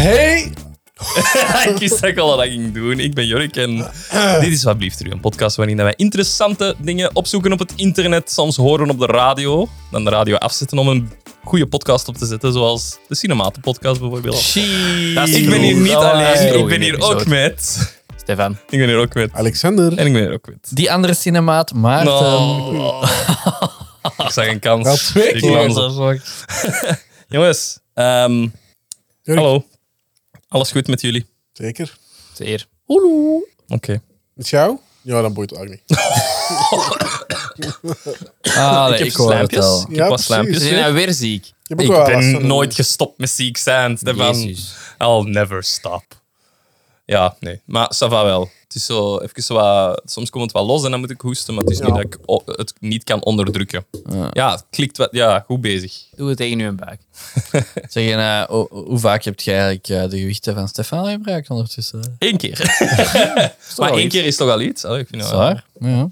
Hey! Ik wist dat ik al wat ik ging doen. Ik ben Jorik en dit is Wat Blieft Er U, een podcast waarin wij interessante dingen opzoeken op het internet, soms horen op de radio, dan de radio afzetten om een goede podcast op te zetten, zoals de Cinematen-podcast bijvoorbeeld. Ik ben hier niet alleen, ik ben hier ook met... Stefan. Ik ben hier ook met... Alexander. En ik ben hier ook met... Die andere cinemaat, Maarten. No. Ik zag een kans. Wel 2 Ik keer. nam ze. Jongens, Jorik. hallo. Alles goed met jullie? Zeker. Zeer. Oké. Met jou? Ja, dat boeit ook niet. Ah, Ik heb ik hoor het slampjes. al. Ik heb Ja, wat precies. slampjes. Ze zijn nou weer ziek. Ik heb ook wel last Ik van ben een- nooit gestopt met ziek zijn, Stefan. Jezus. I'll never stop. Ja, nee. Maar ça va wel. Het is zo even zo wat... Soms komt het wel los en dan moet ik hoesten, maar het is niet dat ik het niet kan onderdrukken. Ja, het klikt wat... Ja, goed bezig. Doe het tegen uw buik. Zeg, en, hoe vaak heb jij eigenlijk de gewichten van Stefan gebruikt ondertussen? 1 keer. Maar 1 keer is toch al iets? Oh, ik vind dat wel. Zwaar? Ja.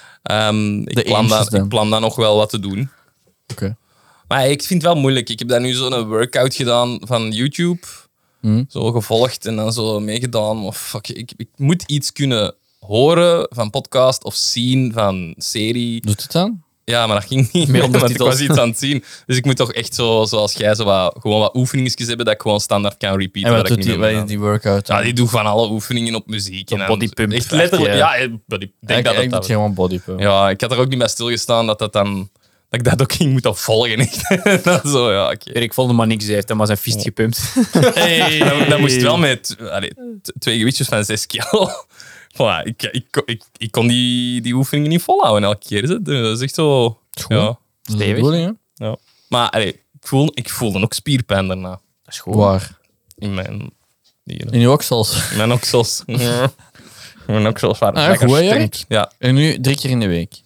Ik plan dan nog wel wat te doen. Oké. Maar ik vind het wel moeilijk. Ik heb daar nu zo'n workout gedaan van YouTube. Zo gevolgd en dan zo meegedaan. Maar fuck, ik moet iets kunnen horen van podcast of zien van serie. Doet het dan? Ja, maar dat ging niet meer, want ik was iets aan het zien. Dus ik moet toch echt zo, zoals jij, gewoon wat oefeningetjes hebben dat ik gewoon standaard kan repeaten. En wat dat ik doet niet die, meer wat moet is gaan. die workout? Ja, die doe van alle oefeningen op muziek. Zo'n en bodypump. Echt letterlijk. Echt, Ja, ja. ik denk dat ik dat... doe gewoon bodypump. Ja, ik had er ook niet bij stilgestaan dat ik dat ook ging moeten volgen. Echt. Dat zo, ja, oké. Ik voelde maar niks, hij heeft hem maar zijn fist gepumpt. Dat moest wel met 2 gewichtjes van 6 kilo. Voilà, ik kon die oefeningen niet volhouden elke keer. Hè. Dat is echt zo... Ja, Dat is de bedoeling, hè? ja. Maar ik voelde ook spierpijn daarna. Dat is goed. Waar? In mijn... In je oksels. In mijn oksels. Mijn oksels waren Ah, lekker goed, hè, sterk. Erik? Ja, En nu 3 keer in de week.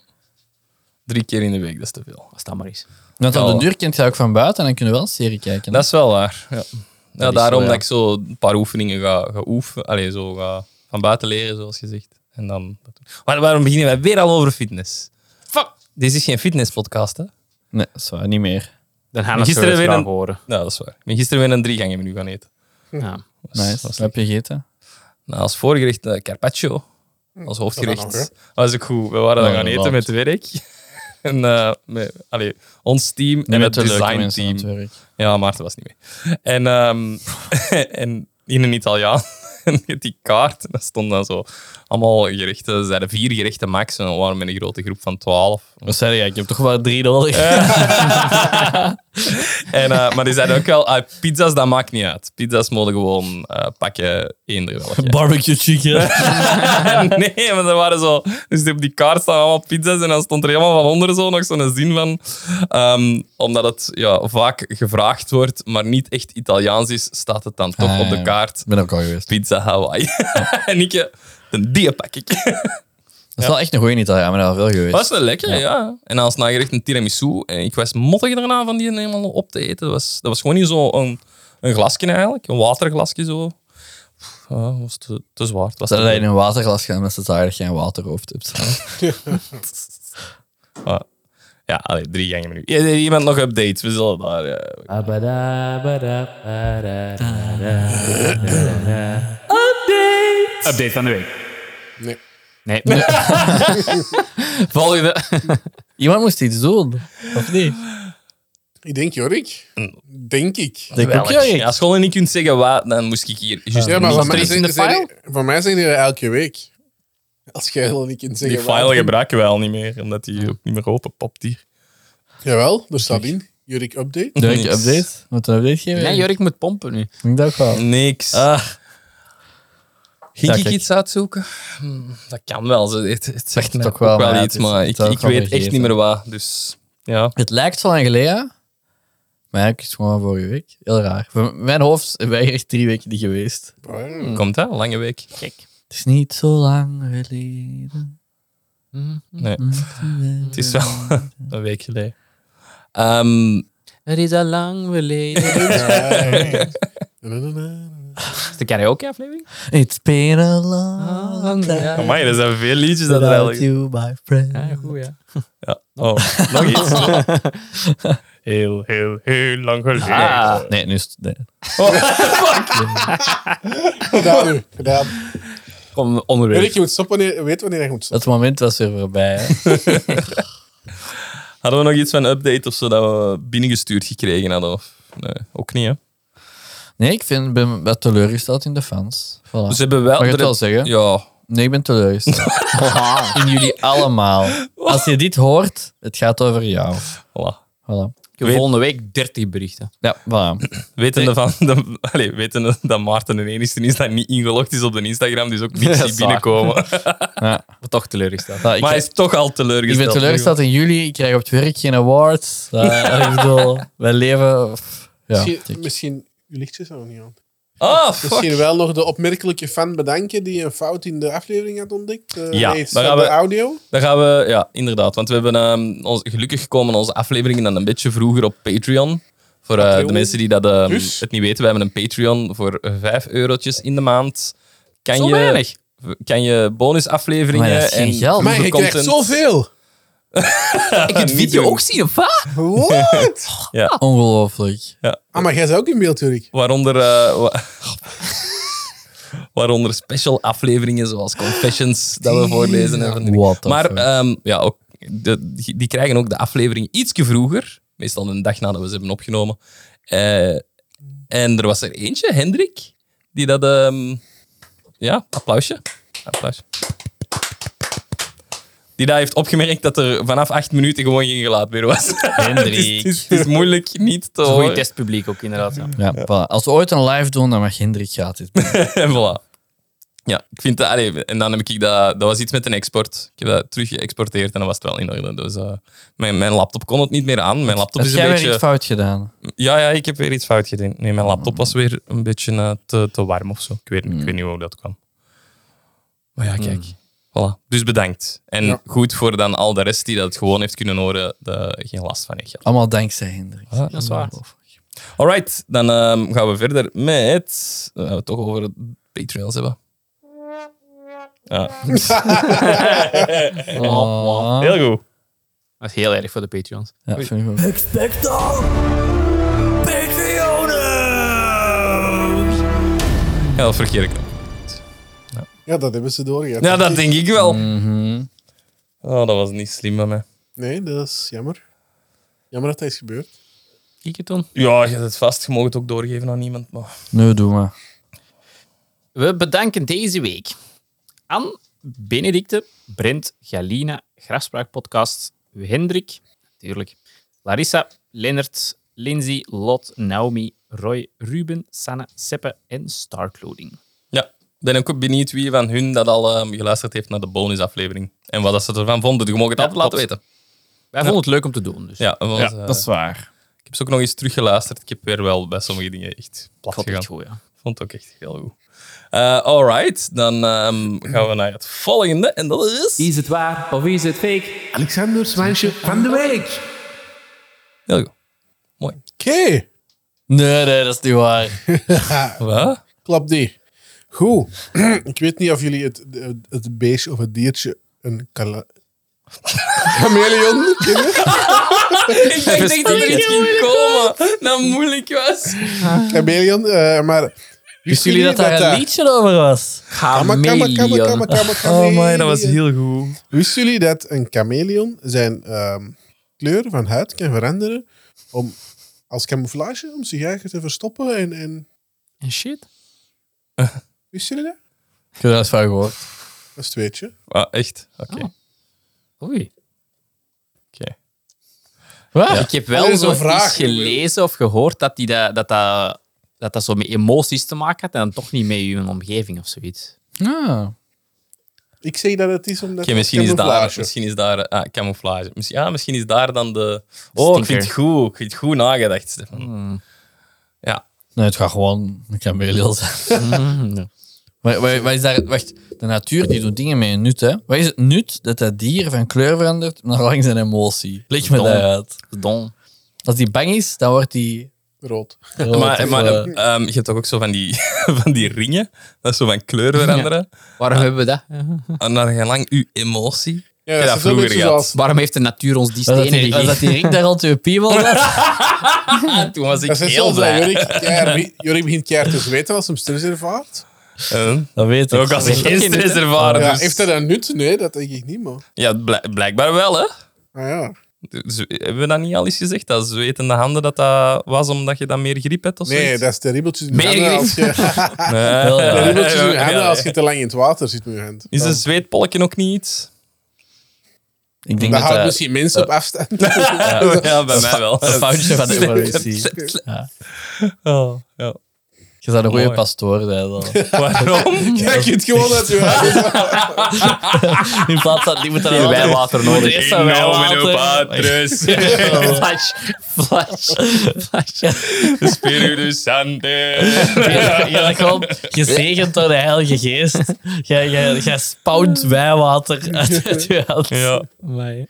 3 keer in de week, dat is te veel. Als dat maar is. Want op Ja. de duur kent je ook van buiten en dan kunnen we wel een serie kijken. Dat is wel waar. Ja, is daarom zo, ja. dat ik zo een paar oefeningen ga oefenen. Allee, zo ga van buiten leren, zoals gezegd. En dan dat doen. Maar waarom beginnen wij weer al over fitness? Fuck! Dit is geen fitnesspodcast, hè? Nee, dat is waar, niet meer. Dan gaan we we weer een- horen. Nou, dat is waar. Ik ben gisteren weer een 3 gangen menu gaan eten. Ja. Nice. Wat heb je gegeten? Nou, als voorgerecht carpaccio. Als hoofdgerecht. Dat dan nog, Dat was ook goed. We waren dan Ja, gaan eten inderdaad. met het werk. En ons team en het Niet met de leuke mensen aan designteam. het werk. Ja, Maarten was niet mee. En, en in een Italiaan, en met die kaart, en dat stond dan zo allemaal gerechten. Ze zeiden 4 gerechten max, en we waren met een grote groep van 12. Wat zei je? Ik heb toch maar 3 nodig. En, maar die zeiden ook wel, pizza's, dat maakt niet uit. Pizza's mogen gewoon pakken, eender welke. Barbecue chicken. Nee, maar er waren zo... Dus op die kaart staan allemaal pizza's en dan stond er helemaal van onder zo nog zo'n zin van... omdat het vaak gevraagd wordt, maar niet echt Italiaans is, staat het dan toch op de kaart. Ik ben ook al geweest. Pizza Hawaii. En ik, die pak ik. Dat is wel echt een goeie Italiaan, maar dat is wel geweest. Dat was wel lekker, ja. En als nagerecht een tiramisu. En ik was mottig daarna van die helemaal op te eten. Dat was gewoon niet zo een glasje eigenlijk. Een waterglasje zo. Dat was te zwaar. Het was Stel te dat je veel. in een waterglas gaat met z'n taai dat je een waterhoofd hebt. Ja, allee, 3 gangen menu. Iemand nog updates? We zullen daar... Update van de week. Nee. Nee. Volgende. Iemand moest iets doen, of niet? Ik denk Jorik. Denk ik. Denk ook Welk? jij. Als je gewoon niet kunt zeggen wat, dan moest ik hier juist Ja, maar niet voor mij, stress in de zijn file. voor mij zijn die er elke week. Als jij al niet kunt zeggen Die waar. file gebruiken wij al niet meer, omdat die ook niet meer open popt hier. Jawel, er staat in. Jorik update. Doe ik Niks. een update? Moet een update geven? Nee, Jorik moet pompen nu. Ik denk dat ook wel. Niks. Ah, Ging Ja, ik kijk. iets uitzoeken? Dat kan wel. Het zegt me toch ook wel, wel maar ja, iets, het is- maar het ik zou ook wel weet echt vergeven. niet meer wat. Dus ja. het lijkt zo lang geleden, maar eigenlijk is het gewoon vorige week. Heel raar. Voor mijn hoofd zijn wij echt 3 weken niet geweest. Komt hè? Lange week. Kijk. Het is niet zo lang geleden. Nee, het is wel een week geleden. Het is al lang geleden. Is de karaoke-aflevering? It's been a long time. Amai, er zijn veel liedjes dat er without eigenlijk... you, my friend. Ja, goed, ja. Ja, Oh, nog iets. Heel, heel, heel lang geleden. Ah. Nee, nu is het... Nee. Gedaan nu. Gedaan. Kom onderweg. Erik, je moet stoppen weet wanneer je moet stoppen. Dat moment was weer voorbij. Hè? Hadden we nog iets van een update of zo dat we binnengestuurd gekregen hadden? Of? Nee, ook niet, hè? Nee, ik ben wat teleurgesteld in de fans. Voilà. Dus we hebben wel... Mag je het wel zeggen? Ja. Nee, ik ben teleurgesteld. In jullie allemaal. Als je dit hoort, het gaat over jou. Voilà. Voilà. Ik heb volgende week 30 berichten. Ja, voilà. Wetende dat Maarten de enige is dat niet ingelogd is op de Instagram, dus ook niks Ja, ziet dat is binnenkomen. Ja. Maar toch teleurgesteld. Voilà, Maar hij is toch al ik teleurgesteld. ben teleurgesteld in jullie. Ik krijg op het werk geen awards. Ik bedoel, wij leven... Ja, Misschien uw lichtjes nog niet aan. Ah, fuck. Misschien wel nog de opmerkelijke fan bedanken die een fout in de aflevering had ontdekt. Ja, iets daar van gaan de we- audio. Dan gaan we, ja, inderdaad. Want we hebben gelukkig komen onze afleveringen dan een beetje vroeger op Patreon. Voor de Patreon. mensen die dat Dus? het niet weten, we hebben een Patreon voor €5 in de maand. Zo weinig. Kan je bonusafleveringen Maar dat is geen geld. Maar je krijgt zoveel. Ik heb video ook zien, of wat? What? ongelooflijk. Ah, maar jij bent ook in beeld, Erik. Waaronder special afleveringen zoals Confessions dat we voorlezen. En van die dingen. What the Maar fuck. ja, ook die krijgen ook de aflevering ietsje vroeger. Meestal een dag nadat we ze hebben opgenomen. En er was er eentje, Hendrik, die dat... ja, applausje. Die dat heeft opgemerkt dat er vanaf 8 minuten gewoon geen geluid meer was. Hendrik. het is moeilijk niet te Dat is een goede horen. testpubliek ook, inderdaad. Ja. Ja, voilà. Als we ooit een live doen, dan mag Hendrik gratis. En voilà. Ja, ik vind dat... Allee, en dan heb ik dat... Dat was iets met een export. Ik heb dat terug geëxporteerd en dan was het wel in orde. Dus mijn laptop kon het niet meer aan. Mijn laptop Heb is jij een weer beetje... iets fout gedaan? Ja, ik heb weer iets fout gedaan. Nee, mijn laptop was weer een beetje te warm of zo. Ik weet niet hoe dat kwam. Maar ja, kijk. Voilà. Dus bedankt. En Ja. goed voor dan al de rest die dat gewoon heeft kunnen horen, geen last van heeft gehad. Allemaal dankzij Hendrik. Ah, Dat is waar. Alright, dan gaan we verder met... We het toch over Patreons hebben. Ja. Oh. Heel goed. Dat is heel erg voor de Patreons. Ja, vind ik ook. Ja, dat verkeerde knop. Ja, dat hebben ze doorgehad. Ja, dat denk ik wel. Mhm. Oh, dat was niet slim van mij. Nee, dat is jammer. Jammer dat dat is gebeurd. Kijk het dan. Ja, je hebt het vast. Je mag het ook doorgeven aan iemand. Maar... Nee, doe maar. We bedanken deze week aan Benedicte, Brent, Galina, Grafspraakpodcast, Hendrik, natuurlijk, Larissa, Lennart, Lindsay, Lot, Naomi, Roy, Ruben, Sanne, Seppe en Starclothing. Ja, ben ik ook benieuwd wie van hun dat al geluisterd heeft naar de bonusaflevering. En wat dat ze ervan vonden. Je mag het Ja, altijd laten klopt. weten. Wij vonden het leuk om te doen. Dus. Ja, want, Ja, dat is waar. Ik heb ze ook nog eens teruggeluisterd. Ik heb weer wel bij sommige dingen echt plat vond het gegaan. echt goed, ja. Ik vond het ook echt heel goed. Alright, dan gaan we naar het volgende. En dat is... Is het waar of is het fake? Alexanders meisje van de week. Heel goed. Mooi. Oké, Nee, dat is niet waar. Wat? klap die. Goed. Ik weet niet of jullie het beestje of het diertje een chameleon kennen. Ik dacht echt dat er iets ging komen dat moeilijk was. Chameleon, maar... Wisten jullie dat daar een liedje over was? Chameleon. Oh my, dat was heel goed. Wisten jullie dat een chameleon zijn kleur van huid kan veranderen om, als camouflage om zich eigen te verstoppen? En En shit. wisten jullie dat? Ik heb er eens van gehoord. Dat is het weetje. Ah, echt? Oké. Oh. Oei. Wat? Ik heb Dat wel is zo een vraag, iets gelezen of gehoord dat zo met emoties te maken had en dan toch niet met je omgeving of zoiets. Ah. Ik zeg dat het is omdat Oké, misschien is camouflage. daar camouflage. Misschien is daar dan de... Oh, ik vind het goed. Ik vind het goed nagedacht, Stefan. Ja. Nee, het gaat gewoon een chameleon zijn. Ja. Wat is daar... Wacht, de natuur die doet dingen met een nut, hè. Wat is het nut dat dat dier van kleur verandert naar langs zijn emotie? Leg me Dom. dat uit. Don. Als die bang is, dan wordt die... Rood. rood Maar of, je hebt toch ook zo van die, van die ringen, dat zo van kleur veranderen. Waarom hebben we dat? En naar gelang uw emotie. Ja, heb dat is zo'n vroeger beetje gehad. zoals... Waarom heeft de natuur ons die Was stenen dat gegeven? die ring daar rond je piemel zat? Toen was ik Dat is heel zoals dat blij. Jorik begint keihard te zweten als hem stress ervaart. Dat weet ik. Ook als ik geen stress ervaren. Ja, Dus... heeft hij dat nut? Nee, dat denk ik niet, man. Ja, blijkbaar wel, hè. Ah ja. Hebben we dat niet al eens gezegd? Dat zwetende handen, dat was omdat je dan meer griep hebt of Nee, zoiets? dat is de ribbeltjes in je Meer handen als je... Nee. De ribbeltjes in je handen Ja, als je te lang in het water zit met je hand. Is een zweetpolkje ook niet iets? Ik denk Dat dat houdt dat misschien mensen op afstand. Ja, bij mij wel. een foutje van de evolutie. Ja. Oh, ja. Je zou een goede Mooi. pastoor zijn. Dan. Waarom? Kijk, je het gewoon uit je handen. In plaats van die moeten Hier wijwater Moet nodig. eerst een wijwater. Patris, Flash. Spiritus Sancte. Je bent gewoon gezegend door de Heilige Geest. Jij spouwt wijwater uit je hand. Ja. Amai.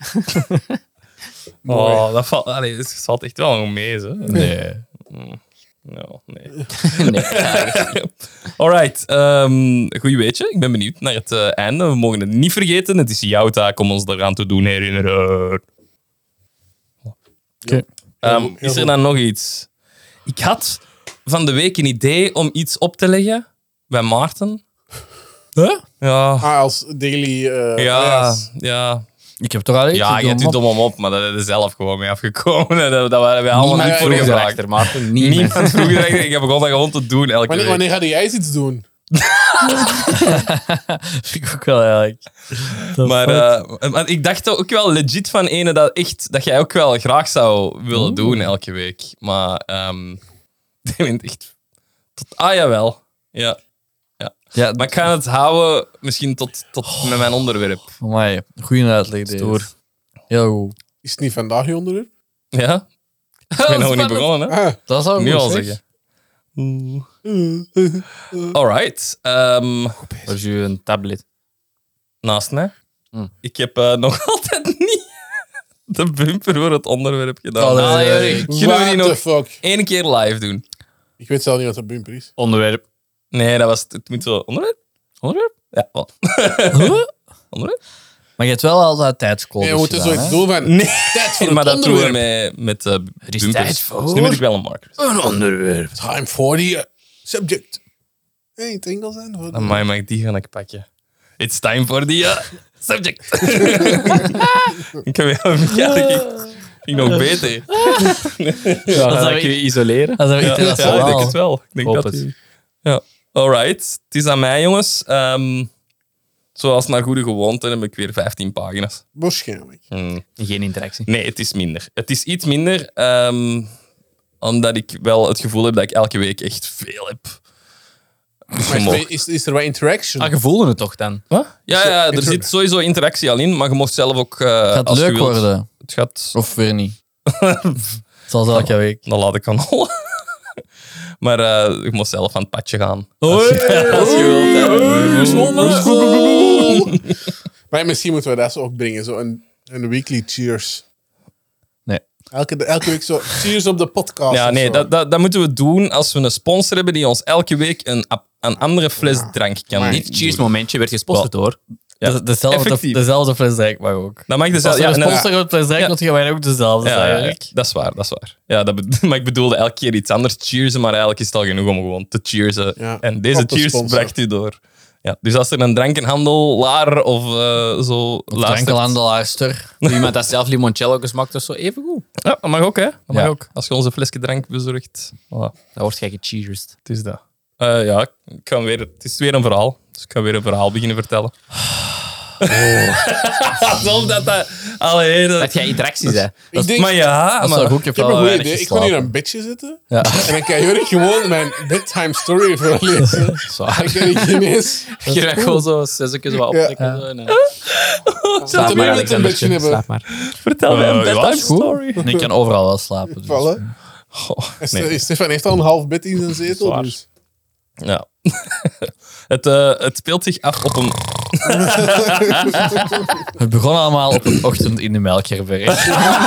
Oh, dat valt, het valt echt wel nog mee, hè? Nee. Ja, nee. Nee. Alright, goed weetje. Ik ben benieuwd naar het einde. We mogen het niet vergeten. Het is jouw taak om ons eraan te doen herinneren. Oké. Is er dan nog iets? Ik had van de week een idee om iets op te leggen bij Maarten. Huh? Ja, Ah, als daily... ja. Ik heb toch al iets Ja, je hebt gedaan, het dom om op, maar dat is er zelf gewoon mee afgekomen. Dat waren we allemaal Niemand niet voor vroeg gevraagd. erachter, Maarten. Niemand. Niemand vroeg erachter. Ik heb begon dat gewoon te doen elke week. Wanneer ga jij iets doen? vind ik ook wel eigenlijk. Maar ik dacht ook wel legit van ene dat jij ook wel graag zou willen doen elke week. Maar ik vind echt... jawel. Ja. Ja, Maar ik ga het houden misschien tot met mijn onderwerp. amai, goeie uitleg deze. Stoer. Heel goed. Is het niet vandaag je onderwerp? Ja? Ik ben nog niet begonnen, hè? Ah, Dat zou ik Nu goed al zeggen. zeggen. Alright. Waar is een tablet? Naast mij. Ik heb nog altijd niet de bumper voor het onderwerp gedaan. Oh, dat is, Jorik, kunnen we die what the nog fuck? 1 keer live doen? Ik weet zelf niet wat een bumper is. Onderwerp. Nee, het moet zo... Onderwerp? Onderwerp? Ja, wel. Onderwerp? Maar je hebt wel altijd tijdscodes En we moeten gedaan, zoiets hè? doen van... Nee, Tijd voor maar het dat doen we onderwerp. met is bumpers. tijd voor- Dus nu moet ik wel een marker. Een onderwerp. Time for the subject. Hey, het Engels zijn? Voor de- Amai, mag ik die gaan ik pakken? It's time for the subject. Ik heb ging nog beter. Ja, Dat ga zou ik ik- je isoleren? Dat is wel Ja, ik denk internationaal. het wel. Ik denk Hoop dat het. die- Ja, alright. Het is aan mij, jongens. Zoals naar goede gewoonte heb ik weer 15 pagina's. Waarschijnlijk. Geen interactie. Nee, het is minder. Het is iets minder, omdat ik wel het gevoel heb dat ik elke week echt veel heb. Dus je Maar mag- is er wat interaction? Ah, je voelde het toch dan? Wat? Ja, er zit sowieso interactie al in, maar je mocht zelf ook... Gaat het als je leuk wilt- worden? Het gaat... Of weer niet? Zoals elke week. Dan laat ik aan hollen. Maar je moet zelf aan het padje gaan. Als je wilt. Maar misschien moeten we dat zo ook brengen. Zo een weekly cheers. Nee. Elke week zo cheers op de podcast. Ja, of nee, zo. dat moeten we doen als we een sponsor hebben die ons elke week een andere fles drank kan Maar doen. Dit cheers momentje werd gesponsord door. Ja, Dezelfde fles drank mag ook. Dat mag Als dezelfde... je Ja, een en- sponsor op fles drank, Ja. moet je mij ook dezelfde ja, zijn, ja, eigenlijk. dat is waar, dat is waar. Ja, maar ik bedoelde elke keer iets anders cheersen, maar eigenlijk is het al genoeg om gewoon te cheersen. Ja, En deze op de cheers sponsor. bracht u door. Ja, dus als er een drankenhandelaar of zo luistert... Drankenhandelaarster. Iemand dat zelf limoncello gesmaakt of zo, even goed. Ja, dat mag ook, hè. Dat mag Ja. ook. Als je ons een flesje drank bezorgt. Voilà, Dan word jij gecheersed. het is dat. Ja, ik ga weer, het is weer een verhaal. Dus ik ga weer een verhaal beginnen vertellen. Alsof dat... Allee, Dat jij interacties hebt. Ik denk, Maar ja, Dat is maar... wel goed. ik heb een goed weinig idee. Ik wil hier geslapen. een bedje zitten. Ja. En dan kan Jorik gewoon mijn bedtime story voorlezen. Dan kan ik ineens... Je krijgt gewoon zo 6 keer zo wat optrekken. Zo, en, Zet hem in met een bedje hebben. Slaap maar. Vertel mij een Ja, bedtime is goed. story. En ik kan overal wel slapen. Dus. Vallen. Nee. Stefan heeft al een half bed in zijn zetel. Zwaar. Dus. Ja. Het speelt zich af op een... Het begon allemaal op een ochtend in de Melkherberg.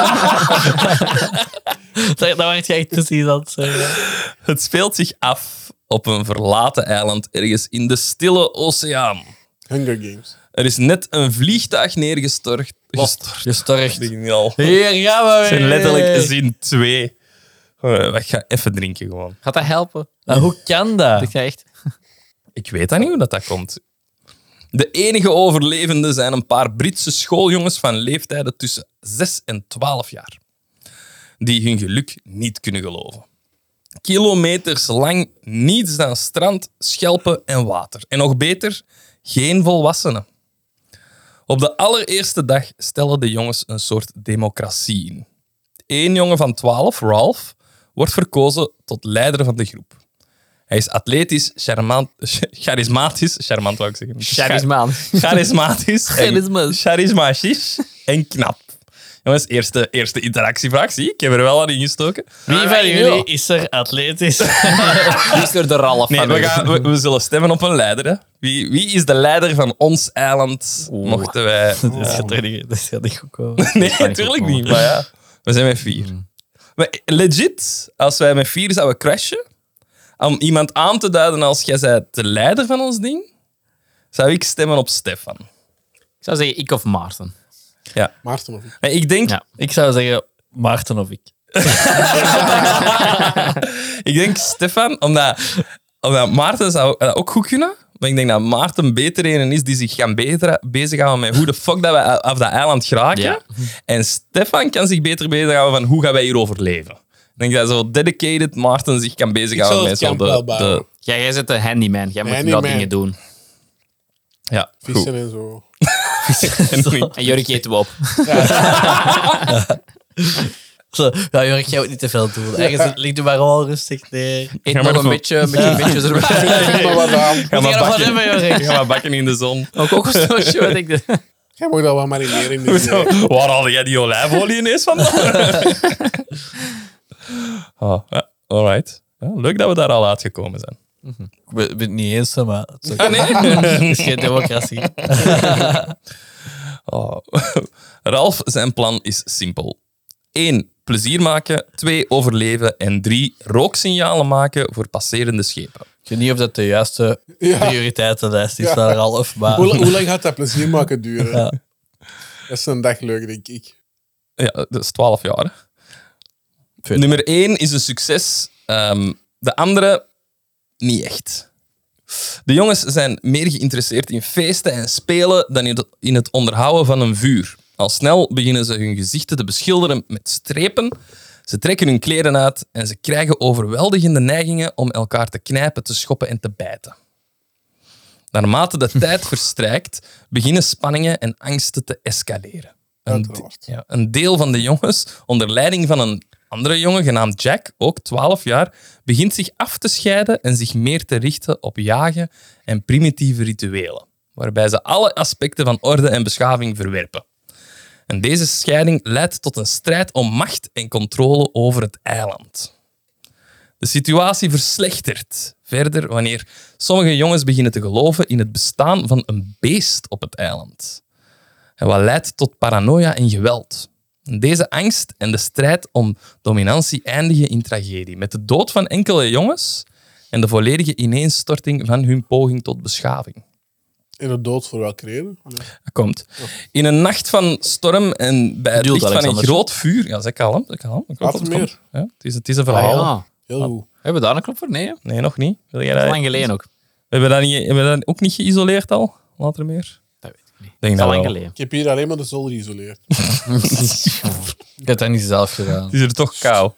Dat werd je echt precies aan het zeggen. Het speelt zich af op een verlaten eiland ergens in de stille oceaan. Hunger Games. Er is net een vliegtuig neergestort. Gestorcht. Begin al. Hier gaan we Het zijn weer. letterlijk zin 2. Ik ga even drinken gewoon. Gaat dat helpen? Maar hoe kan dat? Ik echt. Ik weet dat niet hoe dat komt. De enige overlevenden zijn een paar Britse schooljongens van leeftijden tussen 6 en 12 jaar. Die hun geluk niet kunnen geloven. Kilometers lang niets dan strand, schelpen en water. En nog beter, geen volwassenen. Op de allereerste dag stellen de jongens een soort democratie in. Eén jongen van 12, Ralph, wordt verkozen tot leider van de groep. Hij is atletisch, charismatisch, charmant wou ik zeggen. Charismatisch en knap. Jongens, eerste interactievraag, zie je? Ik heb er wel aan ingestoken. Wie van jullie is er atletisch? Die is door de Ralf Nee, van we zullen stemmen op een leider. Hè. Wie is de leider van ons eiland? Mochten wij... Dat gaat niet goed komen. Nee, natuurlijk niet. Maar ja, we zijn met 4. Maar legit, als wij met 4 zouden crashen, om iemand aan te duiden als jij bent de leider van ons ding, zou ik stemmen op Stefan. Ik zou zeggen, ik of Maarten. Ja. Maarten of ik. Maar ik denk... Ja. Ik zou zeggen Maarten of ik. Ik denk Stefan, omdat Maarten zou dat ook goed kunnen. Maar ik denk dat Maarten beter een is die zich gaan bezighouden met hoe de fuck dat wij af dat eiland geraken. Ja. En Stefan kan zich beter bezighouden van hoe gaan wij hier overleven. Ik denk dat zo dedicated Maarten zich kan bezighouden met Ik zou zo het camp wel bouwen. Jij zit de handyman. Jij moet wel Handyman. dingen doen. Ja, goed. Vissen en zo. En Jurk eet we op. Zo, ja, Jurk, jij moet niet te veel doen. Ergens ligt u maar al rustig neer. Eet maar nog een gewoon- beetje erbij. Zeg maar wat aan. Ga maar Moet je nog wat bakken. hebben, Jurk? Ga maar bakken in de zon. Ook kokosnootje, wat ik de... Jij moet dat wel marineren in de zee. Waar haalde jij die olijfolie ineens vandaan? Oh, ja, alright. Ja, leuk dat we daar al uitgekomen zijn. Ik ben het niet eens, maar het is, ook- Ah, nee? het is geen democratie. Oh. Ralf, zijn plan is simpel. 1. Plezier maken. 2. Overleven. En 3. Rooksignalen maken voor passerende schepen. Ik weet niet of dat de juiste prioriteitenlijst is, Ja. daar al of maar. Hoe lang gaat dat plezier maken duren? Ja. Dat is een dag leuk, denk ik. Ja, dat is 12 jaar. Hè. Vet. Nummer 1 is een succes. De andere niet echt. De jongens zijn meer geïnteresseerd in feesten en spelen dan in het onderhouden van een vuur. Al snel beginnen ze hun gezichten te beschilderen met strepen. Ze trekken hun kleren uit en ze krijgen overweldigende neigingen om elkaar te knijpen, te schoppen en te bijten. Naarmate de tijd verstrijkt, beginnen spanningen en angsten te escaleren. Uiteraard. Een deel van de jongens, onder leiding van een andere jongen genaamd Jack, ook 12 jaar, begint zich af te scheiden en zich meer te richten op jagen en primitieve rituelen, waarbij ze alle aspecten van orde en beschaving verwerpen. En deze scheiding leidt tot een strijd om macht en controle over het eiland. De situatie verslechtert verder wanneer sommige jongens beginnen te geloven in het bestaan van een beest op het eiland. En wat leidt tot paranoia en geweld. En deze angst en de strijd om dominantie eindigen in tragedie, met de dood van enkele jongens en de volledige ineenstorting van hun poging tot beschaving. In de dood voor welke reden? Dat komt. In een nacht van storm en bij het Bedoelt licht van een Alexander. groot vuur... Ja, zeg kalm. Later meer. Ja, het is een verhaal. Ja. Heel goed. Hebben we daar een knop voor? Nee, hè? Nee, nog niet. Wil jij Dat is dat... lang geleden ook. Hebben we dat ook niet geïsoleerd al? Later meer? Dat weet ik niet. Denk Dat is al dat lang wel. geleden. Ik heb hier alleen maar de zolder geïsoleerd. Ik heb dat niet zelf gedaan. Het is er toch kou.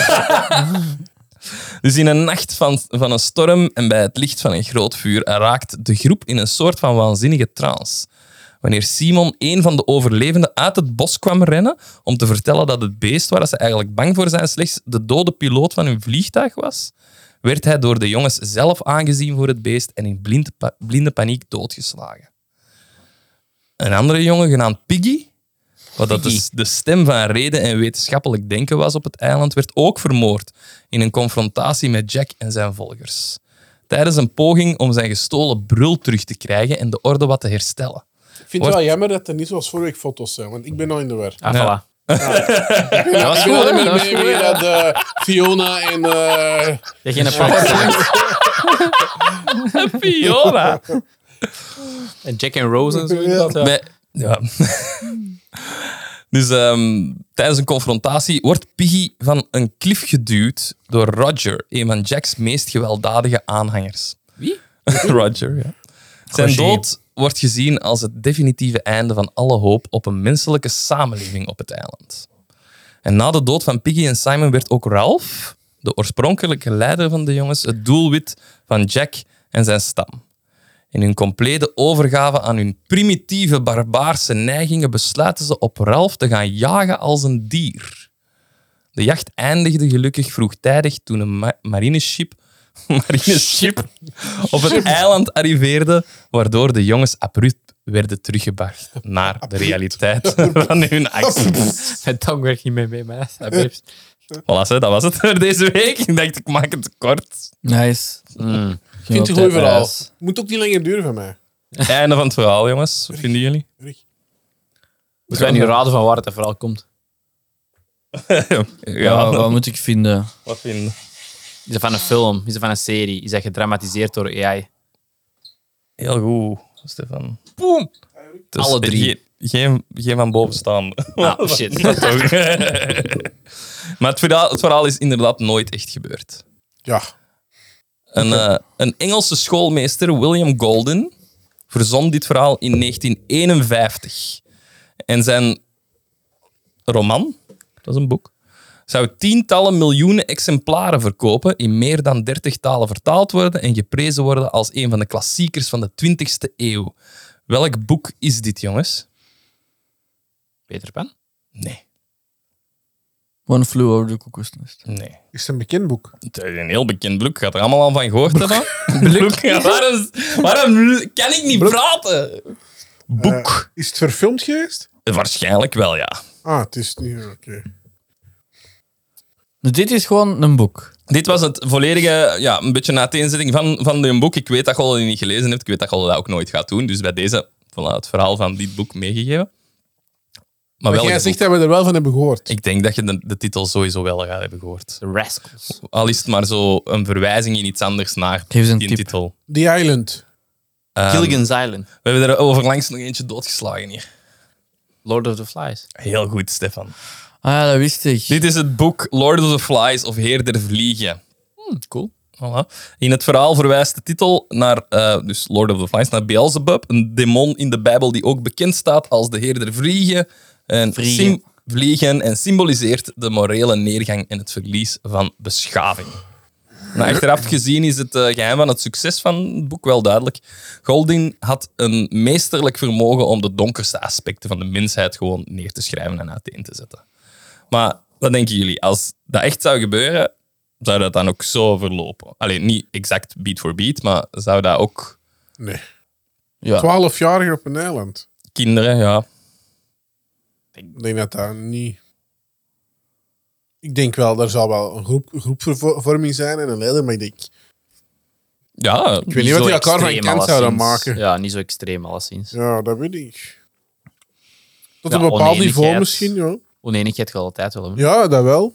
Dus in een nacht van een storm en bij het licht van een groot vuur raakt de groep in een soort van waanzinnige trance. Wanneer Simon, een van de overlevenden, uit het bos kwam rennen om te vertellen dat het beest waar ze eigenlijk bang voor zijn slechts de dode piloot van hun vliegtuig was, werd hij door de jongens zelf aangezien voor het beest en in blinde paniek doodgeslagen. Een andere jongen, genaamd Piggy, wat dat Piggy. de stem van reden en wetenschappelijk denken was op het eiland, werd ook vermoord in een confrontatie met Jack en zijn volgers. Tijdens een poging om zijn gestolen brul terug te krijgen en de orde wat te herstellen. Ik vind het wel jammer dat er niet zoals vorige week foto's zijn, want ik ben al in de war. Ah, Ja. voilà. Ik ben alleen maar mee weer dat Fiona en... Degene pak. Fiona! En Jack and Rose en zo. Ja. inderdaad, ja. Ja. Dus tijdens een confrontatie wordt Piggy van een klif geduwd door Roger, een van Jack's meest gewelddadige aanhangers. Wie? Roger, ja. Zijn Roger. dood wordt gezien als het definitieve einde van alle hoop op een menselijke samenleving op het eiland. En na de dood van Piggy en Simon werd ook Ralph, de oorspronkelijke leider van de jongens, het doelwit van Jack en zijn stam. In hun complete overgave aan hun primitieve, barbaarse neigingen besluiten ze op Ralph te gaan jagen als een dier. De jacht eindigde gelukkig vroegtijdig toen een marineschip op het eiland arriveerde, waardoor de jongens abrupt werden teruggebracht naar de realiteit van hun actie. Mijn tong werkt niet meer mee, maar Voilà, dat was het voor deze week. Ik dacht, ik maak het kort. Nice. Ik vind het een goed verhaal. Moet ook niet langer duren van mij. Einde van het verhaal, jongens. Wat vinden jullie? Moeten wij nu raden van waar het vooral komt? Ja, wat moet ik vinden? Wat vinden? Is dat van een film? Is dat van een serie? Is dat gedramatiseerd door AI? Heel goed, Stefan. Boom! Dus Alle drie. Geen van bovenstaande. Ah, shit. Toch? Maar het verhaal is inderdaad nooit echt gebeurd. Ja. Een Engelse schoolmeester, William Golden, verzon dit verhaal in 1951. En zijn roman, dat is een boek, zou tientallen miljoenen exemplaren verkopen, in meer dan 30 talen vertaald worden en geprezen worden als een van de klassiekers van de 20e eeuw. Welk boek is dit, jongens? Peter Pan? Nee. One Flew Over the Cuckoo's Nest. Nee. Is het een bekend boek? Het is een heel bekend boek. Gaat er allemaal al van gehoord hebben? Boek. Ja, waarom kan ik niet praten? Boek. Is het verfilmd geweest? Waarschijnlijk wel, ja. Ah, het is niet... Oké. Dus dit is gewoon een boek. Dit was het volledige, ja, een beetje uiteenzetting van een boek. Ik weet dat je al niet gelezen hebt. Ik weet dat je dat ook nooit gaat doen. Dus bij deze, voilà, het verhaal van dit boek meegegeven. Maar Maar welk jij boek? zegt dat we er wel van hebben gehoord. Ik denk dat je de titel sowieso wel gaat hebben gehoord. The Rascals. Al is het maar zo een verwijzing in iets anders naar Geef eens een die tip. titel. The Island. Gilligan's Island. We hebben er overlangs nog eentje doodgeslagen hier. Lord of the Flies. Heel goed, Stefan. Ah ja, dat wist ik. Dit is het boek Lord of the Flies of Heer der Vliegen. Cool. Voilà. In het verhaal verwijst de titel naar, dus Lord of the Flies, naar Beelzebub, een demon in de Bijbel die ook bekend staat als de Heer der Vliegen. En vliegen en symboliseert de morele neergang en het verlies van beschaving. Nou, achteraf gezien is het geheim van het succes van het boek wel duidelijk. Golding had een meesterlijk vermogen om de donkerste aspecten van de mensheid gewoon neer te schrijven en uiteen te zetten. Maar wat denken jullie? Als dat echt zou gebeuren, zou dat dan ook zo verlopen? Alleen niet exact beat voor beat, maar zou dat ook Nee. Ja. 12-jarigen op een eiland. kinderen, ja. Ik denk dat dat niet... Ik denk wel, er zal wel een groepvorming zijn en een leider, maar ik denk... Ja, Ik weet niet wat die elkaar van kant zouden maken. Ja, niet zo extreem alleszins. Ja, dat weet ik. Tot Ja, een bepaald niveau oneenigheid. misschien, ja. Oneenigheid gaat altijd wel hebben. Ja, dat wel.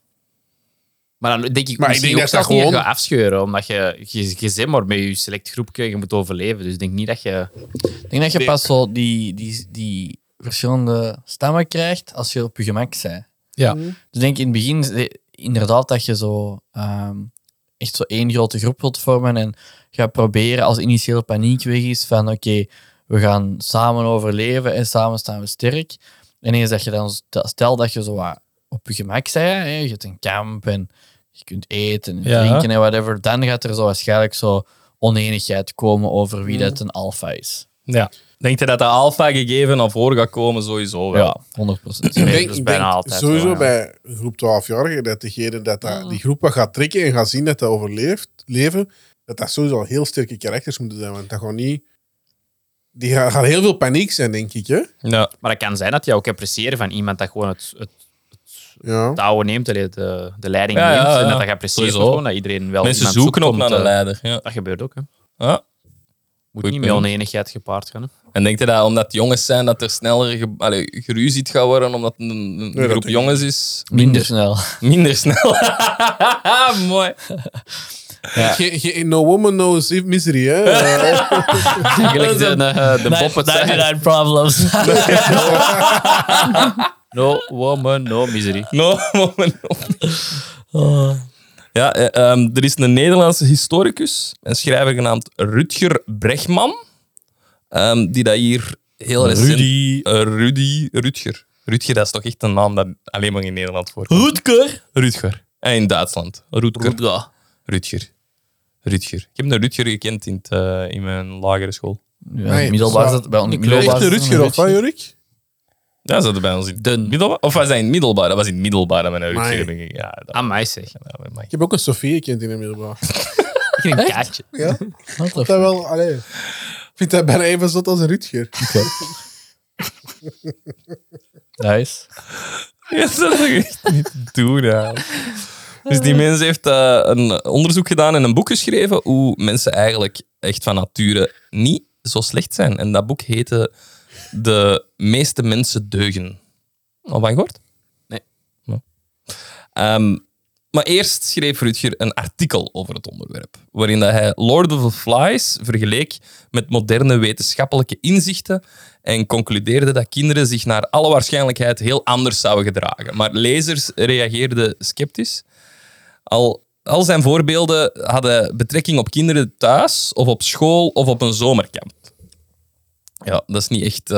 Maar dan denk ik, Maar ik misschien denk ook dat zelfs niet gewoon- dat je gaat afscheuren, omdat je zit maar met je select groepje, je moet overleven. Dus ik denk niet dat je... Ik denk dat je pas zo die verschillende stemmen krijgt als je op je gemak bent. Ja. Dus ik denk in het begin inderdaad dat je zo echt zo één grote groep wilt vormen en gaat proberen als initiële paniek weg is van oké, we gaan samen overleven en samen staan we sterk. En eens dat je dan, stel dat je zo wat op je gemak bent, hè, je hebt een kamp en je kunt eten en Ja. drinken en whatever, dan gaat er zo waarschijnlijk zo oneenigheid komen over wie dat een alpha is. Ja. Denk je dat de alpha gegeven naar voren gaat komen? Sowieso wel. Ja, 100%. Ik denk, dat is bijna denk altijd sowieso wel, ja. bij een groep 12-jarigen dat degene dat die groep wat gaat trekken en gaat zien dat dat overleven, dat sowieso al heel sterke karakters moeten zijn. Want dat gewoon niet... Die gaan heel veel paniek zijn, denk ik. Hè? Ja. Maar het kan zijn dat je ook appreciëren van iemand dat gewoon het Ja. touwen neemt, de leiding Ja, neemt. ja, ja. En dat je apprecieert Sowieso. gewoon, dat iedereen wel Mensen iemand zoeken zoekt ook om naar een te- leider. Ja. Dat gebeurt ook, hè. Ja. Moet Goed niet met punt. oneenigheid gepaard gaan. Hè. En denk je dat omdat het jongens zijn, dat er sneller geruzied gaat worden omdat het een dat groep denk ik jongens is? Minder snel. Minder snel. Mooi. No woman, no misery, hè. Gelijk de poppet. 99 problems. No woman, no misery. No, moment. Ja, er is een Nederlandse historicus en schrijver genaamd Rutger Bregman. Die dat hier heel recent... Rutger. Rutger, dat is toch echt een naam dat alleen maar in Nederland voorkomt. Rutger. En in Duitsland. Rutger. Ik heb een Rutger gekend in mijn lagere school. Ja, Nee, middelbaar is dat dat bij ons. Echt een Rutger, of wat, Jorik? Ja, zat er bij ons in het middelbaar. Of was hij in het middelbaar? Dat was in het middelbaar dat mijn Rutger Amai. heb ik. Ja, dat, Aan mij zeg. Ik heb ook een Sofie gekend in de middelbaar. Ik heb een kaartje. Ja? Dat wel, allee. Ik vind dat bijna even zot als een Rutger. Nice. Ja, dat zou ik echt niet doen. Ja. Dus die mens heeft een onderzoek gedaan en een boek geschreven hoe mensen eigenlijk echt van nature niet zo slecht zijn. En dat boek heette De meeste mensen deugen. Al van gehoord? Nee. No. Maar eerst schreef Rutger een artikel over het onderwerp, waarin dat hij Lord of the Flies vergeleek met moderne wetenschappelijke inzichten en concludeerde dat kinderen zich naar alle waarschijnlijkheid heel anders zouden gedragen. Maar lezers reageerden sceptisch. Al zijn voorbeelden hadden betrekking op kinderen thuis, of op school, of op een zomerkamp. Ja, dat is niet echt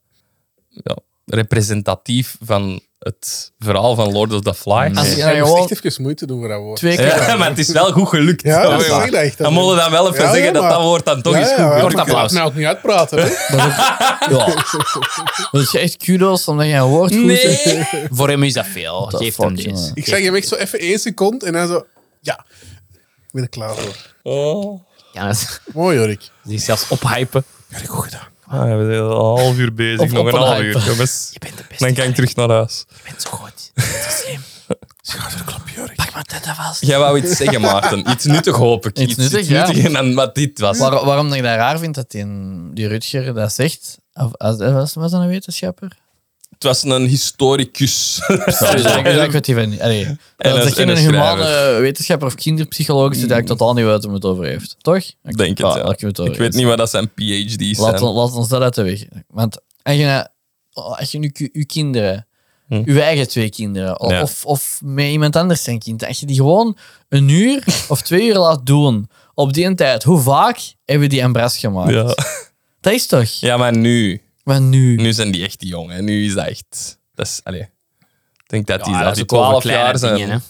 representatief van het verhaal van Lord of the Flies. Als je Ja, je gewoon moest echt even moeite doen voor dat woord. 2 keer... Ja, maar het is wel goed gelukt. Ja, dat Oh, is echt dat. Dan moeten we dan wel even Ja, zeggen dat maar- dat woord dan toch Ja, is goed ja, gelukt. maar je laat mij ook niet uitpraten, hè. Ja. Dat is echt kudos omdat je een woord goed zegt. Voor hem is dat veel. What the Geef hem fuck, deze. jongen. Ik zeg hem echt zo even 1 seconde en dan zo... Ja, ik ben er klaar voor. Oh. Ja, dat Mooi, Jorik. die zelfs ophypen. Heb ik goed gedaan. Ah, we zijn al een half uur bezig. Of Nog op een een half hype. uur, jongens. Je bent de beste. Dan kan ik terug naar huis. Je bent zo goed. Je bent zo slim. Schaar voor de klap, Jorik. Pak maar dat vast. Jij wou iets zeggen, Maarten. Iets nuttig, hoop ik. Iets nuttig, ja. nuttiger dan wat dit was. Waarom dat ik dat raar vind dat die Rutger dat zegt. Was dat een wetenschapper? Het was een historicus. Ik weet die van niet. Allee, dat is en geen een humane wetenschapper of kinderpsycholoog die ik totaal niet weet waar het over heeft. Toch? Ik denk het, ja. Ik weet niet wat dat zijn PhD's zijn. Laat ons dat uit de weg. Want als je nu je kinderen, je eigen 2 kinderen, Ja. of met iemand anders zijn kind, als je die gewoon 1 uur of 2 uur laat doen op die tijd, hoe vaak hebben die een bras gemaakt? Ja. Dat is toch? Ja, maar nu Nu. zijn die echt jong. Hè. Nu is dat echt... Dat is, allee, ik denk dat die Ja, zelfs dat is die ook over 12 jaar kleine zijn. dingen, hè.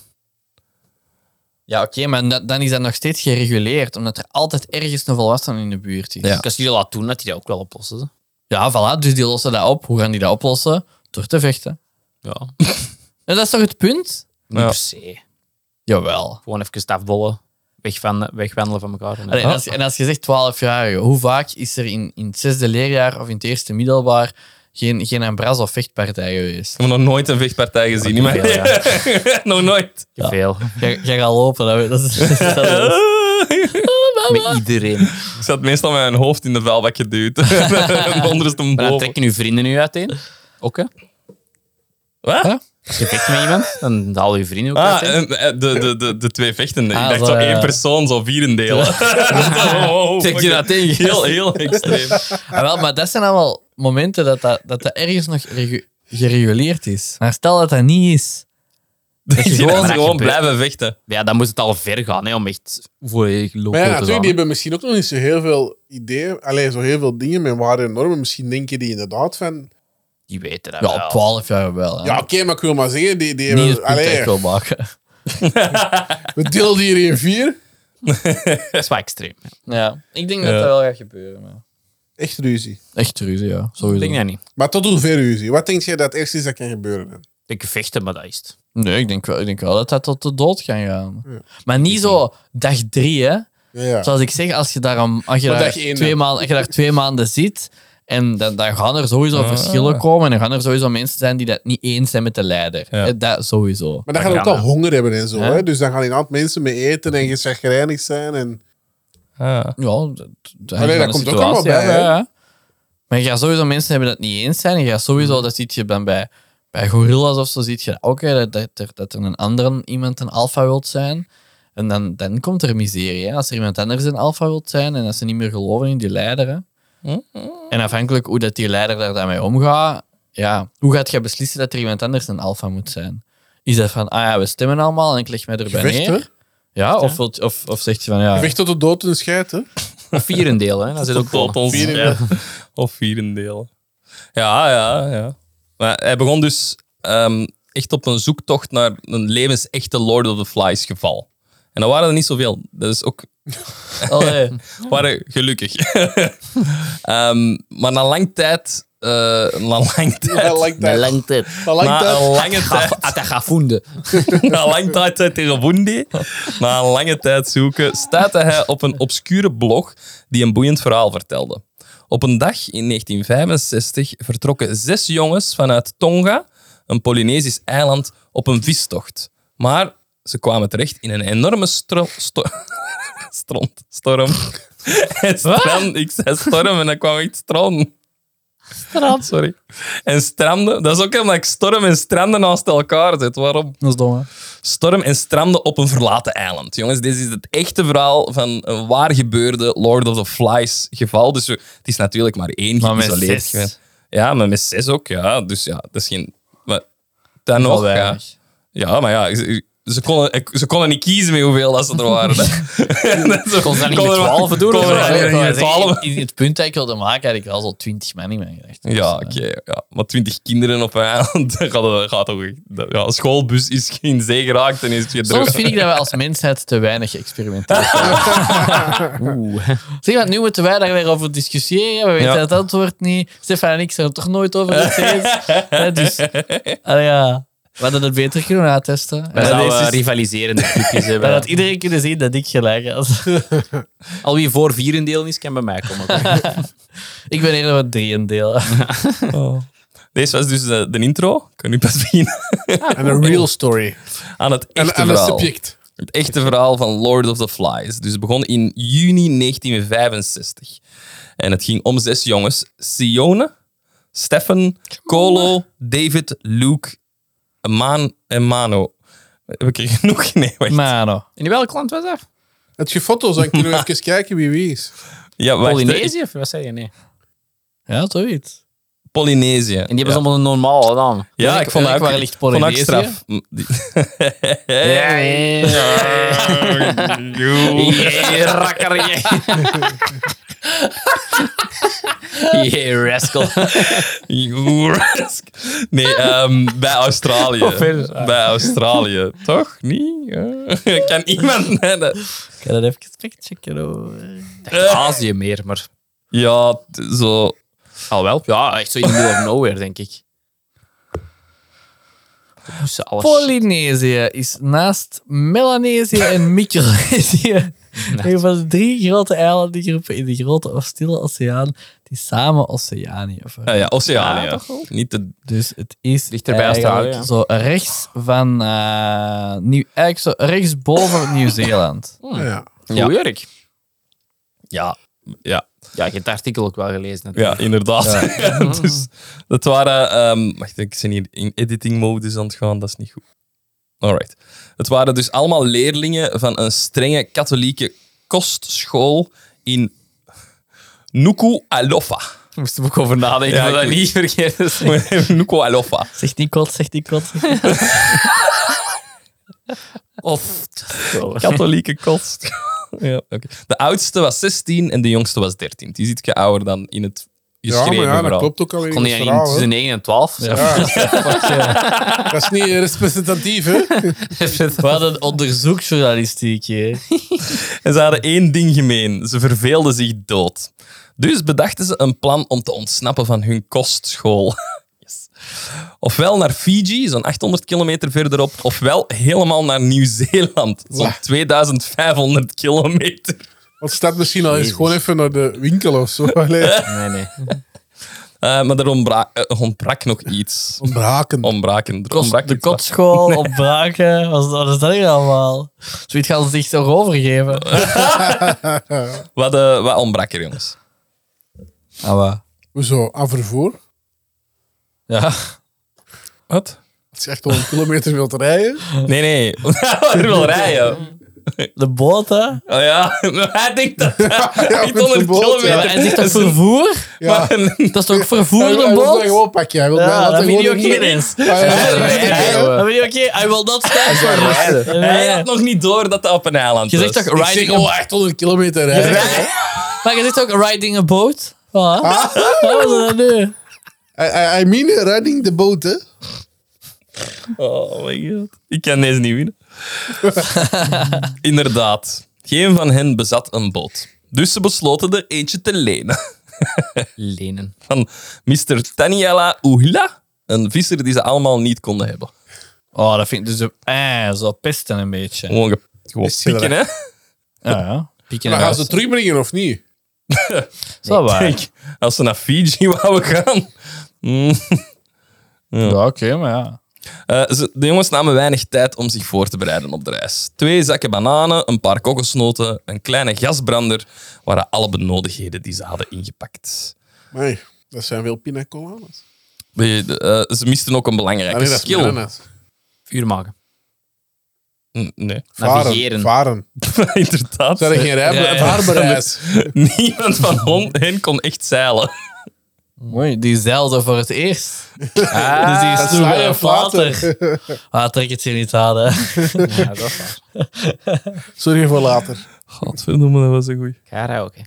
Ja, oké, maar dan is dat nog steeds gereguleerd, omdat er altijd ergens een volwassene in de buurt is. Ja. Als je die laat doen, dat die dat ook wel oplossen. Ze. Ja, voilà, dus die lossen dat op. Hoe gaan die dat oplossen? Door te vechten. Ja, En dat is toch het punt? niet Ja. per se. Jawel. Gewoon even stafbollen. Wegwandelen van elkaar. Allee, en als je zegt 12-jarige, hoe vaak is er in het 6e leerjaar of in het 1e middelbaar geen ambras of vechtpartij geweest? Ik heb nog nooit een vechtpartij gezien. Niet meer. Ja. Nog nooit. Veel. Jij gaat lopen, dat is... Met iedereen. Ik zat meestal met mijn hoofd in de vuilbak geduwd. Onderste Maar dan boven. trekken uw vrienden nu uiteen. Ook, hè? Wat? Huh? Als je vecht met iemand, dan halen je vrienden ook Ah, uiteen. de 2 vechtenden. Ah, Ik dacht zo, zo ja. 1 persoon, zo 4 in delen. Trek je dat tegen? Heel extreem. Wel, maar dat zijn allemaal momenten dat ergens nog gereguleerd is. Maar stel dat dat niet is. Dat je gewoon- gewoon blijven vechten. Ja, dan moet het al ver gaan, hè, om echt volledig loco Maar ja, te natuurlijk, die zijn. hebben misschien ook nog niet zo heel veel ideeën. Alleen zo heel veel dingen met waarden en normen. Misschien denken die inderdaad van... Die weten dat Ja, wel. op 12 jaar wel. Hè. Ja, oké, maar ik wil maar zeggen, die niet hebben... het punt dat ik Allee, wil maken. we delen die hier in 4. Dat is wel extreem. Ja. Ja, ik denk dat Ja. dat wel gaat gebeuren. Maar... Echt ruzie. Echt ruzie, ja. Ik Sowieso. denk dat niet. Maar tot hoever ruzie? Wat denk jij dat het eerste is dat kan gebeuren? Dan? Ik denk vechten, maar dat is het. Nee, ik denk wel dat dat tot de dood kan gaan. Maar niet zo dag 3, hè. Ja, ja. Zoals ik zeg, als je daar, als je Maar daar, dag één, 2 hè. maanden, als je daar 2 maanden zit, en dan gaan er sowieso verschillen komen. En dan gaan er sowieso mensen zijn die dat niet eens zijn met de leider. Ja. Dat sowieso. Maar dan gaan we ook al honger hebben en zo. Ja. Hè? Dus dan gaan inderdaad mensen mee eten en gezagrijnig zijn. En... Ah. Ja, Allee, dat komt ook allemaal bij, hè. Ja. Maar je gaat sowieso mensen hebben dat niet eens zijn. En je gaat sowieso, dat ziet je dan bij gorilla's of zo, ziet je ook, hè, dat er een andere iemand een alfa wilt zijn. En dan komt er miserie. Hè? Als er iemand anders een alfa wilt zijn en als ze niet meer geloven in die leider. Hè? En afhankelijk hoe dat die leider daar dan mee omgaat, ja, hoe gaat je beslissen dat er iemand anders een alfa moet zijn? Is dat van, we stemmen allemaal en ik leg mij erbij Gevecht, hè? neer? Ja, of zegt je van, ja... Gevecht tot de dood en scheid, hè? Of vierendeel, hè? Dat zit ook Tot wel. ons of vierendeel. Ja. Maar hij begon dus echt op een zoektocht naar een levensechte Lord of the Flies geval. En dat waren er niet zoveel. Dat is ook... waren gelukkig. Maar na lang tijd... Ja, lang Met tijd. lengte. Na een lange tijd... Atagafunde. Na lang tijd uit Terebundi, na een lange tijd zoeken, stuitte hij op een obscure blog die een boeiend verhaal vertelde. Op een dag in 1965 vertrokken 6 jongens vanuit Tonga, een Polynesisch eiland, op een vistocht. Maar ze kwamen terecht in een enorme storm. En ik zei storm en dan kwam echt stroom. Sorry. En stranden, dat is ook omdat ik storm en stranden naast elkaar zet. Waarom? Dat is dom, hè? Storm en stranden op een verlaten eiland. Jongens, dit is het echte verhaal van een waar gebeurde Lord of the Flies geval. Dus het is natuurlijk maar één Maar met geïsoleerd 6. geweest. Ja, maar met 6 ook, ja. Dus ja, dat is geen... Maar dan nog, ja. weinig. Ja, maar ja, ze konden niet kiezen met hoeveel dat ze er waren. Ze Kon ze dat niet met 12 doen? Kon of er zo? niet met 12. In het punt dat ik wilde maken, had ik al zo 20 man in mijn gedacht. Ja, oké. Ja. Maar 20 kinderen op een eiland, dat gaat toch... Ja, een schoolbus is in zee geraakt en is Soms gedrukt. vind ik dat we als mensheid te weinig geëxperimenteerd hebben. Zeg, want nu moeten wij daar weer over discussiëren. We weten het antwoord niet. Stefan en ik zijn er toch nooit over iets eens. Dus, ja, we hadden het beter kunnen uittesten. Wij En zouden deze is- rivaliserende clubjes dan hebben. had iedereen kunnen zien dat ik gelijk had. Al wie voor vierendeel is, kan bij mij komen. Ik ben eerder wat 3 delen. Deze was dus de intro. Ik kan nu pas beginnen En een real story. aan het En echte een verhaal. subject. Het echte verhaal van Lord of the Flies. Dus het begon in juni 1965. En het ging om 6 jongens. Sione, Stefan, Colo, David, Luke, Maan en Mano. Heb ik er genoeg? Nee, wacht. Mano. In welk land was dat? Het je foto's, dan kunnen we even kijken wie is. Ja, wacht, Polynesië? Of wat zei je? Nee. Ja, zoiets. Polynesië. En die hebben ze allemaal een normale naam. Ja, ik vond dat ook, Waar ligt vond dat ook Polynesië? straf. Rakker, je rascal. Nee, bij Australië. Bij Australië. Toch? Niet? Kan iemand... Nee, dat- Ik ga dat even checken. Hoor. Azië meer, maar... Ja, zo... Al wel. Ja, echt zo in the middle of nowhere, denk ik. Dat moest alles... Polynesië is naast Melanesië en Micronesië een van de 3 grote eilandengroepen in de grote of stille oceaan die samen Oceanië vormen. Ja, Oceanië. Niet de... Dus het is Dichter bij eigenlijk Australië, zo rechts van eigenlijk zo rechtsboven Nieuw-Zeeland. Ja. Ja. Goed werk. Ja. Ja, je hebt het artikel ook wel gelezen. Natuurlijk. Ja, inderdaad. Dus dat waren... wacht, ik ben hier in editing modus aan het gaan. Dat is niet goed. Alright. Het waren dus allemaal leerlingen van een strenge katholieke kostschool in Nuku'alofa. Ik moest er ook over nadenken, Ja, maar dat ik- niet vergeten. Nuku'alofa. Zeg niet kot, zeg niet kot. Of... Katholieke kost. Ja, oké. De oudste was 16 en de jongste was 13. Die is iets ouder dan in het Ja, geschreven maar ja, dat verhaal. klopt ook alweer Kon in hij het in verhaal. hè. tussen 9 en 12? Dat is niet representatief, hè? We hadden onderzoeksjournalistiek hier. En ze hadden 1 ding gemeen. Ze verveelden zich dood. Dus bedachten ze een plan om te ontsnappen van hun kostschool. Yes. Ofwel naar Fiji, zo'n 800 kilometer verderop, ofwel helemaal naar Nieuw-Zeeland, zo'n Wah. 2500 kilometer. Want staat misschien al eens gewoon even naar de winkel of zo. Allee, Nee. Maar er ontbrak nog iets. ontbraken. Er ontbrak De iets wat. kotschool, opbraken. Wat is dat hier allemaal? Zoiets gaan ze zich toch overgeven? Wat ontbrak er, jongens? Hoezo? Aan vervoer? Ja. Wat? Als je echt 100 kilometer wilt rijden. Nee. Er wil rijden. De boot, hè? Oh ja, hij denkt dat Ja, met 800 de boot, kilometer. Ja, hij zegt toch vervoer? Ja. Maar- Dat is toch vervoer, Hij de wil boot? dat gewoon pakken. Hij wil Ja, dat vind je ook gewoon niet eens. Ja, ja. Dat vind je oké? I will not stand for this. Hij had nog niet door dat dat op een eiland Je was. zegt toch Ik zeg riding a... 800 kilometer rijden. Maar je zegt ook riding a boat? Wat was dat nu? I mean riding the boat, hè. Oh my god. Ik kan deze niet winnen. Inderdaad. Geen van hen bezat een boot. Dus ze besloten er eentje te lenen. Lenen. Van Mr. Taniela Uhila. Een visser die ze allemaal niet konden hebben. Oh, dat vind ik dus... zo pesten een beetje. Gewoon Is je pikken, hè. Ja. Pieken Maar en gaan ze het terugbrengen of niet? Zo waar. Kijk, als ze naar Fiji wouden gaan... Ja, oké, maar ja. De jongens namen weinig tijd om zich voor te bereiden op de reis. 2 zakken bananen, een paar kokosnoten, een kleine gasbrander waren alle benodigdheden die ze hadden ingepakt. Nee, dat zijn veel pina coladas. Ze misten ook een belangrijke Nee, dat is skill. ananas. Vuur maken. Nee, Navigeren. Varen. inderdaad. Zijn er geen vaarbereis? Niemand van hen kon echt zeilen. Mooi, die zeilde voor het eerst. Dus die dat sloeg sla je op water. Trek het je niet aan, hè. Ja, dat is waar. Sorry voor later. Godverdomme, dat was een goeie. Karaoke.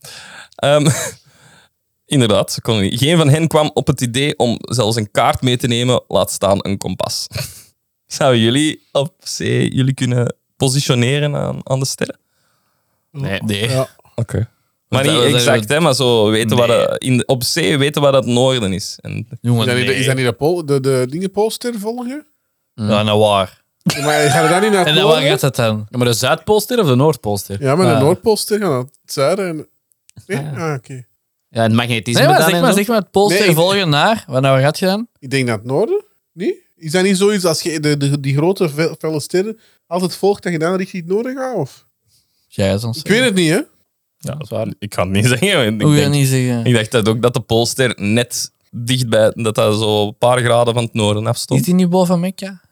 Inderdaad, ze konden niet. Geen van hen kwam op het idee om zelfs een kaart mee te nemen, laat staan een kompas. Zouden jullie op zee jullie kunnen positioneren aan de sterren? Nee. Ja. Oké. Maar niet dat- dat- exact, hè, maar zo weten op zee weten wat het noorden is. En, Jongen, Is dat niet de dingenpoolster volgen? Ja, nou waar. Ja, maar ga je daar niet naar En het dan waar noorden? gaat het dan? Ja, maar de Zuidpoolster of de Noordpoolster? Ja, maar de Ja. Noordpoolster gaat naar het zuiden. En... Nee? Ah, oké. Ja, het magnetisme Nee, maar dan zeg en maar, zo. zeg maar het poolster Nee, ik- volgen naar. Waar gaat je dan? Ik denk naar het noorden. Nee? Is dat niet zoiets als je die grote felle sterren altijd volgt dat je dan richting het noorden gaat? Of? Jij is ons. Ik weet het niet, hè? ja, dat is waar. Ik kan het niet zeggen. Ik, Hoe je denk- niet zeggen? ik dacht dat ook dat de poolster net dichtbij, dat zo een paar graden van het noorden Is afstond. die niet boven Mekka?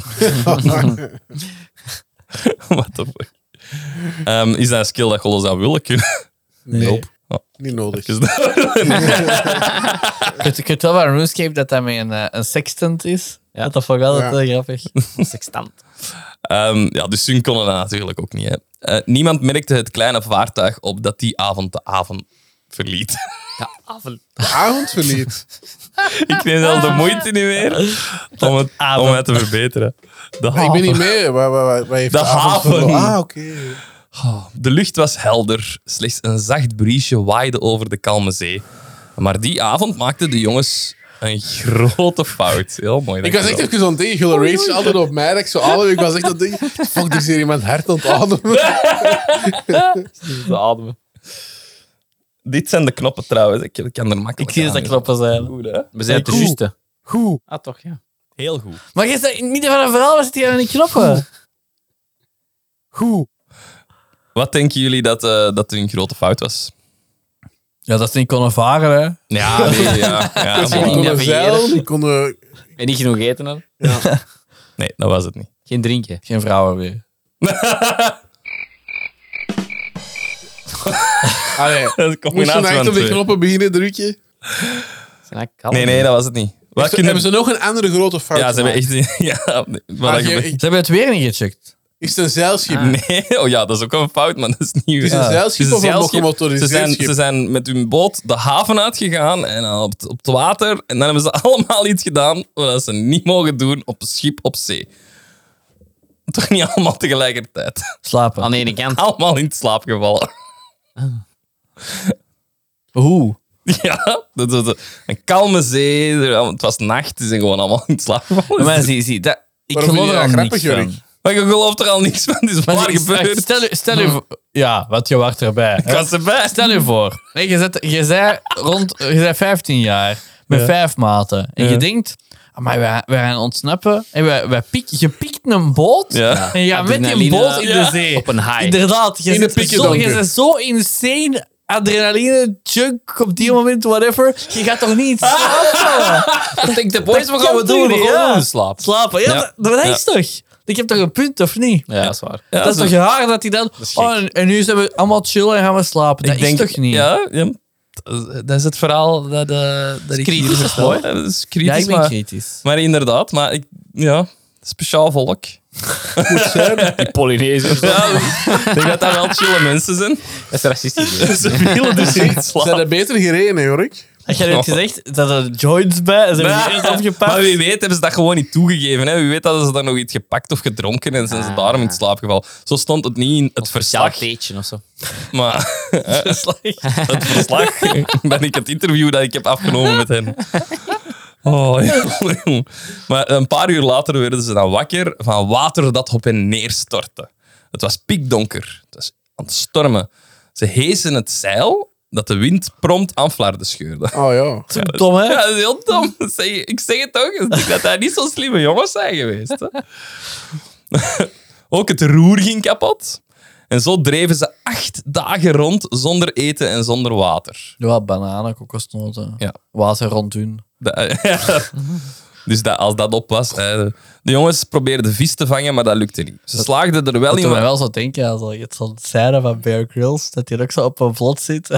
What the fuck? Is dat een skill dat Golle zou willen kunnen? Nee. Oh. Niet nodig. Is dat- Ik weet wel waar RuneScape dat met een sextant is. Ja. Dat vond ik altijd Ja. heel grappig. Sextant. ja, dus hun konden dat natuurlijk ook niet. Hè. Niemand merkte het kleine vaartuig op dat die avond de avond verliet. Ja, avond. De avond verliet. Ik neem zelf de moeite niet meer om het te verbeteren. De Maar ik ben niet haven. mee. Wat heeft De avond haven. verloren? Ah, oké. De lucht was helder. Slechts een zacht briesje waaide over de kalme zee. Maar die avond maakten de jongens een grote fout. Heel mooi. Ik was echt dankjewel. even zo'n ding. Jullie race altijd op mij. Dat ik zo adem. Ik was echt dat ding. Fuck, er is hier iemand hard aan het ademen. De ademen. Dit zijn de knoppen trouwens. Ik kan er makkelijk Ik zie dat aan. dat knoppen zijn. Goed, hè? We zijn het Goed. juiste. Goed. Ah, toch, ja. Heel goed. Maar je zegt niet van een verhaal, waar zit hier aan die knoppen? Goed. Wat denken jullie dat een grote fout was? Ja, dat ze niet konden varen, hè. Ja, nee, ja. Dus Maar- die konden navigeren. zeilen. Die konden... En niet genoeg eten dan? nee, dat was het niet. Geen drinken. Geen vrouwen weer. Allee. Dat is een Moest je combinatie nou echt van op die twee. knoppen beginnen drukken? Zijn eigenlijk kalm? Nee, dat was het niet. Wat kunnen... Hebben ze nog een andere grote fout Ja, ze hebben gemaakt? echt... Ja, nee, wat Maar dat je- gebeurt- Ze hebben het weer niet gecheckt. Is het een zeilschip? Nee, oh ja, dat is ook wel een fout, maar dat is niet... Het is een Ja. zeilschip Het is of een gemotoriseerd schip? Ze zijn met hun boot de haven uitgegaan en dan op het water. En dan hebben ze allemaal iets gedaan wat ze niet mogen doen op een schip op zee. Toch niet allemaal tegelijkertijd. Slapen. Aan de ene kant. Allemaal in slaap gevallen. Hoe? Ja, dat is een kalme zee. Het was nacht, ze zijn gewoon allemaal in slaap gevallen. Maar zie, dat, ik Waarom geloof vind er je al dat niks grappig, van. Maar je gelooft er al niks van, het is Maar waar zie, gebeurd. Stel je voor... Ja, want je wacht erbij. Ik was erbij. Stel je voor, nee, je zei 15 jaar met 5 maten. En je denkt, maar wij gaan ontsnappen. En je pikt een boot Ja. en je gaat met die Adrenaline boot in de zee. op een high. Inderdaad, In de pikkendonker. je bent zo insane adrenaline, junk op die moment, whatever. Je gaat toch niet slapen? Ik denk, de boys, wat Dat gaan we kan doen? toch We niet, gaan ja. gewoon slapen. Slapen, ja, Ja. dat is toch? Ik heb toch een punt, of niet? Ja, dat is waar. Ja, dat is toch raar dat hij dan... is gek. En nu zijn we allemaal chillen en gaan we slapen. Dat Ik denk is toch niet? Ja, dat is het verhaal dat ik kritisch, hier dat is vertel. mooi. Ja, dat is Ja, kritisch, ik ben maar, kritisch. maar inderdaad. Maar speciaal volk. Die Polynesiërs. Ja, ik denk dat dat wel chille mensen zijn. Dat is racistisch. hè. Ze willen dus niet Ze slapen. hebben beter gereden, hè, Jorik? Had jij net gezegd dat er joints bij en ze hebben die eerst opgepakt? Maar wie weet hebben ze dat gewoon niet toegegeven. Hè. Wie weet hadden ze daar nog iets gepakt of gedronken en zijn ze daarom in slaap gevallen. Zo stond het niet in het Speciaal verslag. theetje of zo. Maar het verslag, ben ik het interview dat ik heb afgenomen met hen. Oh, ja. Maar een paar uur later werden ze dan wakker van water dat op hen neerstortte. Het was pikdonker. Het was aan het stormen. Ze heesen het zeil dat de wind prompt aan flarden scheurde. Oh ja. Dom, hè? Ja, dat is heel dom. Ik zeg het toch. Ik denk dat dat niet zo slimme jongens zijn geweest. Hè. Ook het roer ging kapot. En zo dreven ze 8 dagen rond zonder eten en zonder water. Ja, bananen, kokosnoten, Ja. water rond hun. Ja. Dus als dat op was... De jongens probeerden vis te vangen, maar dat lukte niet. Ze slaagden er wel Dat in... doet mij wel zo denken aan zo'n scène van Bear Grylls, dat hij ook zo op een vlot zit.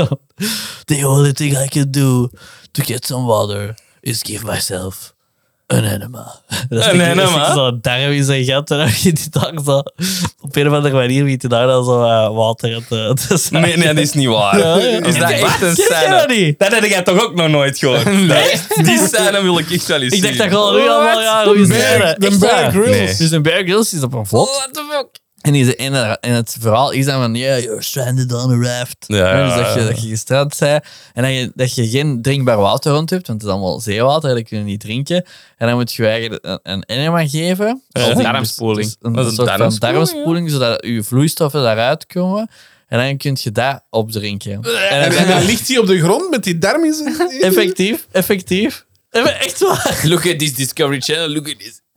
The only thing I can do to get some water is give myself an enema. Een enema? Zo'n darm in zijn gat en dan begint hij daar zo... Op een of andere manier begint hij daar dan zo water te Nee, dat is niet waar. Ja, ja. Is dat echt een Ken jij scène? dat niet? Dat heb jij toch ook nog nooit gehoord? Nee. Die scène wil ik echt wel eens Ik dacht zien. dat gewoon nu allemaal, ja, goeie scène. De Echt Bear waar. Grylls. Nee. Dus een Bear Grylls is op een vlot. What the fuck? En het verhaal is dan van, yeah, you're stranded on a raft. Ja, Dus ja, dat je gestrand bent en dat je geen drinkbaar water rond hebt, want het is allemaal zeewater, dat kun je niet drinken. En dan moet je eigenlijk een enema geven. Ja, Dus- darmspoeling. dus een Dat is een soort van darmspoeling, darmspoeling, zodat je vloeistoffen daaruit komen. En dan kun je dat opdrinken. En En dan ligt hij op de grond met die darm in zijn... effectief. Echt waar. Look at this Discovery Channel, look at this.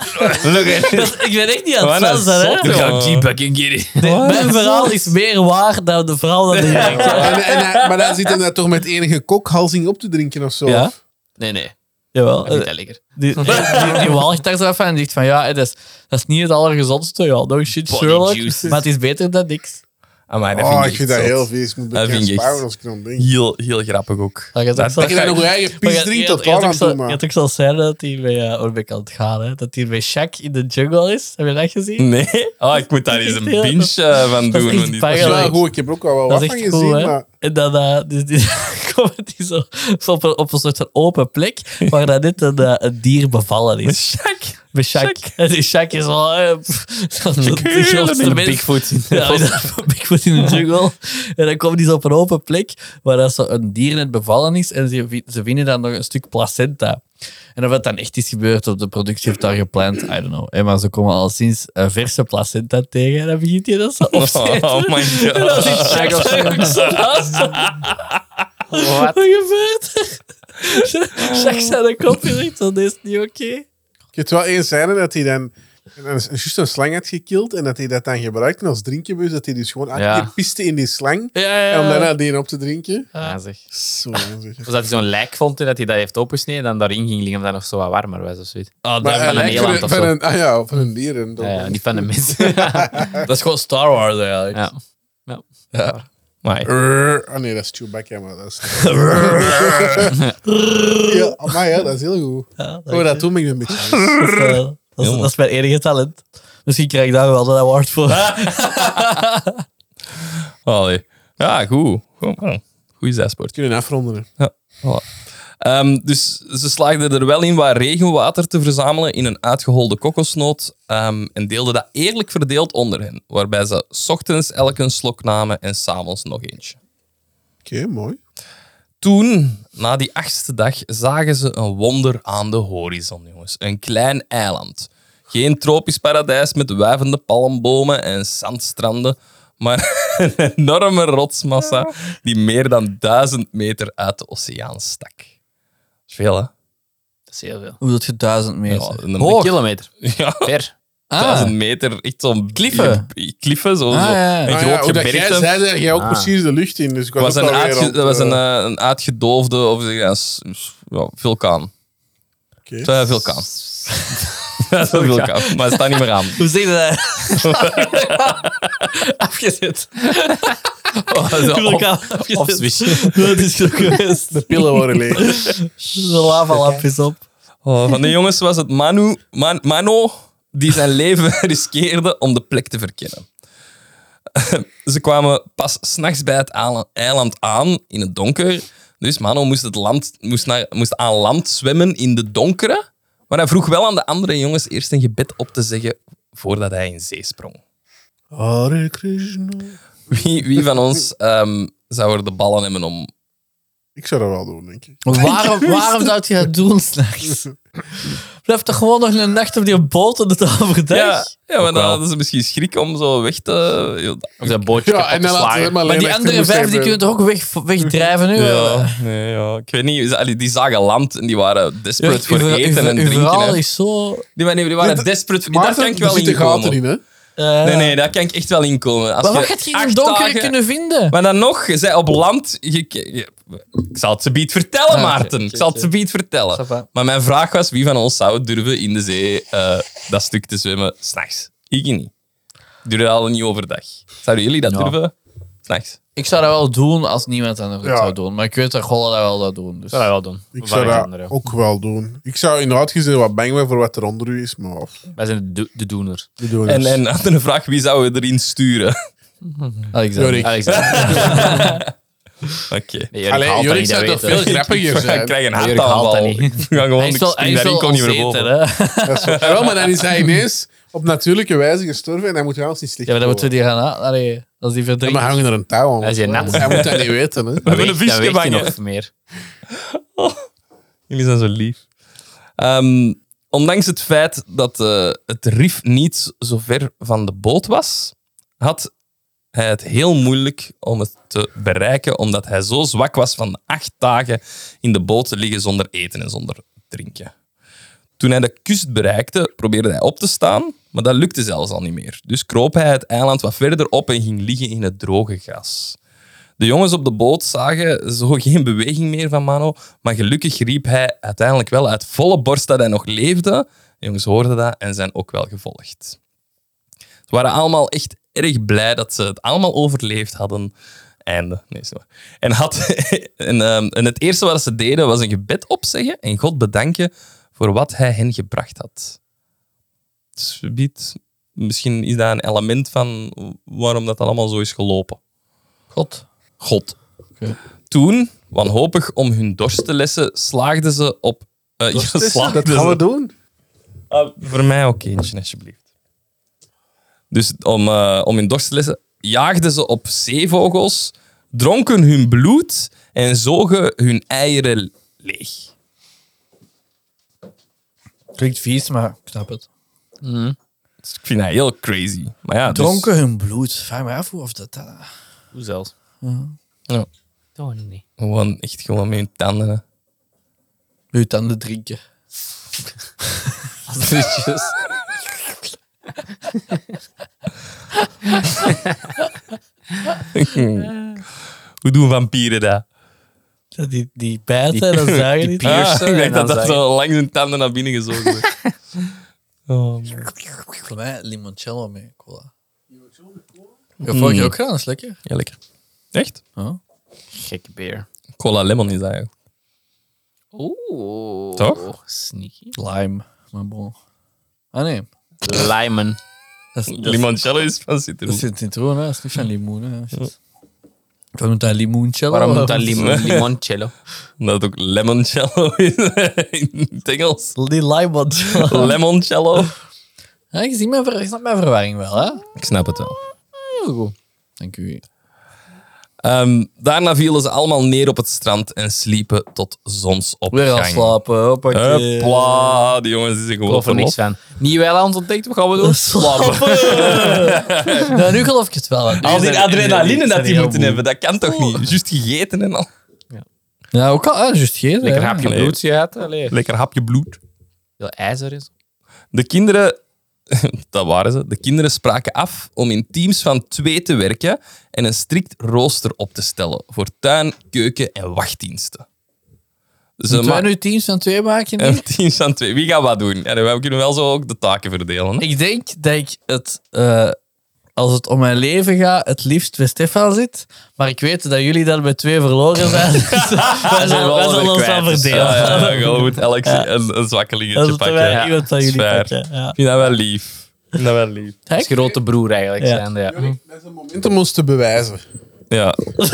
Ik ben echt niet aan het Wat een Fransen, hè. zot, Look joh. how deep I can get it. Mijn verhaal is meer waar dan de verhaal dat je denkt. Maar dan zit hij daar toch met enige kokhalzing op te drinken of zo? Ja. Nee. Jawel. Ik vind dat lekker. Die walgt daar zo af en zegt van ja, dat is niet het allergezondste. Ja, no shit, Body Sherlock. juices. Maar het is beter dan niks. Amai, dat Oh, vind ik vind dat echt heel zot. vies. Ik moet Dat bekend vind ik echt- spouwen als ik dan denk. Heel grappig ook. Dat je Dat je dan nog je eigen pis drinkt, dat waar aan toe, Je man. had ook zo'n scène dat hij bij Orbek aan het gaan, hè? Dat hij bij Shaq in de jungle is. Heb je dat gezien? Nee? Oh, ik moet daar eens een Heel- binge van dat is doen. echt want die- Dat is pijnlijk. wel goed. Ik heb er ook al wel Dat wat is van echt gezien, goed, hè? maar... En dan dus komt hij zo op een soort van open plek waar dan net een dier bevallen is. Shaq. Bij Shaq. En die Shaq is wel de grootste Een mens. Bigfoot. Ja, Bigfoot in de jungle. En dan komen die zo op een open plek waar dat zo een dier net bevallen is en ze vinden dan nog een stuk placenta. En of het dan echt is gebeurd of de productie heeft daar gepland, I don't know. Maar ze komen al sinds een verse placenta tegen en dan begint hij dat zo op te eten. Oh my god. En dan zit Shaq ook zo naast hem. Wat gebeurt er? Shaq zei de kop en zegt, dat is niet oké. Ik heb wel één scène dat hij dan juist een slang had gekild en dat hij dat dan gebruikte als drinkjebuis, dat hij dus gewoon elke Ja. keer piste in die slang Ja, en om daarna die op te drinken. Ja, zeg. Zo, zeg. Of dat hij zo'n lijk vond en dat hij dat heeft opgesneden en dan daarin ging liggen, omdat dat nog zo wat warmer was of zoiets. Ah, Maar van hij een lijkt eland of zo. van een dier. En dan- Ja, niet van de mens. dat is gewoon Star Wars eigenlijk. Ja. Ja. Amai. Ah nee, dat is Chewbacca, maar dat is... ja, amai, ja, dat is heel goed. Ja, Oh, dat doe ik een beetje. dat is mijn enige talent. Misschien krijg ik daar wel een award voor. Allee. Ja, goed. Goeie zijsport. Kunnen afronden. Ja, voilà. Dus ze slaagden er wel in wat regenwater te verzamelen in een uitgeholde kokosnoot en deelden dat eerlijk verdeeld onder hen, waarbij ze 's ochtends elk een slok namen en 's avonds nog eentje. Oké, mooi. Toen, na die 8e dag, zagen ze een wonder aan de horizon, jongens. Een klein eiland. Geen tropisch paradijs met wuivende palmbomen en zandstranden, maar een enorme rotsmassa die meer dan 1000 meter uit de oceaan stak. Dat is veel, hè? Dat is heel veel. Hoe dat je 1000 meter? Ja, een Een kilometer. Ja, Ver. 1000 meter, echt zo'n... Kliffen? Kliffen, zo. Ah, zo. ja. Een Ah, groot hoe dat jij gebergte. zei, zeg jij ook precies de lucht in. Dus ik Het was, ook een, wel weer uitge- op, dat was een uitgedoofde, of zeg je, vulkaan. Oké. Vulkaan. Dat wil ik af, maar het staat niet meer aan. Hoe zeg je dat? Afgezet. Of switch. Dat is goed geweest. De pillen worden leeg. De lavalapjes op. Oh, van de jongens was het Mano die zijn leven riskeerde om de plek te verkennen. Ze kwamen pas 's nachts bij het eiland aan in het donker. Dus Mano moest aan land zwemmen in de donkere. Maar hij vroeg wel aan de andere jongens eerst een gebed op te zeggen voordat hij in zee sprong. Hare Krishna. Wie van ons zou er de ballen hebben om... Ik zou dat wel doen, denk ik. Waarom zou je dat doen s'nachts? Blijf toch gewoon nog een nacht op die boot en het overdag? Ja, maar dan hadden ze misschien schrik om zo weg te... Of dat bootje Ja, en dan laten ze Maar die andere 5 die kunnen toch ook wegdrijven nu? Ja, ik weet niet. Die zagen land en die waren desperate voor eten en Uw drinken. verhaal Hè. is zo... Die waren desperate. Daar kan ik wel zitten gaten in, inkomen. hè? Nee, daar kan ik echt wel inkomen. Als Maar wat je gaat je in 8 het donker dagen- kunnen vinden? Maar dan nog, je zei op land... Ik zal het ze biedt vertellen, Maarten. Ik zal het ze biedt vertellen. Ça va. Maar mijn vraag was, wie van ons zou durven in de zee dat stuk te zwemmen s'nachts? Ik niet. Ik durf al niet overdag. Zouden jullie dat durven? S'nachts. Ik zou dat wel doen als niemand dat nog Ja. zou doen. Maar ik weet dat Golla dat wel zou doen. Dus. Dat zou je wel doen. Ik Van zou dat Alexander, ja. ook wel doen. Ik zou inderdaad gezien wat bang zijn voor wat er onder u is, maar Wij zijn de doeners. we doen En, het. en had een vraag, wie zouden we erin sturen? Alexander. Jorik. Alexander. Oké. Nee, Jorik Allee, haalt dat Jorik niet, zou dat toch weten. veel grappiger Ik zijn. krijg een Jorik haalt hartaanval. dat niet. Ik ga gewoon, Hij is wel, hij is daarin wel kom niet meer onzeker, boven. hè? Dat is zo. Ja, wel, maar dan is hij ineens op natuurlijke wijze gestorven en hij moet trouwens niet slecht Ja, maar dan moeten we worden. die gaan... Allee, als die Ja, verdrinken. maar hangen er een touw aan. Hij is hier net. Hij moet dat niet weten, hè. We hebben een Dan visje weet je vangen. nog meer. Jullie zijn zo lief. Ondanks het feit dat het rif niet zo ver van de boot was, had hij het heel moeilijk om het te bereiken, omdat hij zo zwak was van de 8 dagen in de boot te liggen zonder eten en zonder drinken. Toen hij de kust bereikte, probeerde hij op te staan, maar dat lukte zelfs al niet meer. Dus kroop hij het eiland wat verder op en ging liggen in het droge gras. De jongens op de boot zagen zo geen beweging meer van Mano, maar gelukkig riep hij uiteindelijk wel uit volle borst dat hij nog leefde. De jongens hoorden dat en zijn ook wel gevolgd. Ze waren allemaal echt erg blij dat ze het allemaal overleefd hadden. Einde. Nee, zo. En het eerste wat ze deden was een gebed opzeggen en God bedanken voor wat hij hen gebracht had. Misschien is dat een element van waarom dat allemaal zo is gelopen. God. God. Oké. Toen, wanhopig om hun dorst te lessen, slaagden ze op... Dat gaan we doen. Voor mij ook eentje, alsjeblieft. Dus om hun dorst te lessen, jaagden ze op zeevogels, dronken hun bloed en zogen hun eieren leeg. Klinkt vies, maar ik snap het. Dus ik vind dat heel crazy. Maar ja, dus- Dronken hun bloed. Vraag me af of dat... Hoe zelfs? Ja, Oh, nee. gewoon met hun tanden. Hè. Uw tanden drinken. Hoe doen vampieren dat? Die bijten, dat zagen niet. piercen ik denk en dan dat dat zagen- zo langs hun tanden naar binnen gezogen wordt. Oh, man. Voor mij limoncello met cola. Ja, vorige keer ook gedaan, dat is lekker. Ja, lekker. Echt? Gekke beer. Cola lemon is dat eigenlijk. Oeh. Toch? Sneaky. Lime, maar bon. Ah nee, Lijmen. dat is Limoncello is van citroen. dat is citroen, hè. Dat is niet van limoen. Hè. Wat noemt dat limoncello? Waarom moet dat limoncello? Omdat het ook lemoncello is in het Engels. Die limoncello. Lemoncello. Ja, je ziet je snapt mijn verwarring wel, hè? Ik snap het wel. Heel goed. Dank u. Daarna vielen ze allemaal neer op het strand en sliepen tot Weer al zonsopgang. slapen, hoppakee. Hopla, die jongens die zijn gewoon Geloof er niks verlof. van. Nieuw eiland ontdekt, wat gaan we doen? Slapen. Nou, nu geloof ik het wel. Nu Al die zijn- adrenaline dat zijn die heel moeten moe. hebben, dat kan toch niet? Juist gegeten en al. Ja, ook al, juist geen. Lekker ja. hapje Nee. bloed gehad. Allee. Lekker hapje bloed. Veel ijzer is. De kinderen, dat waren ze, de kinderen spraken af om in teams van 2 te werken en een strikt rooster op te stellen voor tuin, keuken en wachtdiensten. Dus Moeten wij nu teams van 2 maken? een Niet? teams van 2. Wie gaat wat doen? Ja, we kunnen wel zo ook de taken verdelen. Hè? Ik denk dat ik het, als het om mijn leven gaat, het liefst bij Stefan zit. Maar ik weet dat jullie dan met 2 verloren zijn. Dus wij zullen ons dan verdelen. Ja, gewoon moet elk een zwakkelingetje Dat is pakken. wij iemand van jullie Fair. pakken. Ja. Ik vind dat wel lief. Dat is grote broer eigenlijk. Ja. Zijn, ja. Dat is een moment om ons te bewijzen. Ja.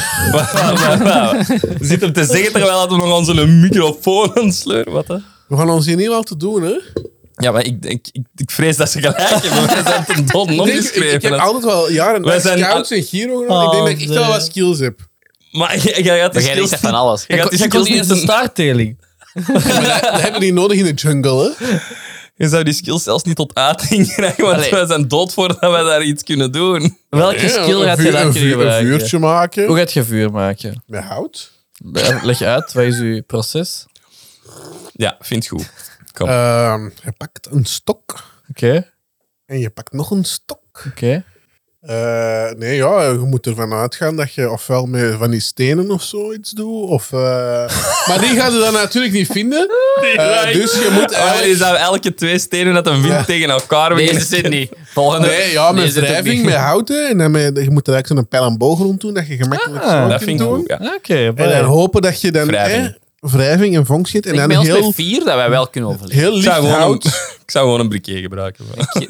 We zitten te zeggen terwijl we nog onze microfoon aan het sleuren. Wat, hè? We gaan ons hier niet al te doen, hè? Ja, maar ik vrees dat ze gelijk hebben. Wij zijn ten doden Ik opgeschreven. heb altijd wel jaren Wij zijn scouts en Giro gedaan. Ik denk dat ik echt wel wat skills heb. Maar jij gaat die Maar jij skills denkt van alles. Je gaat die Ik kon skills niet eens de niet... staartteling. Dat hebben we niet nodig in de jungle, hè? Je zou die skills zelfs niet tot uiting krijgen, want Allee. wij zijn dood voordat wij daar iets kunnen doen. Welke skill gaat je dan kunnen Een gebruiken? vuurtje maken. Hoe gaat je vuur maken? Met hout. Leg uit, wat is uw proces? Ja, vind goed. Kom. Je pakt een stok. Oké, En je pakt nog een stok. oké. Nee, ja, je moet ervan uitgaan dat je ofwel met van die stenen of zoiets doet. Of, maar die gaan ze dan natuurlijk niet vinden. Dus je moet Je eigenlijk... zou elke 2 stenen dat een wind tegen elkaar Deze beginnen. zit niet. Volgende. Nee, ja, met Deze zit ook wrijving, niet. met houten. En dan je moet er eigenlijk zo'n pijl en boog rond doen, dat je gemakkelijk zo Dat kunt vind ik doen. goed, ja. Oké, En dan hopen dat je dan Wrijving. wrijving en vonk schiet. En Ik dan ben ons heel, met 4 dat wij wel kunnen overleven. heel Ik zou, licht gewoon hout. ik zou gewoon een briquet gebruiken.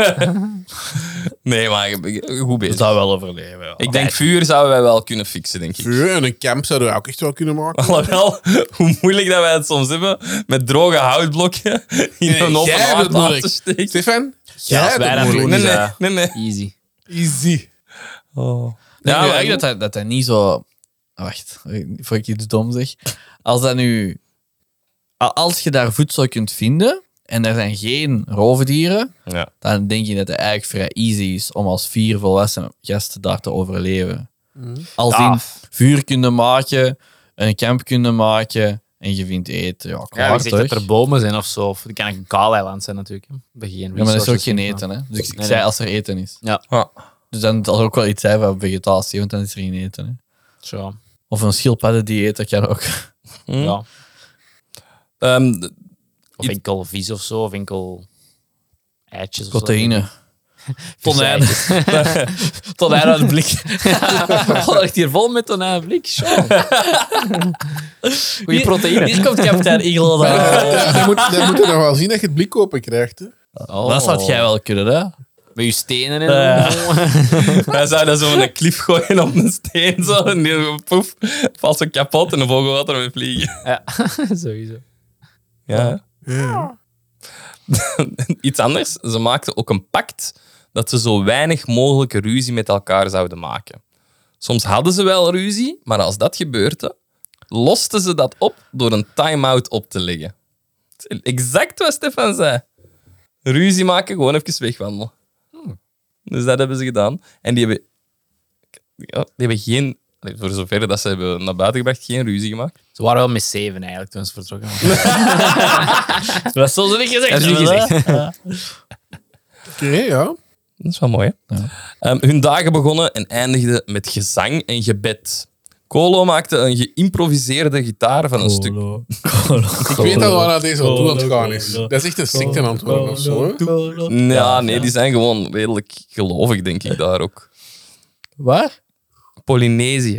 Nee, maar goed bezig. zou wel overleven. Ja. Ik denk vuur zouden wij wel kunnen fixen, denk ik. Vuur en een camp zouden we ook echt wel kunnen maken. Alhoewel, hoe moeilijk dat wij het soms hebben met droge houtblokken in een open jij hebt het haard moeilijk. te steken. Stefan, jij als hebt wij het dat moeilijk. doen, Nee, is nee, dat nee. easy. Easy. Oh. Ja, Ja, maar maar ik denk dat dat niet zo... Wacht, voor ik iets dom zeg. Als dat nu... Als je daar voedsel kunt vinden en er zijn geen roofdieren, Ja. dan denk je dat het eigenlijk vrij easy is om als 4 volwassen gasten daar te overleven. Als Ja. in vuur kunnen maken, een camp kunnen maken en je vindt eten. Ja, Ja, klaar ik zeg dat toch? er bomen zijn of zo. Of het kan een kaal eiland zijn natuurlijk. Hè. We geen Ja, maar dat is ook resources geen of- eten, hè. Dus ik Nee, zei nee. als er eten is. Ja. Dus dan zal er ook wel iets zijn van vegetatie, want dan is er geen eten. Hè. Zo. Of een schildpaddendieet, dat kan ook. Ja. Ehm, Of enkel vis of zo. Of enkel eitjes of zo. Proteïne. Tonijn. Tonijn uit het blik. Oh, ligt hier vol met tonijnblik. Goeie proteïne. Hier komt kapitein Igel. Dan moet je nog wel zien dat je het blik open krijgt. Hè. Oh. Dat zou jij wel kunnen, hè? Met je stenen en Ja. wij zouden zo een klif gooien op een steen zo, en die poef, valt zo kapot en de vogel gaat ermee vliegen. Ja, sowieso. Ja. Iets anders, ze maakten ook een pact dat ze zo weinig mogelijk ruzie met elkaar zouden maken. Soms hadden ze wel ruzie, maar als dat gebeurde, losten ze dat op door een time-out op te leggen. Exact wat Stefan zei. Ruzie maken, gewoon even wegwandelen. Dus dat hebben ze gedaan. En die hebben geen... Voor zover dat ze hebben naar buiten gebracht, geen ruzie gemaakt. Ze waren wel met 7 eigenlijk toen ze vertrokken. Dat zullen ze niet gezegd Dat is niet hebben, gezegd. hè? Oké, ja. Dat is wel mooi, hè? Hun dagen begonnen en eindigden met gezang en gebed. Colo maakte een geïmproviseerde gitaar van een stuk... Ik weet al waar deze al toe aan het gaan is. Dat is echt een secte aan het worden of zo. Hè. Ja, nee, die zijn gewoon redelijk gelovig, denk ik, daar ook. Waar? Polynesië.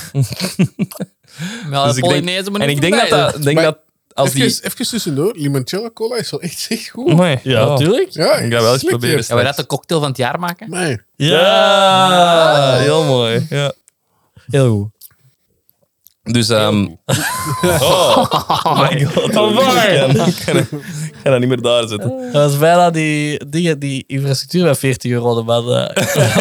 Ja, Dus ik denk, en ik denk dat als die... Even tussendoor, limoncello cola is wel echt goed. Nee, Ja, natuurlijk. Ja, Ik ga wel eens proberen. Gaan we dat de cocktail van het jaar maken? Nee. Ja, heel mooi. Ja. Heel goed. Dus, oh my god. Ik ga dat niet meer daar zetten. Dat was bijna die infrastructuur met €40 de maand.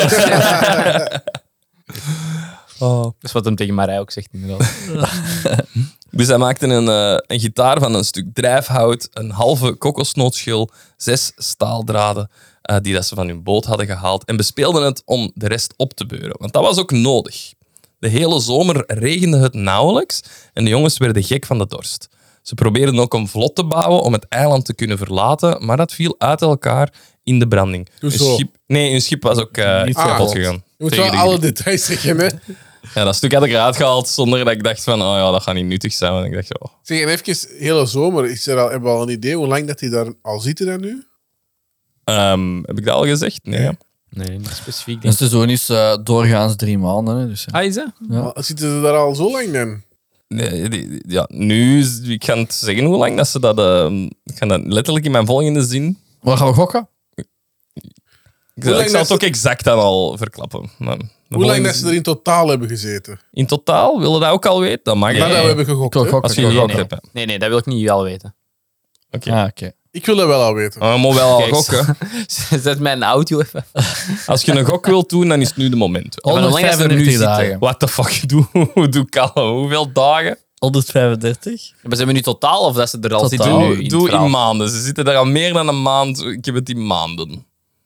Dat is wat hem tegen Marij ook zegt, inderdaad. Dus hij maakte een gitaar van een stuk drijfhout, een halve kokosnootschil, 6 staaldraden die dat ze van hun boot hadden gehaald en bespeelden het om de rest op te beuren. Want dat was ook nodig. De hele zomer regende het nauwelijks en de jongens werden gek van de dorst. Ze probeerden ook een vlot te bouwen om het eiland te kunnen verlaten, maar dat viel uit elkaar in de branding. Hoezo? Hun schip was ook Niet kapot kapot. gegaan. Je moet Tegen wel de alle details zeggen, hè. Ja, dat stuk had ik eruit gehaald zonder dat ik dacht van, oh ja, dat gaat niet nuttig zijn. Want ik dacht, oh. Zeg, en even, hele zomer, hebben we al een idee hoe lang dat die daar al zitten dan nu? Heb ik dat al gezegd? Nee. Ja. Nee, niet specifiek. Een seizoen is doorgaans 3 maanden. Hè, dus, Ah, is dat? Ja. Maar zitten ze daar al zo lang dan? Nee, ja, nu, ik ga het zeggen hoe lang dat ze dat... ik ga dat letterlijk in mijn volgende zin... Waar gaan we gokken? Ik lang zal dat het ook exact dan al verklappen. Maar de Hoe volgende lang dat ze er in totaal hebben gezeten? In totaal, willen we dat ook al weten? Dat mag. Maar hè? dat we hebben gegokt, Ik wil hè? gokken. Als je ik wil gegokt gokken. hebt. Nee, dat wil ik niet wel weten. Oké. Ah, oké. Ik wil dat wel al weten. Maar we mogen wel al Kijk, gokken. Zet mijn audio even. Als je een gok wilt doen, dan is het nu de moment. hoe lang dat ze er nu 195 zitten? dagen. What the fuck, doe Kalle. Hoeveel dagen? 135. Maar zijn we nu totaal of dat ze er al Totaal. zitten nu? Doe het verhaal? in maanden. Ze zitten er al meer dan een maand. Ik heb het in maanden.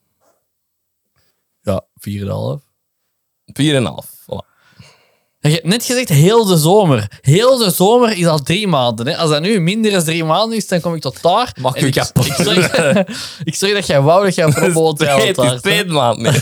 Ja, 4,5. 4,5. Voilà. Je hebt net gezegd heel de zomer. Heel de zomer is al 3 maanden. Hè. Als dat nu minder dan 3 maanden is, dan kom ik tot daar. Mag En je kapot. ik zeg dat jij wou dat jij probeert te Het is 2 maanden. Nee.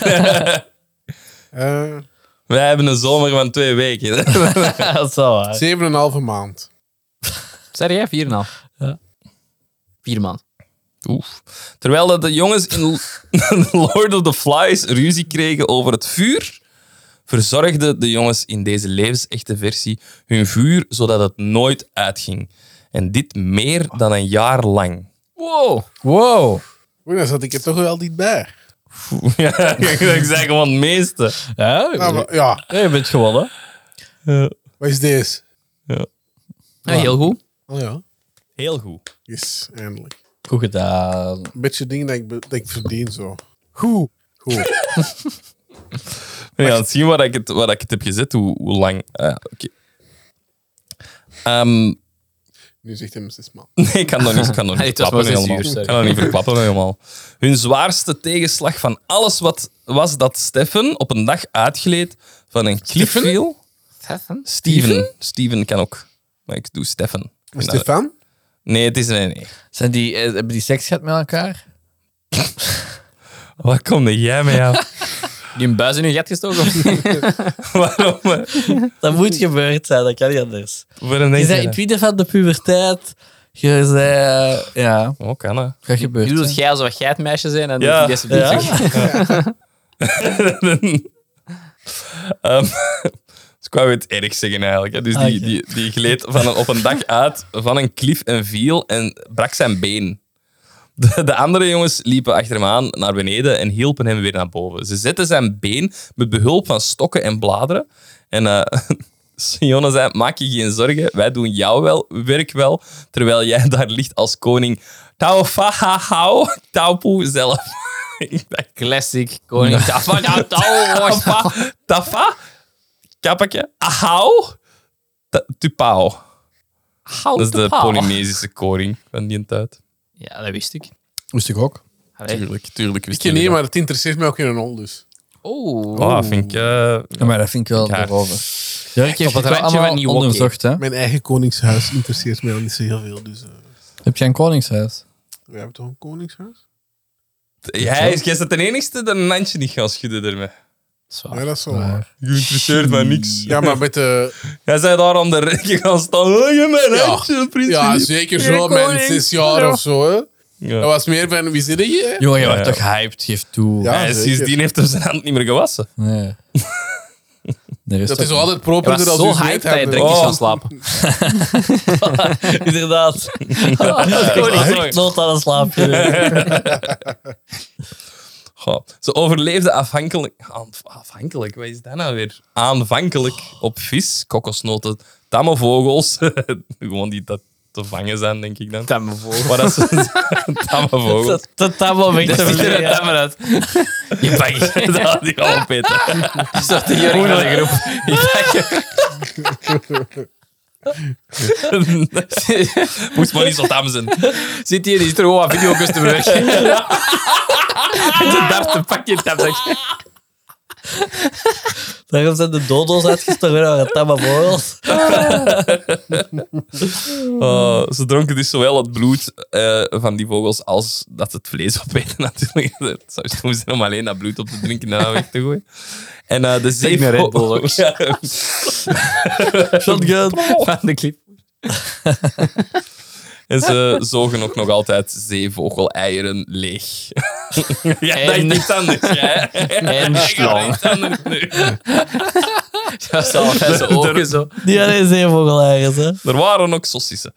Wij hebben een zomer van 2 weken. Dat is wel waar. 7,5 maand. Zeg jij 4,5? Ja. 4 maanden. Oef. Terwijl dat de jongens in Lord of the Flies ruzie kregen over het vuur, verzorgden de jongens in deze levensechte versie hun vuur zodat het nooit uitging. En dit meer dan een jaar lang. Wow. Wow. Oei, dan zat ik er toch wel niet bij. Ja, ik zeg gewoon het meeste. Ja, Nou, maar, ja, je bent gewonnen. wat is deze? Ja, heel goed. Oh ja, Heel goed. yes, eindelijk. Goed gedaan. Een beetje dingen dat ik verdien zo. Goed. We gaan zien waar ik het heb gezet, hoe lang. Oké. Nu zegt hij 6 maand. Nee, ik kan nog niet Het was verklappen maar 6 helemaal. uur, sorry. Ik kan nog niet verklappen helemaal. Hun zwaarste tegenslag van alles was dat Stefan op een dag uitgleed van een cliff viel. Steven kan ook. Maar ik doe Stefan. Stefan? Nee, het is... Nee. Hebben die seks gehad met elkaar? Wat kom jij mee aan? Die een buis in je gat gestoken? Waarom? Dat moet gebeurd zijn, dat kan niet anders. Voor een Je denk zei in het midden van de puberteit. Je zei... ja, Oh, kan hè. gaat gebeuren. Je doet het jij alsof jij het meisje zijn en Ja. doet deze terug. Dus ik wou het erg zeggen eigenlijk. Hè. Dus Ah, die gleed op een dag uit van een klif en viel en brak zijn been. De andere jongens liepen achter hem aan naar beneden en hielpen hem weer naar boven. Ze zetten zijn been met behulp van stokken en bladeren. En Sione zei, maak je geen zorgen, wij doen jouw werk wel, terwijl jij daar ligt als koning Taupoe zelf. Ik dacht, Classic. Koning Tafa, kappetje, ahau, tupao. Dat is de Polynesische koning van die tijd. Ja, dat wist ik. Moest ik ook. Allee. Tuurlijk wist Ik je niet, dat. maar het interesseert mij ook geen hol, dus. Oh, vind ik... Ja, maar dat vind ik wel Gaar. erover. Jurk heeft Op het het wel randje van allemaal niet onderzocht, hè? Mijn eigen koningshuis interesseert mij al niet zo heel veel, dus... Heb jij een koningshuis? we hebben toch een koningshuis? Jij zit de enigste dat een handje niet gaat schudden ermee. Ja, dat is wel waar. Je interesseert mij niks. Ja, maar met de... Jij zei daar aan de rekken gaan staan. Oh, je mijn handje, prins Ja, Filip. zeker Jij zo, met koning. 6 jaar of zo, hè. Ja. Dat was meer van, wie zit je? Jongen, je Ja, wordt ja. toch hyped, geef toe. Ja. En zeker. sindsdien heeft hij zijn hand niet meer gewassen. Nee. Nee, Dat is toch wel altijd Je was properder als zo u hyped dat je direct Oh. is gaan slapen. Inderdaad. Koning. Nood aan een slaapje. Goh, ze overleefde afhankelijk, wat is dat nou weer? Aanvankelijk op vis, kokosnoten, tamme vogels. Gewoon die dat te vangen zijn, denk ik dan. Tamme vogel. Maar dat is tamme vogels. Dat allemaal weg te Dat ziet er vliegen. tamme uit. Je bang. Dat had ik al opeten. Je zag de jurk van de groep. Moest maar niet zo tam zijn. Zit hier, die is er gewoon wat video's te bewerken. De darten pak je tablet. Daarom zijn de dodo's uitgestorven naar het tamme vogels. Ze dronken dus zowel het bloed van die vogels als dat het vlees opeten natuurlijk. Het zou stom zijn om alleen dat bloed op te drinken en dat weg te gooien. En de Zeg maar Red Bull ook. Ja. Shotgun. Van de clip. En ze zogen ook nog altijd zeevogel-eieren leeg. Ja, dat is En- niks anders. Ja. En slang. Niks anders nu. Dat is al bij zijn ogen zo. Die hadden zeevogel-eieren, hè. Er waren ook saucissen.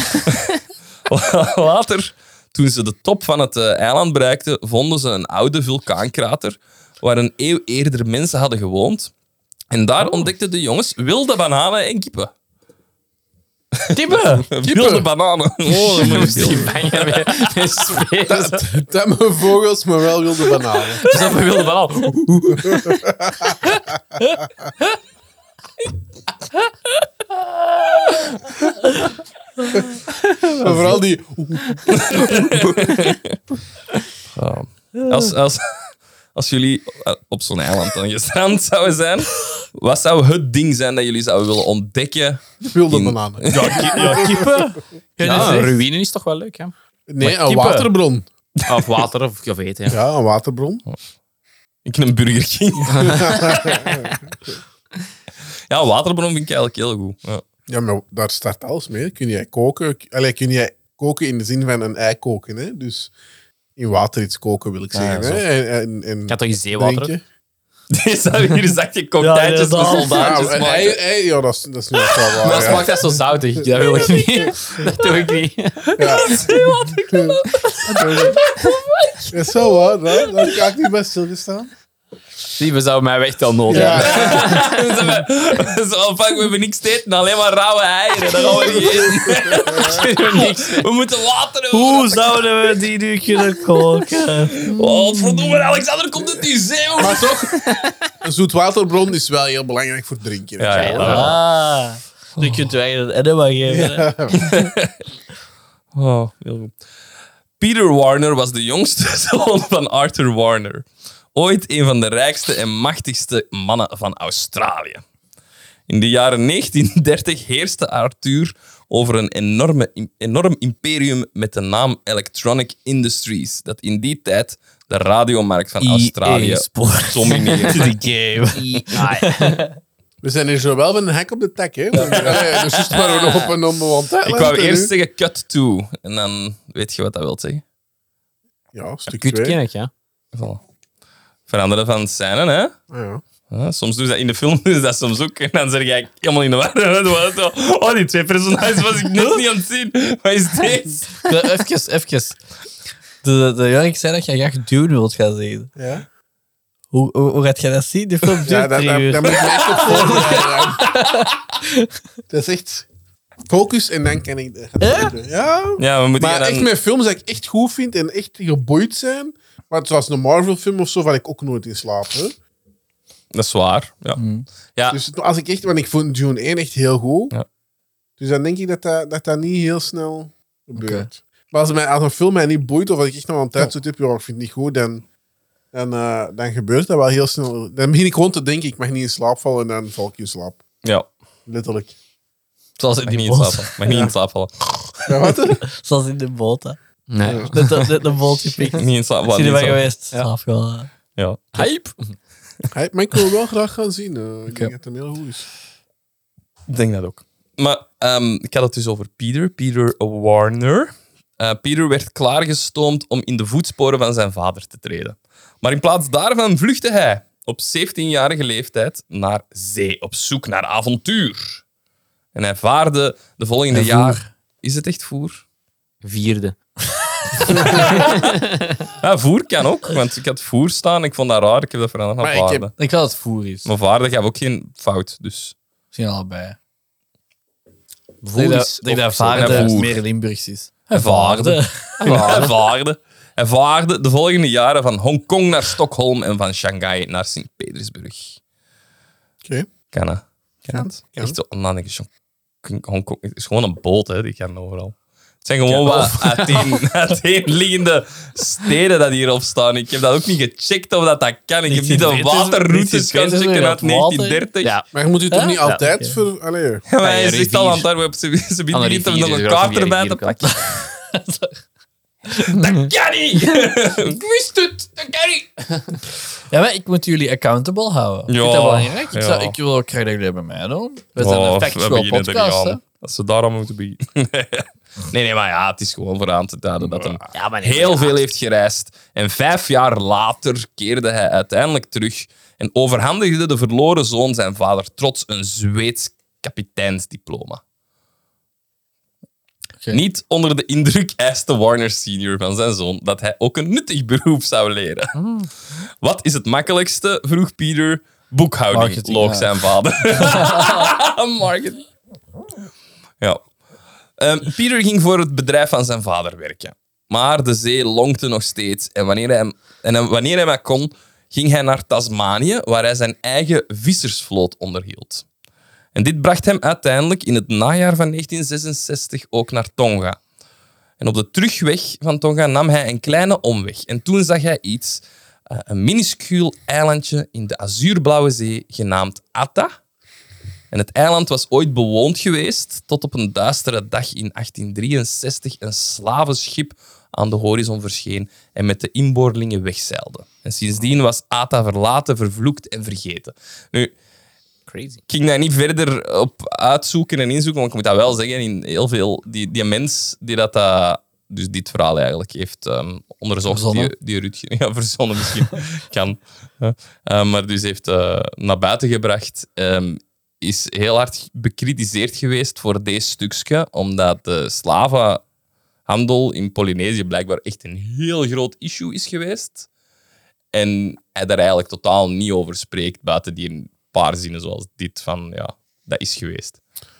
Later, toen ze de top van het eiland bereikten, vonden ze een oude vulkaankrater waar een eeuw eerder mensen hadden gewoond. En daar ontdekten de jongens wilde bananen en kippen. Kippen. Wilde bananen. Oh, dat moet Die bangen met spelen. Tamme vogels, maar wel wilde bananen. Dus dat wilde wel al. Maar vooral die... Als jullie op zo'n eiland dan gestrand zouden zijn, wat zou het ding zijn dat jullie zouden willen ontdekken? wilde In- bananen. Ja, kippen. Ja, een ruïne is toch wel leuk, hè? Nee, een kippen. waterbron. Of water, of eten. Ja. Ja, een waterbron. Ik een Burger King. Ja, waterbron vind ik eigenlijk heel goed. Ja. Ja, maar daar start alles mee. Kun jij koken? Allee, kun jij koken in de zin van een ei koken, hè? Dus in water iets koken, wil ik zeggen. zo. Hè? En Ik had toch in zeewater? drinken. Die zou hier zakje cocktailtjes met inderdaad. soldaatjes Ja, maken. ja, dat is niet echt wel waar. Maar ja. smaakt dat zo zoutig? Dat wil ik niet. Dat doe ik niet. Ja. Dat is zo hoor, daar ga ik niet bij stilgestaan. Die we zouden mij echt al nodig Ja. hebben. Zo, fuck, we hebben niks te eten, alleen maar rauwe eieren. Dat gaan we niet eten. We moeten water hebben. Hoe zouden we die nu kunnen koken? Oh, verdomme, Alexander komt uit die zee. Maar toch, een zoetwaterbron is wel heel belangrijk voor drinken. Ja, ja. Ah. Je kunt je eigen enema geven. Hè. Oh, heel goed. Peter Warner was de jongste zoon van Arthur Warner. Ooit een van de rijkste en machtigste mannen van Australië. In de jaren 1930 heerste Arthur over een enorm imperium met de naam Electronic Industries, dat in die tijd de radiomarkt van Australië Sport. domineerde. The game. We zijn hier zo wel met een hek op de tak, hè? Dus juist maar we nog op een onbewoond eiland. Ik wou en eerst nu- zeggen cut to, en dan weet je wat dat wil zeggen. Ja, stuk Kut 2. ken ik, ja. Voilà. Veranderen van scène, hè? Ja. Ja, soms doen ze dat in de film, doen ze dat soms ook. En dan zeg ik helemaal in de war. Oh, die twee personages was ik net niet aan het zien. Wat is dit? Even. De Jörg zei dat je graag Dune wilt gaan zien. Ja? Hoe gaat jij dat zien? De film duurt Ja, 3 daar uur. moet je echt op voorbereiden. Dat is echt focus en dan kan ik... Ja? Ja, we moeten Maar dan... echt met films dat ik echt goed vind en echt geboeid zijn. Maar zoals een Marvel-film of zo, val ik ook nooit in slaap. Hè? Dat is waar, ja. Ja, Dus als ik echt... Want ik vond Dune 1 echt heel goed. Ja. Dus dan denk ik dat niet heel snel gebeurt. Maar als een film mij niet boeit, of als ik echt nog een tijd zo heb, ja, ik vind het niet goed, dan gebeurt dat wel heel snel. Dan begin ik gewoon te denken, ik mag niet in slaap vallen, en dan val ik in slaap. ja. Letterlijk. Zoals in Mag die niet in slaap boot. vallen. Mag niet in slaap vallen. Ja, wat? Hè? Zoals in de boot. Hè. Nee. Net een boot gepikt. Niet in slaap vallen. Zie je niet wel in slaap- geweest? Slaap gewoon. Ja. Hype. Hey, maar ik wil wel graag gaan zien. Ik denk dat het heel goed is. Ik denk dat ook. Maar ik had het dus over Peter Warner. Peter werd klaargestoomd om in de voetsporen van zijn vader te treden. Maar in plaats daarvan vluchtte hij op 17-jarige leeftijd naar zee, op zoek naar avontuur. En hij vaarde de volgende jaar... Is het echt voer? 4e. Ja, voer kan ook, want ik had voer staan. Ik vond dat raar, ik heb dat veranderd naar Maar ik heb- vaarde. Ik denk dat het voer is. Maar vaarde gaf ook geen fout, dus... Misschien allebei. Voer Ik is denk dat Ja, vaarde voer. meer Limburgs is. Hij vaarde. Hij vaarde de volgende jaren van Hongkong naar Stockholm en van Shanghai naar Sint-Petersburg. Oké. Kan dat? Kan het? Kan. Echt zo, dan denk ik, Hongkong het is gewoon een boot, hè, die kan overal. Het zijn gewoon wat uiteenliggende steden dat hierop staan. Ik heb dat ook niet gecheckt of dat kan. Ik heb niet de waterroutes gaan checken uit 1930. Ja. Maar je moet je toch niet Ja, altijd oké. voor... Allee. Ja, maar hij Ja, zegt al rivier. aan het arbeid. Ze Aan de begint hem rivier dan is een er ook kaart een erbij te rivier, pakken. Dat kan niet! Ik wist het! Dat kan niet! Ja, maar ik moet jullie accountable houden. Ja, Vind je dat belangrijk? ja. Ik wil ook graag dat jullie bij mij doen. We zijn een factual podcast, hè. Als ze daarom moeten beginnen. Nee, maar ja, het is gewoon voor aan te duiden dat hij Ja, maar heel veel heeft gereisd. En 5 jaar later keerde hij uiteindelijk terug en overhandigde de verloren zoon zijn vader trots een Zweeds kapiteinsdiploma. Oké. Niet onder de indruk eiste Warner Sr. van zijn zoon dat hij ook een nuttig beroep zou leren. Wat is het makkelijkste, vroeg Peter. Boekhouding, Marketing, loog ja. zijn vader. Marketing. Ja. Peter ging voor het bedrijf van zijn vader werken. Maar de zee lonkte nog steeds. En wanneer hij maar kon, ging hij naar Tasmanië, waar hij zijn eigen vissersvloot onderhield. En dit bracht hem uiteindelijk in het najaar van 1966 ook naar Tonga. En op de terugweg van Tonga nam hij een kleine omweg. En toen zag hij iets, een minuscuul eilandje in de azuurblauwe zee, genaamd Atta. En het eiland was ooit bewoond geweest, tot op een duistere dag in 1863 een slavenschip aan de horizon verscheen en met de inboorlingen wegzeilde. En sindsdien was Atta verlaten, vervloekt en vergeten. Nu, Crazy. ik ging daar niet verder op uitzoeken en inzoeken, maar ik moet dat wel zeggen, in heel veel... Die mens die dus dit verhaal eigenlijk heeft onderzocht, Verzonnen. die Rutger... Ja, verzonnen misschien. Kan. Maar dus heeft naar buiten gebracht... is heel hard bekritiseerd geweest voor deze stukje, omdat de slavenhandel in Polynesië blijkbaar echt een heel groot issue is geweest. En hij daar eigenlijk totaal niet over spreekt, buiten die een paar zinnen zoals dit van, ja, dat is geweest.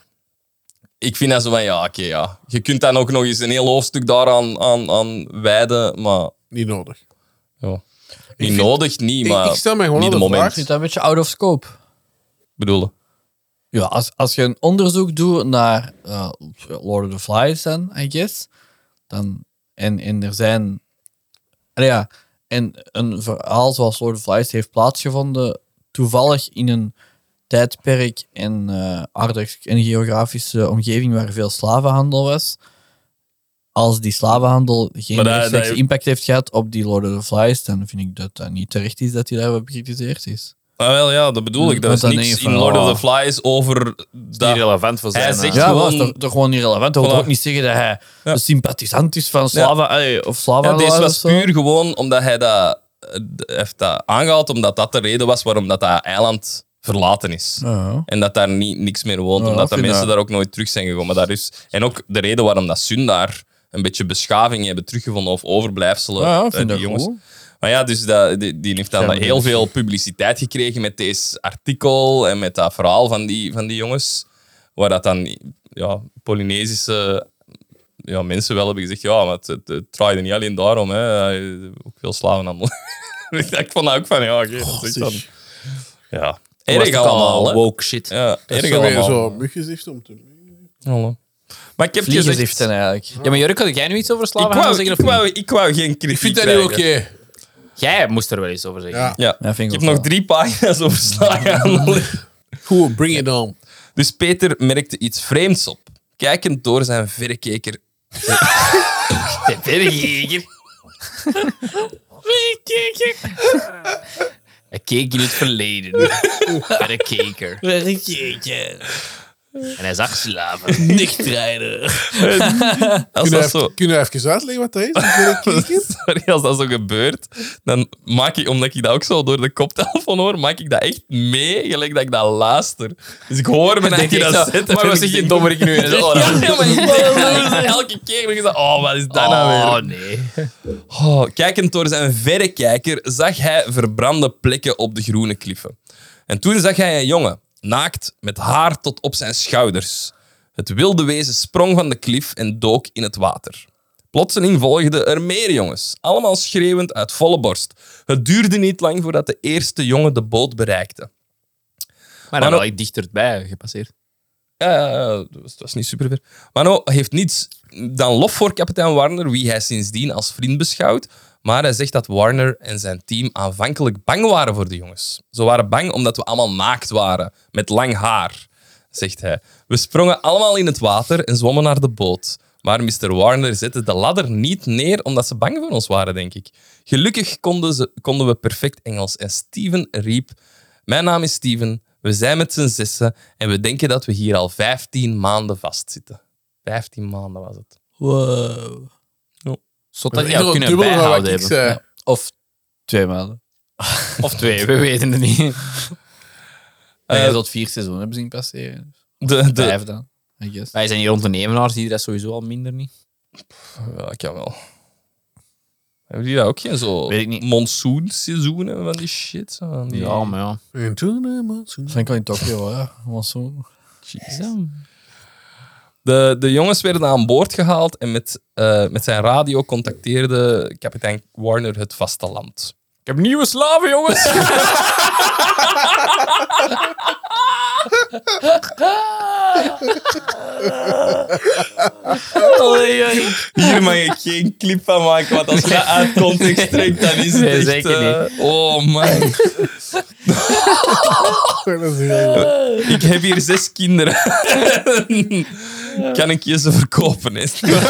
Ik vind dat zo van, ja, oké, ja. Je kunt dan ook nog eens een heel hoofdstuk daaraan aan wijden, maar Niet nodig. ja. vind- Niet nodig, niet, maar ik stel mij gewoon niet al de de moment. vraag. Zit dat een beetje out of scope? Bedoelen. Ja, als je een onderzoek doet naar Lord of the Flies, dan, I guess, dan, en er zijn... Ja, en een verhaal zoals Lord of the Flies heeft plaatsgevonden, toevallig in een tijdperk en aardrijks- en geografische omgeving waar veel slavenhandel was. Als die slavenhandel geen Maar dat- rechtstreekse dat- impact heeft gehad op die Lord of the Flies, dan vind ik dat dat niet terecht is dat hij daarop bekritiseerd is. Ah, wel, ja, dat bedoel ik. Er Want is dan niks denk je in van, Lord of oh. the Flies over Niet dat. relevant voor Hij zijn... zegt- Ja, gewoon- dat is toch gewoon niet relevant. Dat wil Voilà. ook niet zeggen dat hij Ja. een sympathisant is van slaven of Ja, slavenhandelaars deze of was zo. puur gewoon omdat hij dat heeft dat aangehaald, omdat dat de reden was waarom dat eiland verlaten is. Ja. En dat daar niks meer woont, Ja, omdat de vind mensen dat. daar ook nooit terug zijn gekomen. Dat is, en ook de reden waarom dat Sun daar een beetje beschaving hebben teruggevonden of overblijfselen Ja, uit vind die dat jongens. goed. Maar ja, dus die heeft dan Ja, heel dus- veel publiciteit gekregen met deze artikel en met dat verhaal van die jongens. Waar dat dan Polynesische mensen wel hebben gezegd, ja, maar het draaide niet alleen daarom. Hè. Ook veel slavenhandel. Ik vond dat ook van, ja, oké, dat is echt dan... Ja, erg allemaal, hè. Woke shit. Ja, Dat erg is weer allemaal. zo muggenzicht om te... Hallo. Maar ik heb Vliegenziften gezegd... eigenlijk. Ja, maar Jurk, had jij nu iets over slavenhandel zeggen? Of niet? Ik wou geen kritiek Ik vind dat niet oké. krijgen. Jij moest er wel iets over zeggen. Ja. Ja. Ja, vind Ik ik heb ook nog 3 pagina's over slagenhandel. Goed, bring it on. Dus Peter merkte iets vreemds op. Kijkend door zijn verrekijker. De vergeker. Hij keek in het verleden. Vergeker. En hij zag slaven. Nichtrijder. Als dat zo... Kunnen we even uitleggen wat dat is? Verrekijker? Sorry, als dat zo gebeurt, dan maak ik, omdat ik dat ook zo door de koptelefoon hoor, maak ik dat echt mee, gelijk dat ik dat luister. Dus ik hoor me dat je dat zet. Maar wat zeg je dommerik nu? En zo, Ja, maar ik denk dat elke keer denk ik, oh, wat is dat nou weer? nee. Oh, kijkend door zijn verrekijker zag hij verbrande plekken op de groene kliffen. En toen zag hij een jongen, naakt, met haar tot op zijn schouders. Het wilde wezen sprong van de klif en dook in het water. Plotseling volgden er meer jongens, allemaal schreeuwend uit volle borst. Het duurde niet lang voordat de eerste jongen de boot bereikte. Maar dan Mano- was ik dichterbij gepasseerd. Ja, het was niet super ver. Mano heeft niets dan lof voor kapitein Warner, wie hij sindsdien als vriend beschouwt. Maar hij zegt dat Warner en zijn team aanvankelijk bang waren voor de jongens. Ze waren bang omdat we allemaal naakt waren, met lang haar, zegt hij. We sprongen allemaal in het water en zwommen naar de boot. Maar Mr. Warner zette de ladder niet neer omdat ze bang voor ons waren, denk ik. Gelukkig konden we perfect Engels. En Steven riep... Mijn naam is Steven, we zijn met z'n 6 en we denken dat we hier al 15 maanden vastzitten. 15 maanden was het. Wow. Zot dat die al kunnen bijhouden hebben. Ja. Of 2 maanden. Of 2, we weten het niet. Je zult 4 seizoenen hebben zien passeren. De 5 dan, I guess. Wij zijn hier ondernemenaars, die dat sowieso al minder niet. Ja, ik kan wel. Hebben jullie dat ook geen zo Weet ik niet. monsoonseizoenen van die shit? Zo, van die... Ja, maar ja. Dat vind ik wel in Tokio, ja. Was zo. De jongens werden aan boord gehaald en met zijn radio contacteerde kapitein Warner het vasteland. Ik heb nieuwe slaven, jongens! Hier mag ik geen clip van maken, want als je dat uit context trekt, dan is het Nee, echt... zeker Oh man. Ik heb hier 6 kinderen. Kan ik je ze verkopen? Hè?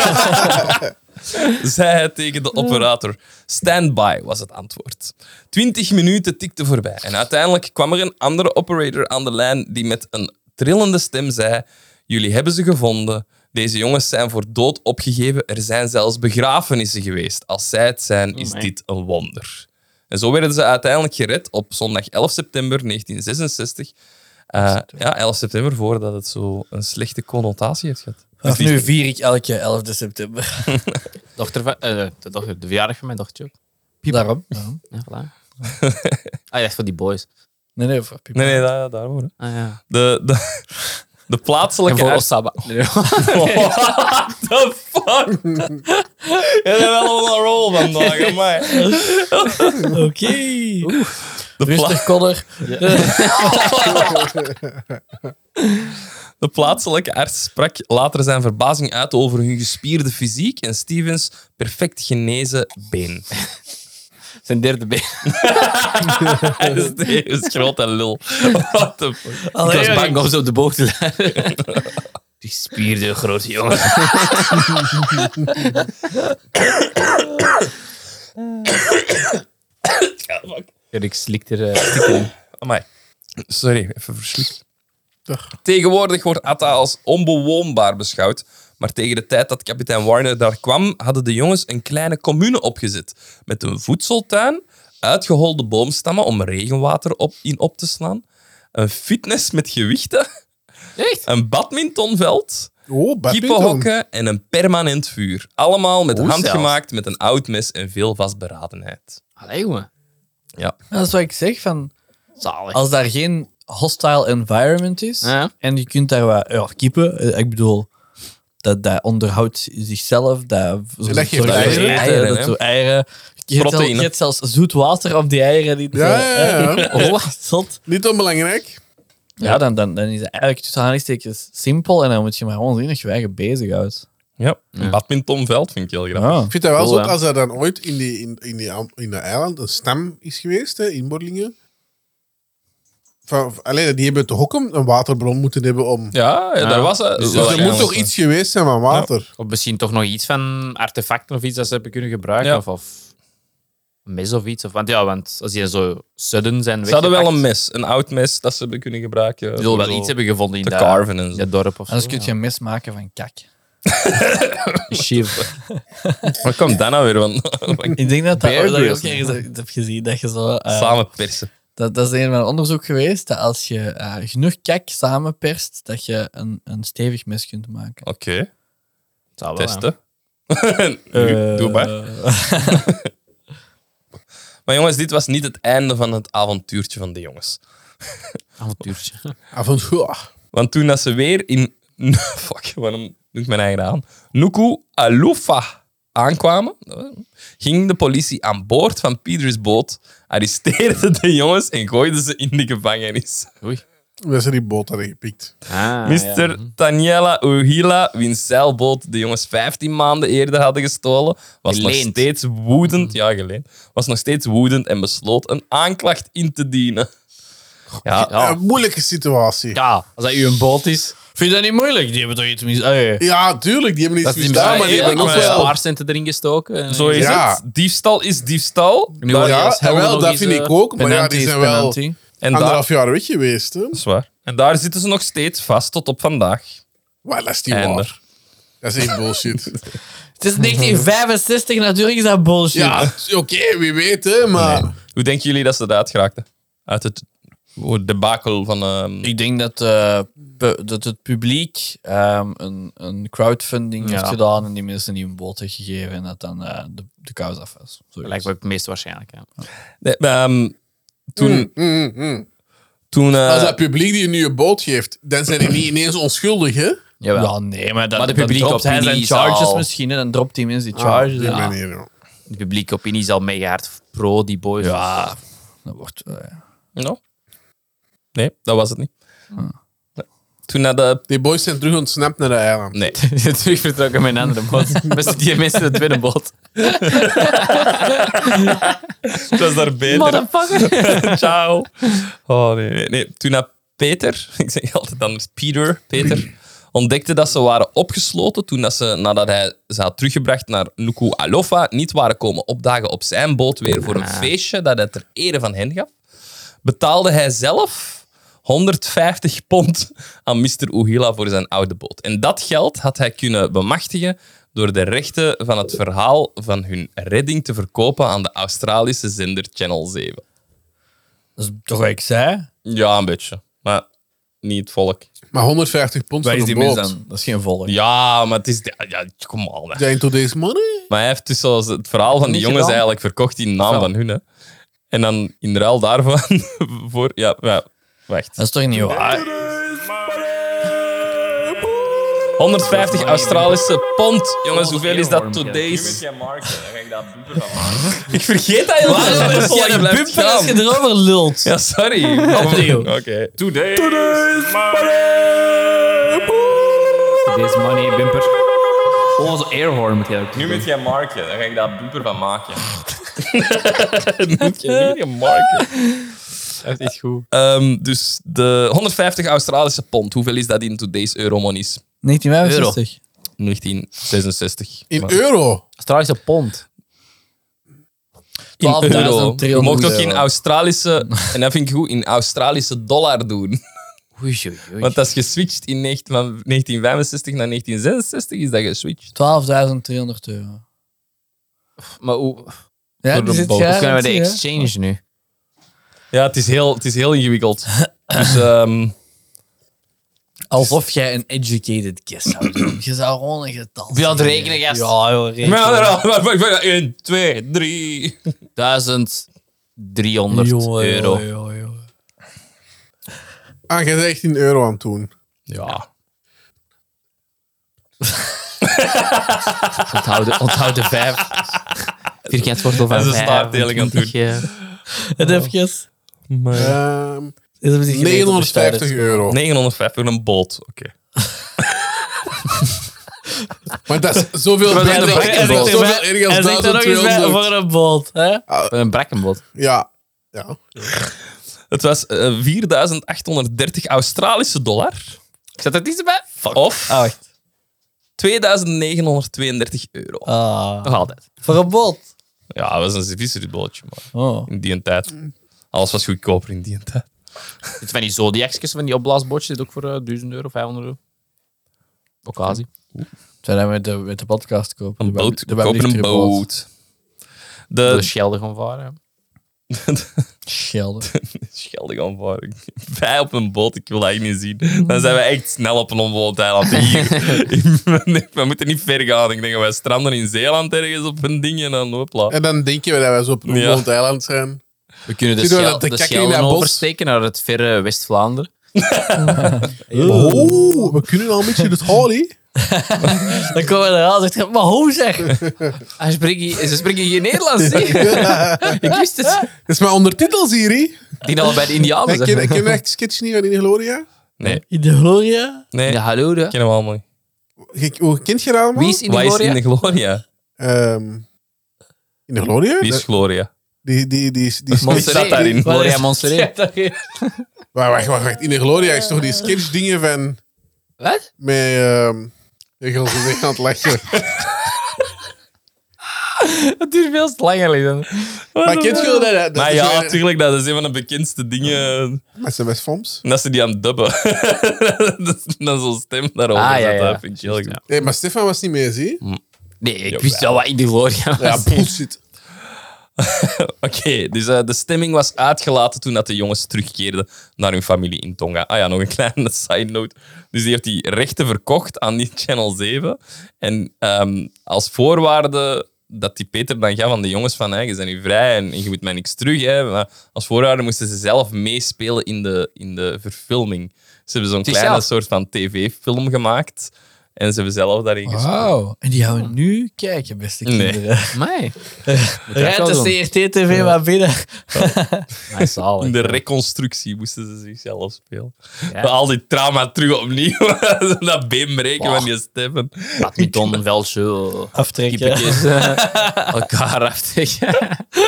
Zei hij tegen de operator. Standby was het antwoord. 20 minuten tikten voorbij en uiteindelijk kwam er een andere operator aan de lijn die met een trillende stem zei: jullie hebben ze gevonden. Deze jongens zijn voor dood opgegeven. Er zijn zelfs begrafenissen geweest. Als zij het zijn, is dit een wonder. En zo werden ze uiteindelijk gered op zondag 11 september 1966. 11 september, voordat het zo een slechte connotatie heeft gehad. Vanaf nu vier ik elke 11 september. De verjaardag van mijn dochtertje ook. Daarom. Ja, voilà. Ah, echt voor die boys. Nee, voor Piep. Nee, daarvoor. Hè. Ah, ja. De plaatselijke... En voor Osaba. Nee. What the fuck? Je bent wel on a roll vandaag, amai. Oké. De, Rustig, Connor. de plaatselijke arts sprak later zijn verbazing uit over hun gespierde fysiek en Stevens perfect genezen been. Zijn derde been. Hij is tevens groot en lul. What the fuck? Ik was bang om ze op de boog te leiden. Die spierde grote jongen. Ik slik erin. Amai. Sorry, even verslikt. Tegenwoordig wordt Atta als onbewoonbaar beschouwd, maar tegen de tijd dat kapitein Warner daar kwam, hadden de jongens een kleine commune opgezet. Met een voedseltuin, uitgeholde boomstammen om regenwater in op te slaan, een fitness met gewichten, Echt? een badmintonveld, Oh, badminton. kippenhokken en een permanent vuur. Allemaal met Hoe handgemaakt, met een oud mes en veel vastberadenheid. Allee, jongen. Ja. Dat is wat ik zeg, van Zalig. als daar geen hostile environment is Ja. en je kunt daar wat kippen, ik bedoel, dat onderhoudt zichzelf, dat dat geeft zorgt voor eieren. Eieren, dat hè? zo eieren. Je hebt Proteïne. zelfs zoet water op die eieren. Die Ja. Oh, zot. Niet onbelangrijk. Ja, dan is het eigenlijk tussen aanhalingstekens simpel en dan moet je maar gewoon zien dat je je eigen bezighoudt. Ja, een badmintonveld vind ik heel grappig. Ja. Ik vind dat wel Cool, zo hè? als er dan ooit in de eiland een stam is geweest, hè, in Borlingen. Alleen die hebben toch ook een waterbron moeten hebben om... Ja, daar was het. Dus Dus er Ja, moet toch iets geweest zijn van water. Of misschien toch nog iets van artefacten of iets dat ze hebben kunnen gebruiken. Ja. Of een mes of iets. Want als die zo sudden zijn Ze hadden wel een weggepakt, mes, een oud mes dat ze hebben kunnen gebruiken. die zullen voor wel zo iets hebben gevonden in te dat, carven en zo. dat dorp of zo. Anders kun je een mes maken van kak. Shiv. Waar komt dat nou weer van? Ik denk dat Bear dat ik Grylls. ook ergens heb gezien. Dat je zo... Samen persen. Dat is een van een onderzoek geweest, dat als je genoeg kak samenperst, dat je een stevig mes kunt maken. Oké, Zou wel, testen. Doe maar. Maar jongens, dit was niet het einde van het avontuurtje van de jongens. Avontuurtje. Avontuur. Want toen dat ze weer in... Fuck, waarom doe ik mijn eigen aan? Nuku Alufa aankwamen, ging de politie aan boord van Peters boot, arresteerde de jongens en gooide ze in de gevangenis. Oei. We zijn die boot hadden gepikt. Mr. Taniela Uhila, wiens zeilboot de jongens 15 maanden eerder hadden gestolen, was nog Geleend. steeds woedend. Ja, geleend. Was nog steeds woedend en besloot een aanklacht in te dienen. Ja, Ja. Een moeilijke situatie. Ja, als dat uw boot is. Vind je dat niet moeilijk? Die hebben toch iets mis... Ja, tuurlijk, die hebben iets Dat is misdaan, maar die hebben nog maar wel... spaarcenten erin gestoken. Zo is Ja. het. Diefstal is diefstal. Nu worden die Ja, als helden wel, nog dat eens, vind ik ook. Maar ja, die zijn wel En daar, 1,5 jaar weg geweest. Hè? dat is waar. En daar zitten ze nog steeds vast tot op vandaag. Maar dat is niet Einde. waar. Dat is echt bullshit. Het is 1965, natuurlijk is dat bullshit. Ja, oké, wie weet, hè, maar... Hoe denken jullie dat ze eruit geraakten? Uit het debakel van... Ik denk dat, dat het publiek een crowdfunding heeft gedaan en die mensen niet een boot heeft gegeven en dat dan de kous af was. Dat lijkt me het meest waarschijnlijk. Ja. Nee, toen Als dat publiek die nu een boot geeft, dan zijn die niet ineens onschuldig, hè? Jawel. Ja, nee, maar, Maar de publieke dropt hij zijn opinie charges zal- misschien en dan dropt hij mensen die charges. Op die ja. manier, ja. De publieke opinie is al mega hard pro die boys. Ja, dat wordt... No? Nee, dat was het niet. Nee. Toen naar de... Die boys zijn terug ontsnapt naar de eiland. Nee. Terug vertrokken met een andere boot. Met die mensen in de tweede boot. Het was daar beter. Motherfucker. Ciao. Oh, nee. Toen naar Peter, ik zeg altijd anders Peter, ontdekte dat ze waren opgesloten toen dat ze, nadat hij ze had teruggebracht naar Nuku'alofa, niet waren komen opdagen op zijn boot weer voor een feestje dat hij ter ere van hen gaf, betaalde hij zelf 150 pond aan Mr. Uhila voor zijn oude boot. En dat geld had hij kunnen bemachtigen door de rechten van het verhaal van hun redding te verkopen aan de Australische zender Channel 7. Dat is toch wat ik zei? Ja, een beetje. Maar niet het volk. Maar 150 pond Waar voor is een die mens boot. dan? Dat is geen volk. Ja, maar het is... Ja, kom al. Hè. Zijn today's money? Maar hij heeft dus zoals het verhaal van die jongens gedaan. eigenlijk verkocht in naam van hun. Hè. En dan in ruil daarvan voor... Ja, wacht. Dat is toch niet waar? 150 Australische pond. Jongens, hoeveel is dat today's? Ik vergeet dat heel veel. Dat is Ja, de bumper als je erover lult. Ja, sorry. Opnieuw. Oké. Deze money bumper. Oh, zo'n airhorn moet je ook. Nu moet jij marken. Dan ga ik daar bumper van maken. Nu moet je marken. Dat is echt goed. Dus de 150 Australische pond. Hoeveel is dat in today's euromonies? 1965. 1966. In euro? Australische pond. In 12.300 euro. Je mocht ook in euro. Australische... En dat vind ik goed, in Australische dollar doen. Oei, oei, oei. Want dat is geswitcht van 1965 naar 1966 is dat geswitcht. 12.300 euro. Maar hoe Ja, Voor die de zit boot. jij kunnen we de aan het exchange nu? Ja, het is heel ingewikkeld. Dus alsof jij een educated guess zou doen. Je zou gewoon een getal Wil je aan het zeggen. rekenen, gast? Ja, joh, rekenen. 1, 2, 3. 1300 Jongen, euro. jongen. Ah, jij bent echt in euro aan het doen. Ja. Onthoud de 5. Vierkantswortel van Dat is een 5. staartdeling aan het En even. Is het misschien 950 euro. 950 voor een boot. Oké. Maar dat is zoveel Maar dat is minder. een brekkenboot. Dat is zoveel erger En als zegt er nog eens bij 1200. voor een boot. Hè? Een brekkenbot. Ja. Ja. Het was 4.830 Australische dollar. Zet het iets erbij? Of Ah, wacht. 2.932 euro. Nog altijd. Voor een boot. Ja, dat was een vissersbootje, maar Oh. in die tijd. Alles was goedkoper in die tijd. Dit van die Zodiac's, van die opblaasbootjes, dit ook voor 1.000 euro, 500 euro. Occasie. Zijn wij met de podcast kopen? Een boot. De We kopen een boot. De De Schelde gaan varen. Schelde. Schelde gaan varen. Wij op een boot, ik wil dat echt niet zien. Dan zijn we echt snel op een onbewoond eiland hier. We moeten niet ver gaan. Ik denk dat wij stranden in Zeeland ergens op een ding en dan hopla. En dan denken we dat wij zo op een Ja. onbewoond eiland zijn. We kunnen de, Zitten we Schel- dat te de kakken in Schelde dat bos? oversteken naar het verre West-Vlaanderen. Oh, we kunnen al een beetje het halen. Dan komen we eraan en zegt, maar hoe zeg? Ze spreken geen Nederlands, zie. Ik wist het. Dat is maar ondertitels hier, hè. Die allebei de Indianen Ken zijn. je echt sketch niet van In Gloria? Nee, In de Gloria? nee. Ja, hallo. Ik ken hem allemaal niet. Hoe kent je dat allemaal? Wie is in Wat is Gloria? in de Gloria? In de Gloria? Wie is Gloria? Die Montserrat zat daarin. Gloria Montserrat. Wacht. In de Gloria is toch die sketch dingen van... Wat? Ik ga zo weg aan het lachen. Het duurt veel te lang geleden. Maar kent je dat? Maar ja, natuurlijk, dat is een van de bekendste dingen. Met SMS-FOMS. Dat ze die aan het dubben. Dat is dan zo'n stem daarover Ah, ja, zetten. ja. Dat vind ik heel goed. Ja. Nee, maar Stefan was niet mee, zie? Nee, ik wist wel wat in de gloria was. Ja, bullshit. Oké, dus de stemming was uitgelaten toen dat de jongens terugkeerden naar hun familie in Tonga. Ah ja, nog een kleine side note. Dus die heeft die rechten verkocht aan die Channel 7. En als voorwaarde dat die Peter dan gaf aan de jongens van je bent nu vrij en je moet mij niks terug. Hè. Maar als voorwaarde moesten ze zelf meespelen in de verfilming. Ze hebben zo'n kleine zelf. soort van tv-film gemaakt. En ze hebben zelf daarin gespeeld. Wauw. En die gaan we nu kijken, beste Nee. kinderen. Nee. Rijdt de CRT-TV maar binnen. Nice, zalig. In de reconstructie moesten ze zichzelf spelen. Ja. Al die trauma terug opnieuw. Dat been breken van die stemmen. Badminton, veldje, Aftrekken. kippetjes, elkaar aftrekken.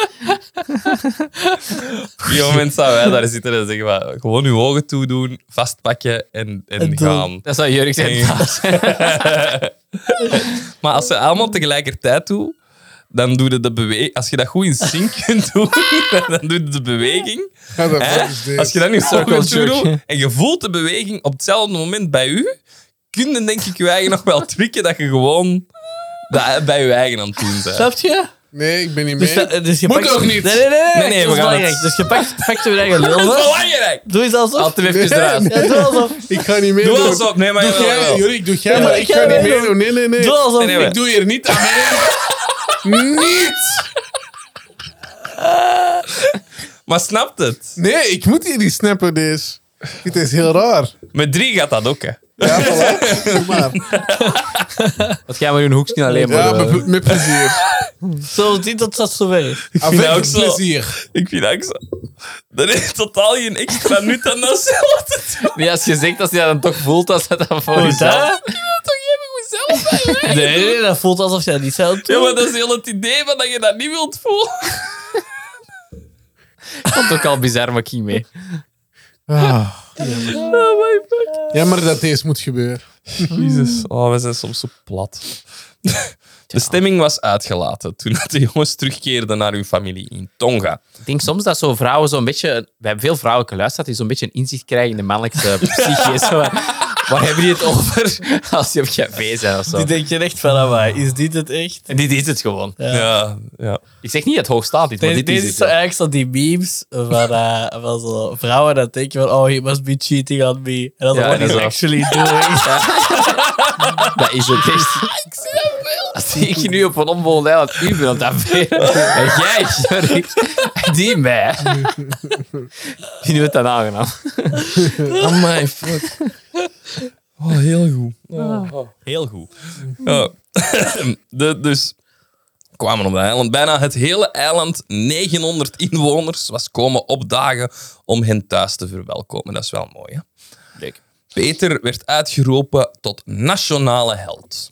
Op die moment zouden wij daar zitten en zeggen van, gewoon uw ogen toedoen, vastpakken en doen. gaan. Dat zou Jurk zijn. Maar als ze allemaal tegelijkertijd doen, dan doe je de beweging. Als je dat goed in sync kunt doen, dan doe je de beweging. Ja, dat Hè? is deze. Als je dat nu Circle circle toe jerk. doet en je voelt de beweging op hetzelfde moment bij u, kun je denk ik je eigen nog wel tricken dat je gewoon dat bij je eigen aan het doen bent. Snap je? Nee, ik ben niet mee. Dus je Moet pakt... ook niet. Nee, Nee, dat we is gaan belangrijk. het- Dus je pakt je eigen Dat is lul. belangrijk! Doe eens alsof. Altijd even Nee. eruit. Ja, doe alsof. Ik ga niet mee Doe doen. alsof. Nee, maar Doe jij, jawel. Jurik, doe jij, maar Ja, ik ik ga ga niet mee meedoen. Nee. Doe alsof. Nee, nee, Ik doe hier niet aan mee. Niet! Maar snapt het? Nee, ik moet hier niet snappen, deze. Het is heel raar. Met 3 gaat dat ook, hè. Ja, voilà. Doe maar. Wat gaan we doen? Hoekje alleen Ja, maar. met plezier. Zo ziet dat dat zo ver is. Ik vind dat ook zo. plezier. Ik vind dat ook zo. Dat is totaal geen extra nut aan dat zelf te doen. Nee, als je zegt dat je dat dan toch voelt, als het dan voor Hoe jezelf. dat? Toch even goed zelf bij je. Nee, dat voelt alsof je dat niet zou doen. Ja, maar dat is heel het idee van dat je dat niet wilt voelen. Vond ook al bizar, maar ik ging mee. Ah, Oh my fuck. jammer dat deze moet gebeuren. Jezus. Oh, we zijn soms zo plat. De stemming was uitgelaten toen de jongens terugkeerden naar hun familie in Tonga. Ik denk soms dat zo vrouwen zo'n beetje... We hebben veel vrouwen geluisterd die zo'n beetje een inzicht krijgen in de mannelijke psyche. Zo, waar hebben die het over als die op café zijn of zo? Die denk je echt van, amai, is dit het echt? En dit is het gewoon. Ja. Ik zeg niet het hoogstaand is, maar Deze, dit is deze het. is zo eigenlijk zo die memes van zo vrouwen dat denken van, oh, he must be cheating on me. En dan Ja, what dat he's is actually doing. Dat is het echt. Ik zie dat veel. Als ik nu op een onbewoond eiland u ben aan het afveren, en jij, sorry, die mij. Die nu het dan aangenaam. Oh my fuck. Oh, heel goed. Heel goed. Ja. Dus kwamen op het eiland. Bijna het hele eiland, 900 inwoners, was komen opdagen om hen thuis te verwelkomen. Dat is wel mooi, hè? Leuk. Peter werd uitgeroepen tot nationale held.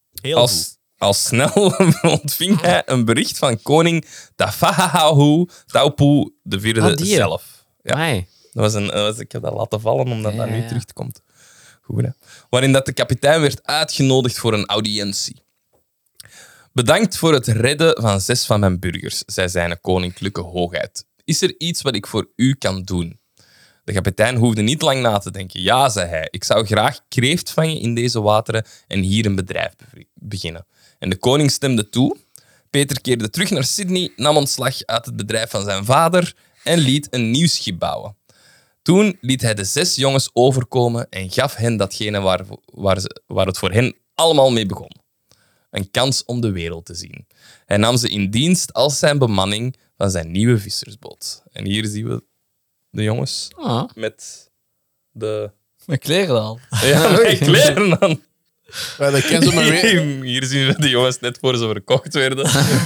Al snel ontving hij een bericht van koning Tafahahu Taupu IV die. zelf. Ja. Amai. Ik heb dat laten vallen omdat dat nu Ja. terugkomt. Goed, hè? Waarin dat de kapitein werd uitgenodigd voor een audiëntie. Bedankt voor het redden van 6 van mijn burgers, zei zijn koninklijke hoogheid. Is er iets wat ik voor u kan doen? De kapitein hoefde niet lang na te denken. Ja, zei hij, ik zou graag kreeft vangen in deze wateren en hier een bedrijf beginnen. En de koning stemde toe. Peter keerde terug naar Sydney, nam ontslag uit het bedrijf van zijn vader en liet een nieuw schip bouwen. Toen liet hij de 6 jongens overkomen en gaf hen datgene waar het voor hen allemaal mee begon. Een kans om de wereld te zien. Hij nam ze in dienst als zijn bemanning van zijn nieuwe vissersboot. En hier zien we de jongens Ah. met de... Mijn kleren al. Ja, mijn kleren dan. Ja, dat kan ze maar weer. Hier zien we de jongens net voor ze verkocht werden.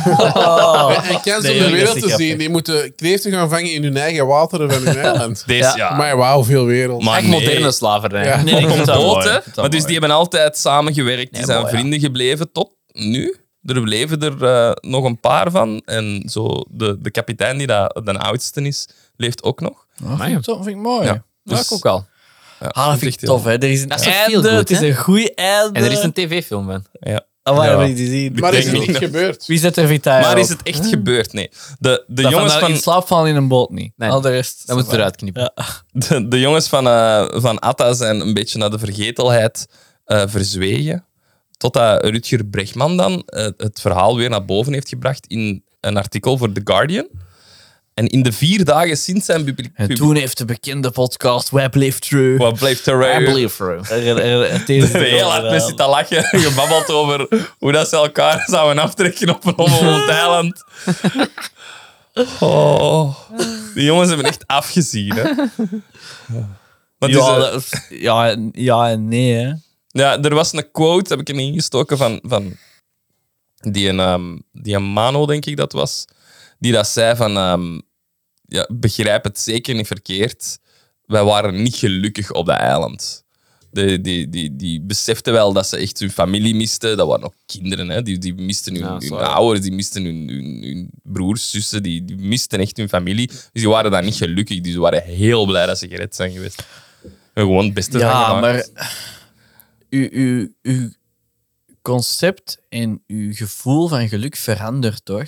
En kan ze Nee, om de dat wereld is te niet zien. Die moeten kreeften gaan vangen in hun eigen wateren van hun eiland. Deze, ja. Maar wauw, veel wereld. Maar Echt nee. moderne slavernij. Ja. Nee, ik Op vind dat boten. mooi. Ik vind dat Maar dus mooi. die hebben altijd samengewerkt. Die zijn mooi, ja. vrienden gebleven tot nu. Er bleven er nog een paar van. En zo de kapitein, die de oudste is, leeft ook nog. Dat vind ik mooi. Ja. Ja, ik ook wel. Dat vind ik tof, hè. Er is een Dat is toch einde, feel good, het is hè? een goed einde. En er is een tv-film van. Oh, maar Ja. dat heb ik niet gezien. Maar is denk het niet. niet gebeurd? Wie zet er Vitaal Maar op? is het echt gebeurd? Nee. De Dat jongens van... van... in slaap vallen in een boot niet. Nee, Al de rest... Dat moet je eruit knippen. Ja. De jongens van Atta zijn een beetje naar de vergetelheid verzwegen. Totdat Rutger Bregman dan het verhaal weer naar boven heeft gebracht in een artikel voor The Guardian. En in de 4 dagen sinds zijn En toen heeft de bekende podcast Web Live True... Wat blijft er I believe through. heel hard met zitten lachen. Gebabbeld over hoe dat ze elkaar zouden aftrekken op een onbewoond eiland. Oh, die jongens hebben echt afgezien, hè. Maar het is, Ja en nee, hè. ja, er was een quote, heb ik erin ingestoken, van die een Mano, denk ik dat was, die dat zei van, ja, begrijp het zeker niet verkeerd, wij waren niet gelukkig op dat eiland. Die beseften wel dat ze echt hun familie misten. Dat waren nog kinderen, hè. Die misten hun ouders, die misten hun broers, zussen, die misten echt hun familie. Dus die waren dan niet gelukkig, dus ze waren heel blij dat ze gered zijn geweest. En gewoon het beste van Ja, gemaakt. maar... Uw concept en uw gevoel van geluk verandert toch?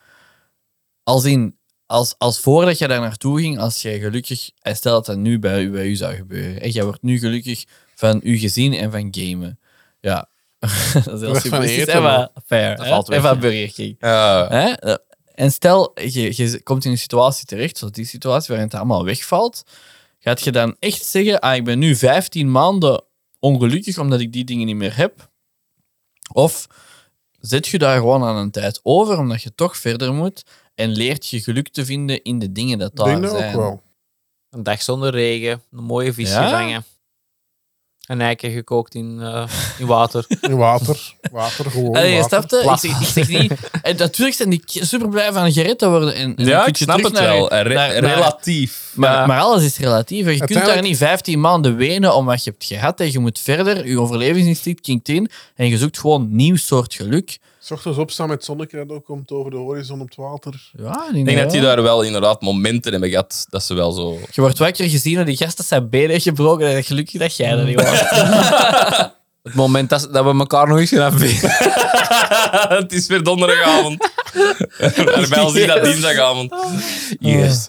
Als voordat je daar naartoe ging, als jij gelukkig... En stel dat dat nu bij u zou gebeuren. En jij wordt nu gelukkig van uw gezin en van gamen. Ja, dat is heel Weg van simplistisch. eten, En van man. fair. Dat hè? valt weg, En van hè. Burger King. Ja. Hè? En stel, je komt in een situatie terecht, zoals die situatie waarin het allemaal wegvalt. Gaat je dan echt zeggen, ik ben nu 15 maanden ongelukkig omdat ik die dingen niet meer heb? Of zet je daar gewoon aan een tijd over, omdat je toch verder moet en leert je geluk te vinden in de dingen dat Ik daar denk dat zijn? ook wel. Een dag zonder regen, een mooie vis Ja? gevangen. Een eiken gekookt in water. In water. Water, gewoon Allee, water. snap je? Plas. Ik zeg niet... En natuurlijk zijn die super blij van gered te worden. En dan Ja, kun ik je snap terug het naar- wel. naar- Relatief. Maar alles is relatief. Je kunt daar Uiteindelijk- niet 15 maanden wenen om wat je hebt gehad. En je moet verder, je overlevingsinstinct kinkt in. En je zoekt gewoon een nieuw soort geluk. 's Ochtends opstaan met het zonnetje dat ook komt over de horizon op het water. Ja, Ik denk dat die daar wel inderdaad momenten hebben gehad dat ze wel zo... Je wordt wakker gezien en die gasten zijn benen gebroken. En gelukkig dat jij dat niet was. Het moment dat we elkaar nog eens gaan afweten. Het is weer donderdagavond. En bij ons is dat dinsdagavond. Yes.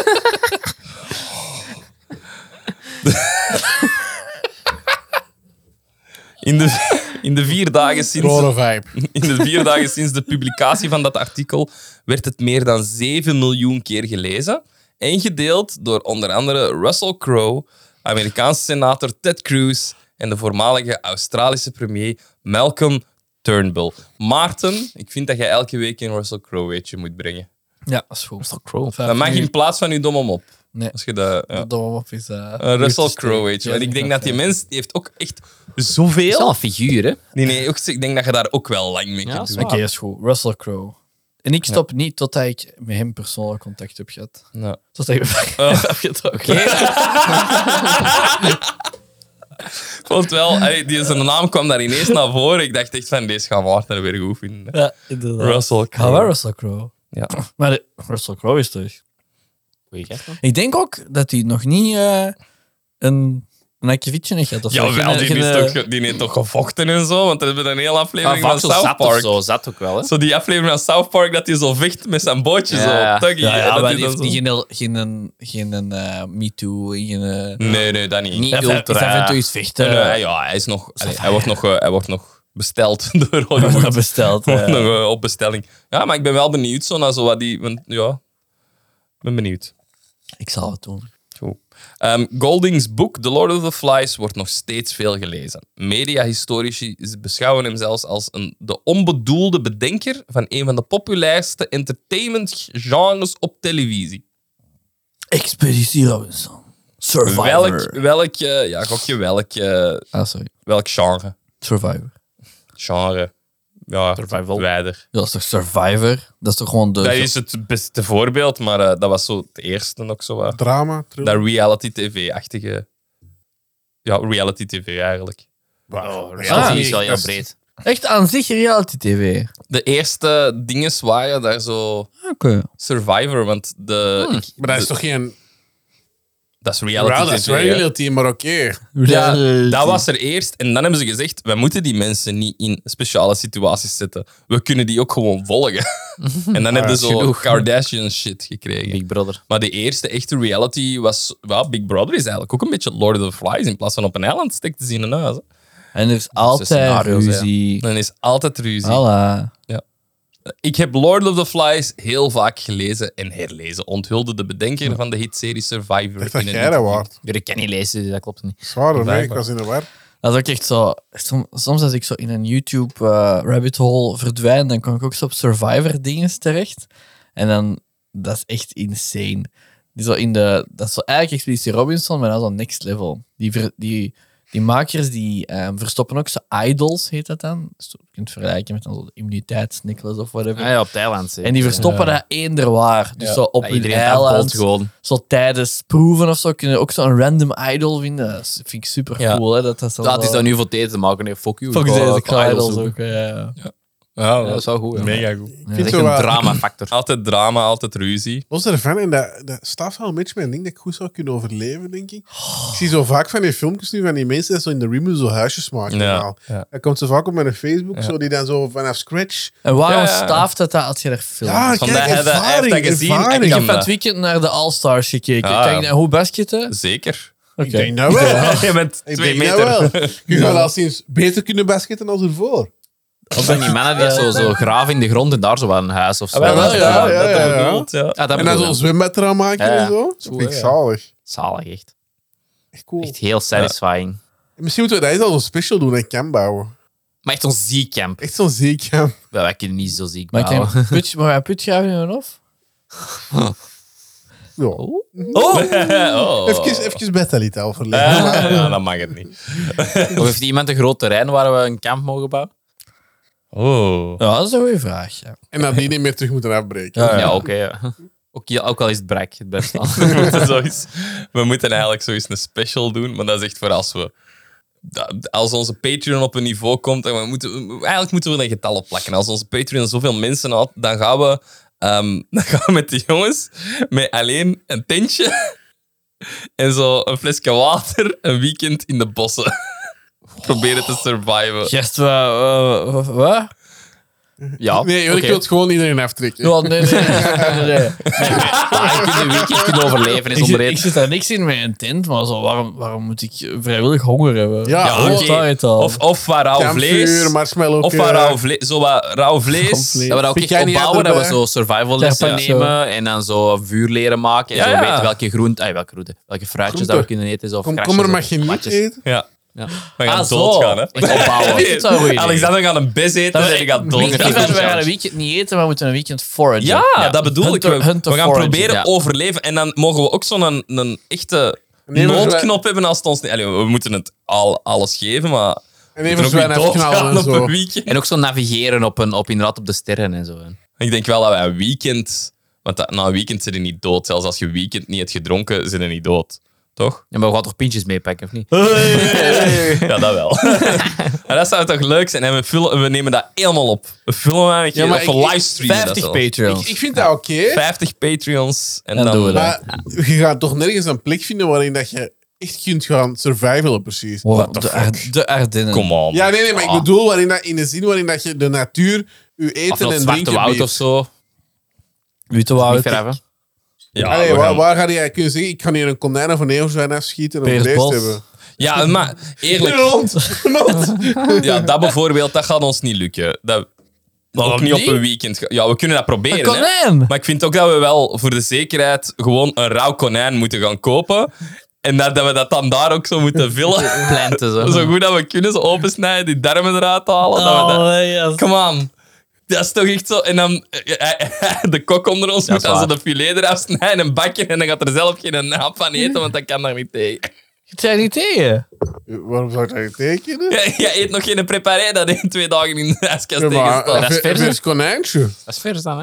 In de 4 dagen sinds... Rode vibe. In de 4 dagen sinds de publicatie van dat artikel werd het meer dan 7 miljoen keer gelezen en gedeeld door onder andere Russell Crowe, Amerikaanse senator Ted Cruz en de voormalige Australische premier Malcolm Turnbull. Maarten, ik vind dat jij elke week een Russell Crowe weetje moet brengen. Ja, dat is goed. Dat mag in plaats van je domme mop. Nee. Als je dat... Ja. Dat op is... Russell Crowe, weet je. Want ik denk dat die mens die heeft ook echt zoveel... Dat is wel een figuur, hè? Nee, ook, ik denk dat je daar ook wel lang mee kunt dat is doen. Oké, is goed. Russell Crowe. En ik stop niet totdat ik met hem persoonlijk contact heb gehad. Ja. Totdat ik me heb afgetrokken. Ik vond wel, zijn naam kwam daar ineens naar voren. Ik dacht echt van, deze gaan Maarten weer goed vinden. Ja, inderdaad. Russell Ah, Crowe. wel Russell Crowe. Ja. Maar Russell Crowe is terug. Goeie gast, man. Ik denk ook dat hij nog niet een akkefietje heeft gehad. Of zo. Jawel, Geen, die heeft toch gevochten en zo, want we hebben een hele aflevering van Zo South zat of Park. zo, zat ook wel, hè? Zo die aflevering van South Park, dat hij zo vecht met zijn bootje, Ja. zo. Tuggy, Ja, en dat maar hij die dan heeft zo- geen MeToo, geen... Nee, dat niet. Niet Hij heeft ultra. af en toe iets vechten. Ja, hij is nog... Hij wordt nog besteld door Hollywood. Dat besteld. Wordt nog op bestelling. Ja, maar ik ben wel benieuwd zo naar zo wat die... Want, ja, ik ben benieuwd. Ik zal het doen. Goed. Golding's boek The Lord of the Flies wordt nog steeds veel gelezen. Mediahistorici beschouwen hem zelfs als de onbedoelde bedenker van een van de populairste entertainment-genres op televisie. Expeditie Robinson. Survivor. Welk genre? Survivor. Genre. Ja, Survival. wijder. Dat is toch Survivor? Dat is toch gewoon de... Dat is het beste voorbeeld, maar dat was zo het eerste ook zo. Drama, thriller. Dat reality-tv-achtige... Ja, reality-tv eigenlijk. Reality is wel heel breed. Echt aan zich reality tv. De eerste dinges waren daar zo... Oké. Survivor, want Maar dat is toch geen... Dat is reality Wel, dat is TV, hè. reality, maar oké. Ja, dat was er eerst. En dan hebben ze gezegd, wij moeten die mensen niet in speciale situaties zetten. We kunnen die ook gewoon volgen. En dan hebben ze zo genoeg. Kardashian shit gekregen. Big Brother. Maar de eerste echte reality was... Well, Big Brother is eigenlijk ook een beetje Lord of the Flies. In plaats van op een eiland stekt ze in een huis. Hè. En er is altijd scenario's, ja. ruzie. Dan is altijd ruzie. Voilà. Ik heb Lord of the Flies heel vaak gelezen en herlezen. Onthulde de bedenker van de hitserie Survivor. Echt dat in een jij dat interview. waard. Ik kan niet lezen, dus dat klopt niet. Zwaar, nee, ik was in de war. Dat is ook echt zo... Soms als ik zo in een YouTube rabbit hole verdwijn, dan kom ik ook zo op Survivor-dingen terecht. En dan... Dat is echt insane. Dat is zo eigenlijk Expeditie Robinson, maar dat is al next level. Die makers die verstoppen ook zo idols, heet dat dan. Dus je kunt het vergelijken met dan zo de immuniteitsnicholas of whatever. Ja, op Thailand. En die verstoppen dat eender waar. Dus zo op Ja, een iedereen eiland, afbolt gewoon. zo tijdens proeven of zo, kun je ook zo'n random idol vinden. Dat vind ik super cool. Hè? Dat is Dat is dan nu voor het te maken. Nee, fuck you. Fuck Ik deze, ga ik ga idols idols zoeken. ook. Ja. Ja, Ja, dat is wel goed. Ja. mega goed. Ik Dat vind is zo echt een wat... drama-factor. Altijd drama, altijd ruzie. Was er fan en dat staat wel een beetje mijn ding dat ik goed zou kunnen overleven, denk ik. Ik zie zo vaak van die filmpjes nu van die mensen die zo in de Remu zo huisjes maken. Ja, en al. ja. Dat komt zo vaak op mijn Facebook, zo, die dan zo vanaf scratch... En waarom Ja, ja. staaft het dat als je er filmt? Ja, Van kijk, dat hij ervaring, heeft dat gezien en ervaring. Ik kan heb van dat. het weekend naar de All-Stars gekeken. Ah. Kijk naar hoe basketen? Zeker. Ik denk dat wel. Je bent Ik 2 denk meter. dat wel. Je gaat al sinds beter kunnen basketten als ervoor. Of zijn die mannen die zo graven in de grond en daar zo wel een huis of zo. Wel, dat is ja, dat, ja, dat ja, ja. bedoelt, ja. Ja, dat En dan bedoel zo'n ik. zwembad eraan maken Ja, en ja. zo. Zo, Dat vind ik ja. zalig. Zalig, echt. Echt cool. Echt heel satisfying. Misschien moeten we dat eens al zo'n special doen en camp bouwen. Maar echt zo'n ziekcamp. Echt zo'n ziekcamp. Wij kunnen niet zo ziek Maar ik bouwen. heb een put graven in een hof. Ja. Oh. Even bedtaliet overleggen. Ja, dat mag het niet. Of heeft iemand een groot terrein waar we een camp mogen bouwen? Oh. Ja, dat is een goede vraag. Ja. En dat die niet meer terug moeten afbreken. Ja, oké. Ja. Ook al is het brek, het beste. We moeten eigenlijk zo eens een special doen, maar dat is echt voor als onze Patreon op een niveau komt, dan eigenlijk moeten we een getal opplakken. Als onze Patreon zoveel mensen had, dan gaan we met de jongens met alleen een tentje en zo een flesje water een weekend in de bossen proberen te surviven. Gert, wat? Ja, Nee, joh, oké. ik wil het gewoon iedereen aftrekken. Ja, nee. Je kunt een weekend kunnen overleven Ik, zonder zit, ik eten. zit daar niks in met een tent, maar zo, waarom moet ik vrijwillig honger hebben? Ja, hoe oké. sta je het al? Of wat rauw Kampvuur, vlees. marshmallow. Of wat rauw vlees. Zo wat rauw vlees. vlees. Dat we dat ook Pik echt jij niet opbouwen, dat we erbij? zo survival lessen Ja, nemen en dan zo vuur leren maken en Ja, zo ja. weten welke fruitjes dat we kunnen eten. Zo, of Kom, grasjes kom er of mag je niet tomatjes. eten. Ja. Ja. We gaan Ah, zo. doodgaan, hè. Echt opbouwen. Dat is wel een goeie idee. Alexander gaat een bes eten en je gaat Niet doodgaan. dat we gaan een weekend niet eten, maar we moeten een weekend foragen. Ja, dat bedoel ik. We Hunt of gaan foragen, proberen ja. overleven. En dan mogen we ook zo'n een echte Nee, maar noodknop hebben als het ons niet... Allee, we moeten het alles geven, maar... En we even moeten ook zwijn niet doodgaan afknallen en op een zo. weekend. En ook zo navigeren inderdaad op de sterren en zo. Ik denk wel dat wij een weekend... Want na een weekend zit je niet dood. Zelfs als je een weekend niet hebt gedronken, zit je niet dood. Toch? Ja, maar we gaan toch pintjes meepakken, of niet? Ja, dat wel. En dat zou toch leuk zijn. En we nemen dat helemaal op. We filmen een keer, Ja, maar of we ik- livestreamen 50 dat zelfs. Patreons. Ik vind dat oké. 50 Patreons. En Dan dan doen we dat. Maar je gaat toch nergens een plek vinden waarin dat je echt kunt gaan survivalen, precies. Wow, the de Ardennen. Come on. Ja, nee, maar ik bedoel in de zin waarin dat je de natuur, je Of eten dat en zwarte drinken woud biedt. of zo. Witte Niet woud. graven. Ja, Allee, we gaan- waar ga je kunnen zeggen, ik kan hier een konijn of een everzwijn afschieten en een beest Peersbos. hebben? Ja, maar eerlijk. Ja, dat bijvoorbeeld, dat gaat ons niet lukken. Dat, ook niet op niet? een weekend. Ja, we kunnen dat proberen. Een Hè. konijn! Maar ik vind ook dat we wel voor de zekerheid gewoon een rauw konijn moeten gaan kopen. En dat we dat dan daar ook zo moeten vullen. Planten zo. Zo goed dat we kunnen, zo opensnijden, die darmen eruit halen. Dat we dat... nee, ja. Come on. Dat is toch echt zo. En dan de kok onder ons moet is dan zo waar. de filet eraf snijden en bakken. En dan gaat er zelf geen naap van eten, want dat kan daar niet tegen. Je zijn niet tegen. Waarom zou ik dat niet tekenen? Jij eet nog geen preparé dat 2 dagen in de ijskast Ja, maar tegen staat. is vers, hè? vers konijntje. Ik Dat is vers dan, hè?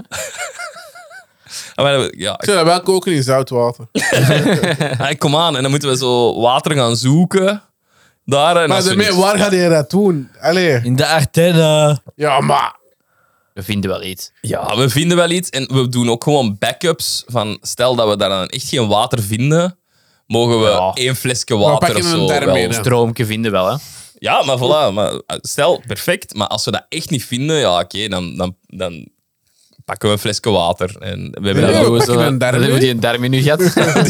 Ja, zou dat wel koken in zout water. kom aan. En dan moeten we zo water gaan zoeken. Daar. En Maar als we daarmee, niet- waar ga je dat doen? Allee. In de Ardennen. Ja, maar... We vinden wel iets. Ja, we vinden wel iets. En we doen ook gewoon backups. Van, stel dat we daar dan echt geen water vinden. mogen we Ja. 1 flesje We water pakken of zo een derde wel. mee, hè. Stroomke vinden wel, hè. Ja, maar voilà. Maar, stel, perfect. Maar als we dat echt niet vinden, ja, oké, dan pakken we een flesje water. En we hebben Ja, dat we ook. pakken een derde Dan hebben mee. die een derde nu gehad.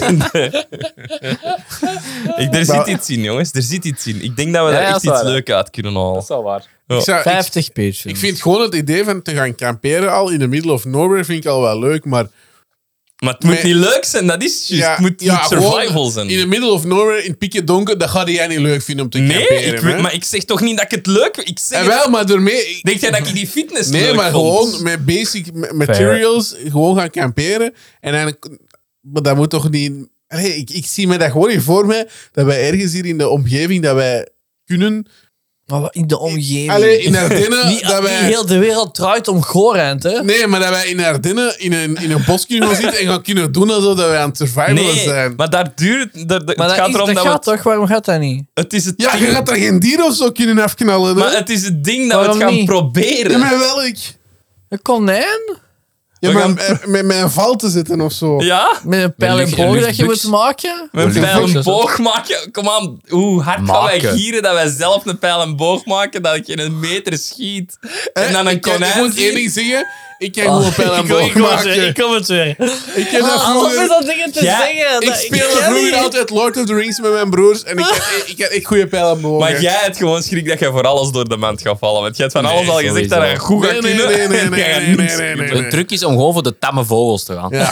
Er zit iets in, jongens. Er zit iets in. Ik denk dat we Ja, daar ja, echt dat is iets waar, leuk uit kunnen halen. is wel waar. Ja. Ik 50 pages. ik vind gewoon het idee van te gaan kamperen al in the middle of nowhere vind ik al wel leuk, maar... Maar het moet Nee. niet leuk zijn, dat is juist. Het moet survival gewoon zijn. in the middle of nowhere, in het piekje donker, dat ga jij niet leuk vinden om te Nee, kamperen. hè? maar ik zeg toch niet dat ik het leuk vind. Ik zeg En het- wel, maar daarmee... Denk jij dat ik die fitness Nee, leuk maar vond? gewoon met basic materials gewoon gaan kamperen. En dan... Maar dat moet toch niet... Allee, ik zie me dat gewoon niet voor mij, dat wij ergens hier in de omgeving, dat wij kunnen... Maar wat in de omgeving. Allee, in Ardennen, niet, dat niet wij... heel de wereld draait om Gorent, hè? Nee, maar dat wij in Ardennen in een bos kunnen gaan zitten en gaan kunnen doen alsof dat wij aan het survivalen Nee, zijn. maar daar duurt... Maar het dat, gaat is, erom dat dat gaat we... toch? Waarom gaat dat niet? Het is het Ja, ding- je gaat er geen dier of zo kunnen afknallen. hè? Maar het is het ding dat we Waarom het gaan niet? proberen. Ja, maar welk? Een konijn? Ja, We maar met een val te zitten of zo. Ja? Met een pijl en lucht- boog dat je luchtbuks. moet maken? Met een Luchtbuks pijl en of zo. boog maken. Kom aan, hoe hard gaan wij Maken. gieren dat wij zelf een pijl en boog maken dat ik in een meter schiet. En dan een Ik konijn moet één zie. ding zeggen. Ik kan gewoon pijl en boog maken. kom het weer. Ik ken dat Alles is vroeger... dat dingen te Ja, zeggen. Ik dat- speelde ken vroeger niet. altijd Lord of the Rings met mijn broers. En ik had echt goede pijl en boog. Maar jij hebt gewoon schrik dat jij voor alles door de mand gaat vallen. Want jij hebt van alles al gezegd sowieso. dat je goed gaat Nee, kunnen. nee, en nee, jij gaat nee, niks nee, nee, kunnen. nee. De truc is om gewoon voor de tamme vogels te gaan. Ja.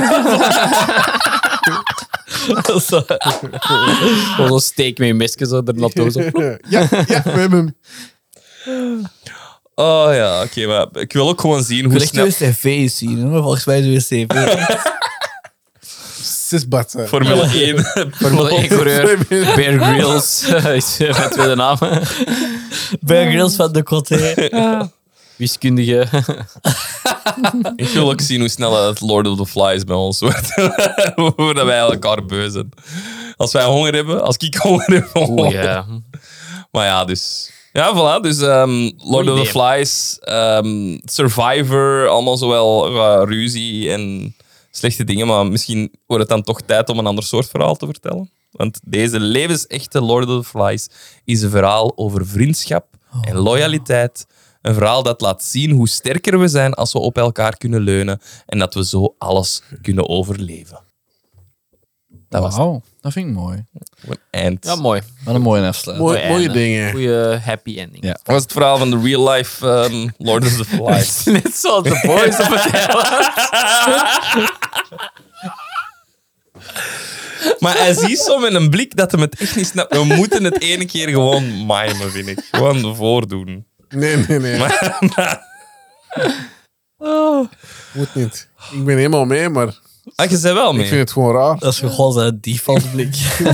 Gewoon zo'n steek met je mesje zo er naartoe. Zo. Ja, we hebben hem. Oh ja, oké, maar ik wil ook gewoon zien hoe Ik wil echt snel... uw cv zien, hoor. Volgens mij is uw cv. 6 batsen. Formule 1. Formule 1 coureur. Bear Grylls is mijn tweede naam. Bear Grylls van de Coté. Wiskundige. Ik wil ook zien hoe snel het Lord of the Flies bij ons wordt. Hoe dat wij elkaar beu zijn. Als wij honger hebben, als ik honger heb. Oeh, ja. Maar ja, dus... Ja, voilà. Dus Lord of the idee. Flies, Survivor, allemaal zowel ruzie en slechte dingen. Maar misschien wordt het dan toch tijd om een ander soort verhaal te vertellen. Want deze levensechte Lord of the Flies is een verhaal over vriendschap en loyaliteit. Een verhaal dat laat zien hoe sterker we zijn als we op elkaar kunnen leunen en dat we zo alles kunnen overleven. Dat was Wauw, dat vind ik mooi. een eind. Ja, mooi. Wat een mooie afsluiting. Mooie einde. dingen. Goeie happy ending. Ja. Dat was het verhaal van de real life Lord of the Flies. Net zoals de boys op het eiland. Maar hij ziet zo met een blik dat hij het echt niet snapt. We moeten het ene keer gewoon mimen, vind ik. Gewoon voordoen. Nee. Moet niet. Ik ben helemaal mee, maar Ah, je zei wel ik vind mee. het gewoon raar. Dat is gewoon zijn default blik.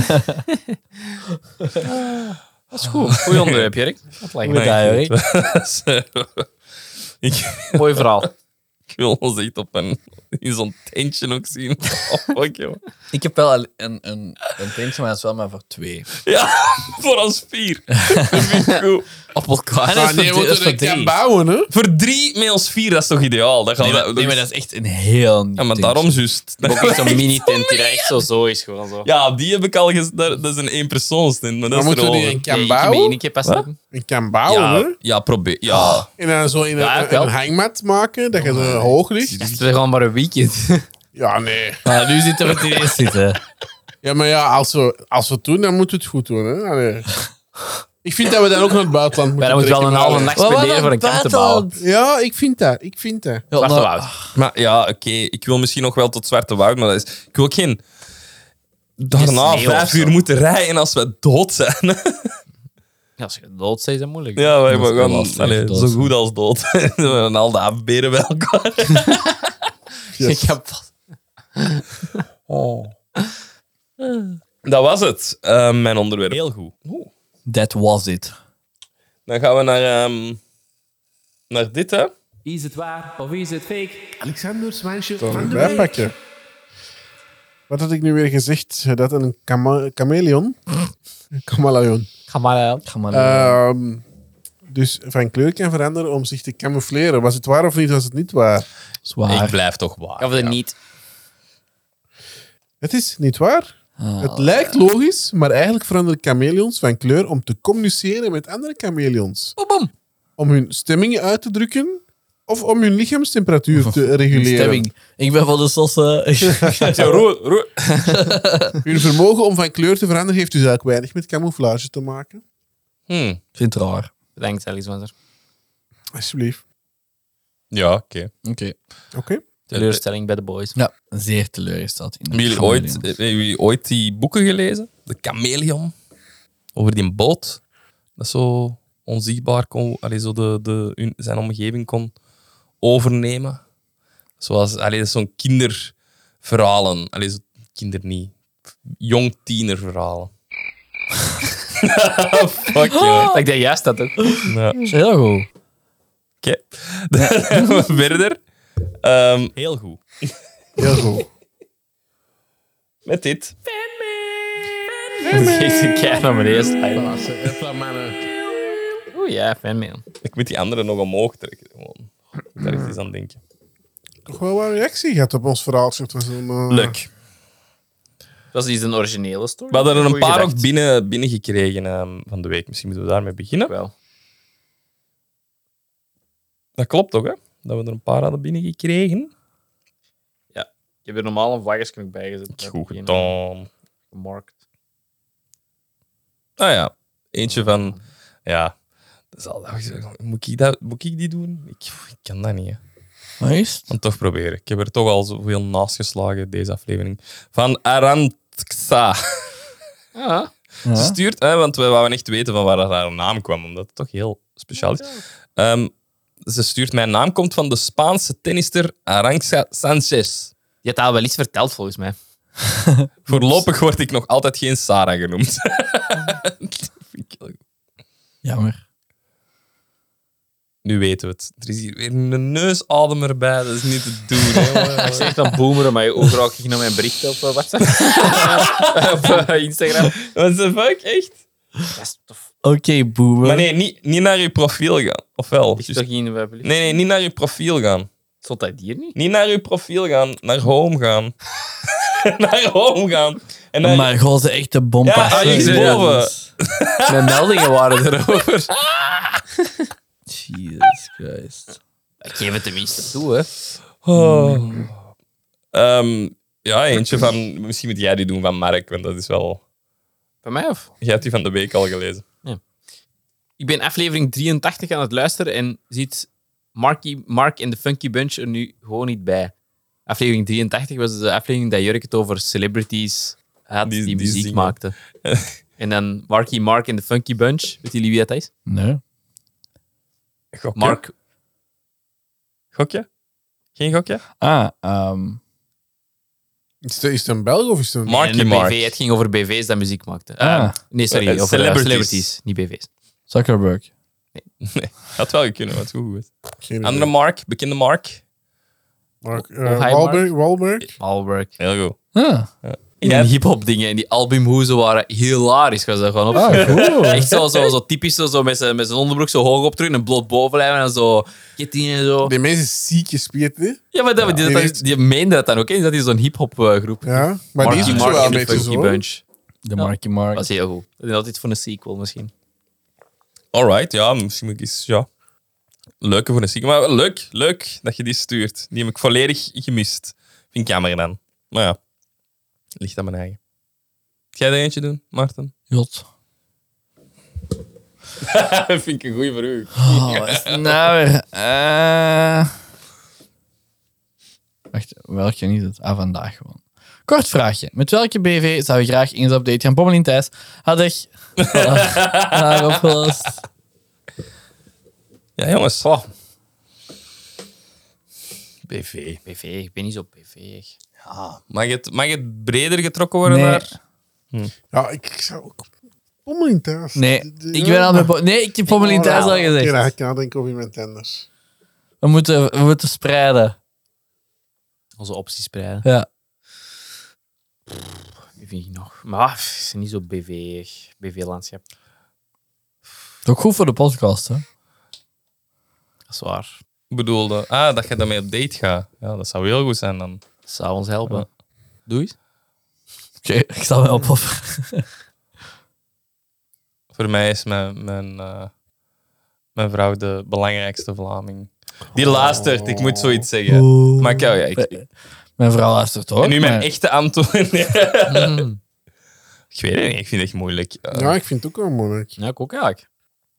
Dat is goed. Goeie onderwerp, Erik. Dat lijkt me. Nee, hoor. ik Mooi verhaal. wil ons echt in zo'n tentje ook zien. Oh, fuck, joh. Ik heb wel een tentje, maar dat is wel maar voor 2. Ja, voor ons 4. Dat vind ik goed. Op elkaar. Ah, nee, we moeten een camp bouwen, hè? Voor 3 met ons 4, dat is toch ideaal? Dat gaat, Nee, maar dat is echt een heel nieuw ja, maar tentje. daarom juist. Ook echt zo'n mini-tent die er echt zo is. Gewoon zo. Ja, die heb ik al gezien. Dat is een eenpersoonstent. Maar dat Maar is moeten we erover. die een camp Ik heb bouwen? één keer pas doen. Een camp bouwen, hè? Ja, probeer. Ja. En dan zo in Ja, een wel. hangmat maken, dat je er hoog ligt. Het is gewoon maar een weekend. Ja, nee. Maar nu zitten we het ineens zitten. Ja, maar ja, als we het doen, dan moeten we het goed doen, hè? Allee. Ik vind dat we dan ook naar het buitenland Maar moeten dan moet wel een trekken. halve nacht spenderen voor een camp te bouwen. Ja, ik vind dat. Ja, Zwarte nou, Woud. Maar ja, oké. Ik wil misschien nog wel tot Zwarte Woud, maar dat is, ik wil ook geen... Daarna sneeuw of 5 zo. uur moeten rijden als we dood zijn. Ja, als je dood bent, is dat moeilijk. Ja, wij Dat is wel gaan lastig, allee, dood zo zijn. goed als dood. We hebben al de afberen bij elkaar. Ik heb Dat was het, mijn onderwerp. Heel goed. that was it. Dan gaan we naar dit, hè. Is het waar of is het fake? Alexanders meisje Toch van een de week. bijpakken. Wat had ik nu weer gezegd? Dat een chameleon? Chameleon. Ga maar. Ga maar. Dus van kleur kan veranderen om zich te camoufleren. Was het waar of niet? Was het niet waar? Zwaar. Ik blijf toch waar. Of het niet. Het is niet waar. Het lijkt logisch, maar eigenlijk veranderen chameleons van kleur om te communiceren met andere chameleons. Om hun stemmingen uit te drukken of om hun lichaamstemperatuur te reguleren. Stemming. Ik ben van de sossen. Hun vermogen om van kleur te veranderen heeft dus eigenlijk weinig met camouflage te maken. Ik vind het raar. Bedankt, Alice Wanser. Alsjeblieft. Ja, oké. Oké. Teleurstelling bij de boys. Ja, zeer teleurgesteld. In Hebben jullie ooit die boeken gelezen? De Chameleon. Over die boot. Dat zo onzichtbaar kon... Zo zijn omgeving kon overnemen. Zoals... dat is zo'n kinderverhalen. Zo, kinder niet. Jong tienerverhalen. Fuck you. Ik denk juist dat ook. Ja. Heel goed. Oké. Verder. Heel goed. Heel goed. Met dit. Ik kijk naar mijn eerste. mannen. Oeh ja, fanmail. Ik moet die andere nog omhoog trekken. Gewoon. Daar is iets aan denken. Toch wel wat reactie gehad op ons verhaal. Het was een, Leuk. Dat is een originele story. We hadden er een Goeie paar gedacht. ook binnengekregen van de week. Misschien moeten we daarmee beginnen. Wel. Dat klopt toch, hè? Dat we er een paar hadden binnengekregen. Ja. Ik heb er normaal een vlaggesje nog bij gezet. Goed gedaan. Gemarkt. Ah ja, eentje van... Ja, dat is al, moet ik die doen? Ik kan dat niet, hè. Wat is het? Maar toch proberen. Ik heb er toch al zoveel naast geslagen, deze aflevering. Van Arantxa. Ja. Ja. Ze stuurt, want we wouden echt weten van waar haar naam kwam, omdat het toch heel speciaal is. Ze stuurt, mijn naam komt van de Spaanse tennister Arantxa Sanchez. Je hebt al wel iets verteld, volgens mij. Voorlopig word ik nog altijd geen Sarah genoemd. Dat vind ik heel goed. Jammer. Nu weten we het. Er is hier weer een neusademer bij. Dat is niet te doen. Hè. Ik zeg dan boomeren, maar hoe raak je naar mijn bericht op WhatsApp? Op Instagram. What the fuck? Echt? Dat is tof. Oké, boomer. Maar nee, niet naar je profiel gaan. Of wel? Is toch geen webelijk? Nee, niet naar je profiel gaan. Zot dat hier niet? Niet naar je profiel gaan. Naar home gaan. Naar home gaan. En naar... Maar gewoon ze echt de bom Ja, passen. rechtsboven. Mijn meldingen waren erover. Jesus Christ. Ik geef het tenminste toe, hè. Oh. Ja, eentje van... Misschien moet jij die doen van Mark, want dat is wel... Bij mij of? Jij hebt die van de week al gelezen. Ik ben aflevering 83 aan het luisteren en ziet Mark en de Funky Bunch er nu gewoon niet bij. Aflevering 83 was de aflevering dat Jurk het over celebrities had die muziek zingen. maakten. En dan Mark en de Funky Bunch. Weet jullie wie dat is? Nee. Gokje? Mark. Gokje? Geen gokje? Is het een Belg of is het een... Marky en de Mark. BV, het ging over BV's dat muziek maakten. Nee, sorry, over celebrities. niet BV's. Zuckerberg. Nee, had wel kunnen, wat goed. Geen Andere idee. Mark, bekende Mark. Mark, Of hij Mark? Wahlberg? Malberg. Heel goed. In Ja. hip-hop dingen en die albumhoezen waren hilarisch. Ga ze dat gewoon op. Echt zo typisch zo met zijn onderbroek zo hoog opdrukken en bloot bovenlijf en zo ketting en zo. Die mensen is ziek gespierd, hè? Ja, maar die meende dat dan ook eens. Dat is zo'n hip-hop groep. Ja, maar die is ook zo Mark wel en een de beetje Funky zo. Bunch. De Marky Mark. Dat is heel goed. Dat is altijd voor een sequel misschien. Alright, ja, misschien moet ik eens... Ja. Leuke voor een zieke. Maar wel leuk dat je die stuurt. Die heb ik volledig gemist. Vind ik jammer dan. Maar ja, ligt aan mijn eigen. Ga jij er eentje doen, Maarten? Jot. Dat vind ik een goeie voor u. Oh, wat is het nou weer? Wacht, welke is het? Vandaag gewoon. Kort vraagje. Met welke BV zou je graag eens op date gaan? Pommelien Thijs. Had ik... Haar opgelost. Ja, jongens. Oh. BV. Ik ben niet zo BV. Mag het breder getrokken worden Nee. daar? Ja, ik zou ook... Pommelien thuis. Nee, ik ben al met... Nee, ik heb Pommelien Thijs al Oké, dan gezegd. ga ik nadenken over iemand anders. We moeten spreiden. Onze opties spreiden. Ja. Wie vind ik nog? Maar het is niet zo BV-landschap. Dat is ook goed voor de podcast, hè? Dat is waar. Ik bedoelde, dat je daarmee op date gaat. Ja, dat zou heel goed zijn dan. Dat zou ons helpen. Ja. Doe eens. Oké, ik zal mij opofferen. Voor mij is mijn vrouw de belangrijkste Vlaming. Die luistert, ik moet zoiets zeggen. Maar Mijn vrouw luistert ook. en nu mijn maar- echte antwoord. Ik weet het niet, ik vind het echt moeilijk. Ja, ik vind het ook wel moeilijk. Ja, ik ook eigenlijk.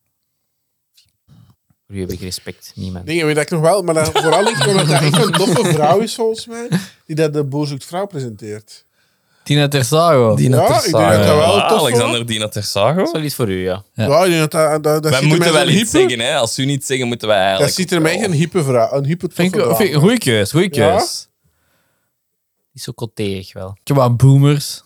Voor u heb ik respect, niemand. Dingen weet ik nog wel, maar dan, vooral niet omdat dat echt een toffe vrouw is, volgens mij, die dat de Boer zoekt vrouw presenteert. Tina Terzago. Dina Ja, ik denk Terzago. dat dat wel tof Alexander Dina Terzago. Dat is iets voor u, ja. Ja, ik denk dat Wij ziet er moeten mij wel zo'n iets hippe- zeggen, hè. Als u niet zeggen, moeten wij Dat eigenlijk... ziet er mij echt een hippe vrouw, een hippe toffe Vind ik vrouw. een goeie keus, goeie Ja? keus. Die is zo koterig wel. Ik heb wat boomers.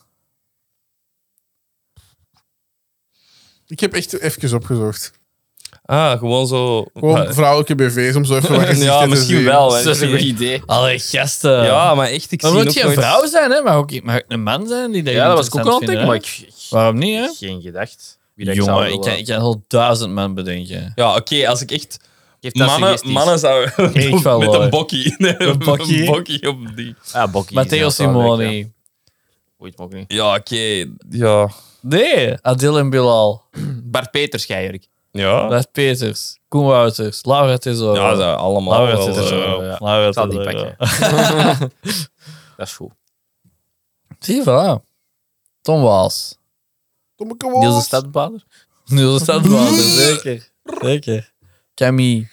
Ik heb echt even opgezocht. Ah, gewoon zo... Gewoon vrouwelijke BV's om zo even wat gezichten ja, te misschien zien. wel. Hè. Dat is een goed idee. Allee, gasten. Ja, maar echt, ik Maar zie moet ook je een nooit... vrouw zijn, hè? Mag ook een man zijn die dat Ja, dat was ik ook wel aan het denken, maar vinden, ik... Waarom niet, hè? Geen gedacht. Wie dat zou Jongen, willen. ik kan al 1000 man bedenken. Ja, oké, als ik echt... Geef dat suggesties. Mannen zouden... Echt wel met hoor. een bokkie. Een bokkie? Een bokkie op die... Ah, Bokkie. Matteo Simoni. Ooit ook niet. Ja, oké. Ja. Nee, Adil en Bilal. Bart Peters, Geijerk. Ja. Bert Peters. Koen Wouters. Laura Tesoro. Ja, ze allemaal Laura wel... Tesoro. ja. Laura Ik zal die Tesoro. pakken. Dat is goed. Zie je, voilà. Tom Waals. Tommeke Niels de Waals. Stadbader. Niels de Stadbader, zeker. Zeker. Camille.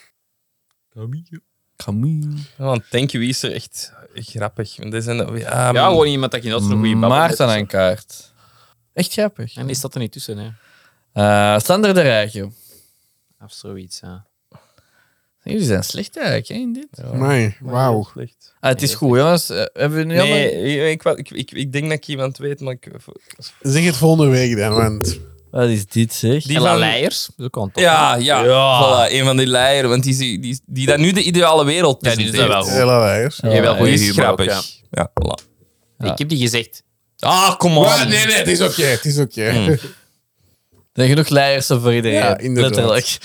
Camille. Ja, want denk je, wie is er echt grappig? Want dit zijn... Ja, gewoon iemand dat je nooit zo'n goede babbel Maarten hebt. en Kaart. Echt grappig. En die staat er niet tussen, hè. Sander de Rijke. Of zoiets, ja. Jullie zijn slecht eigenlijk, hè, in dit. Nee, wauw. Slecht. Het is goed, jongens. Hebben we nu allemaal... Nee, ik denk dat ik iemand weet, maar ik... Zeg het volgende week dan, want... Wat is dit, zeg? Die Ella van- Leijers. Dat kan toch. Ja. Ja. Voilà, een van die leieren, want die dat nu de ideale wereld Ja, die is presenteert. dat wel. Hele lijers. Je hebt wel Ja, goede Die is humor ook, grappig. ja. Ja, voilà. Ik heb die gezegd. Ah, kom on. Nee, het is oké, het is oké. Er zijn genoeg leiersen voor iedereen. Ja, inderdaad. Letterlijk.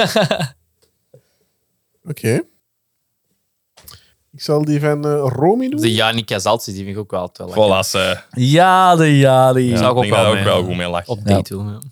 Oké. Ik zal die van Romy doen. De Janik Kazaltjes, die vind ik ook wel altijd wel lekker. Voilà, ze. Ja, de Jari. Ja, Zou ik ook ik denk dat wel ook mee. wel goed mee lachen. Op date doen. Ja.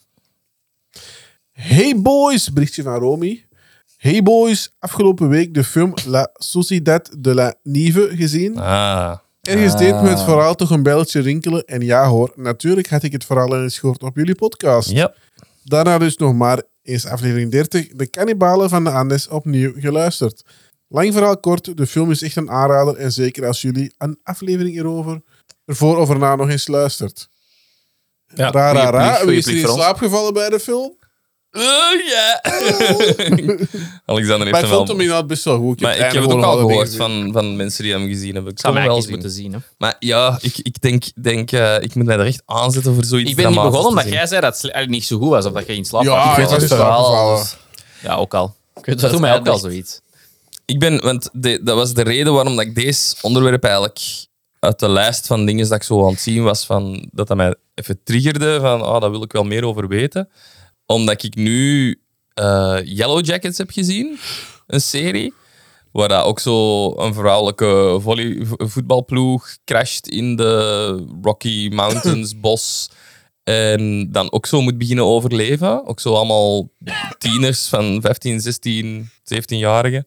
Hey boys, berichtje van Romy. Hey boys, afgelopen week de film La Sociedad de la Nieve gezien. Ah. Ergens deed me het verhaal toch een belletje rinkelen. En ja hoor, natuurlijk had ik het verhaal eens gehoord op jullie podcast. Ja. Daarna dus nog maar eens aflevering 30, de kannibalen van de Andes, opnieuw geluisterd. Lang verhaal kort, de film is echt een aanrader. En zeker als jullie een aflevering ervoor of erna nog eens luistert. Ja, Ra. goeie Wie is er plicht in voor ons. slaap gevallen bij de film? Ja. Alexander heeft Maar ik hem vond wel... hem inderdaad best wel goed. Maar ik heb het ook al gehoord van mensen die hem gezien hebben. Ik Zou zal mij hem eens wel zien. moeten zien. Hè. Maar ja, ik denk ik moet mij er echt aanzetten voor zoiets Ik ben niet dramatisch begonnen te omdat jij zei dat het eigenlijk niet zo goed was. Of dat je in slaap Ja, was. ik Ik weet was het in slaap verhaal. gevallen. Dus. Ja, ook al. Ik weet Dat doet mij ook wel uitlegt. zoiets. Ik ben, want dat was de reden waarom dat ik deze onderwerp eigenlijk uit de lijst van dingen dat ik zo aan het zien was, van, dat mij even triggerde van, daar wil ik wel meer over weten. Omdat ik nu Yellow Jackets heb gezien, een serie, waar dat ook zo een vrouwelijke voetbalploeg crasht in de Rocky Mountains bos en dan ook zo moet beginnen overleven. Ook zo allemaal tieners van 15, 16, 17-jarigen.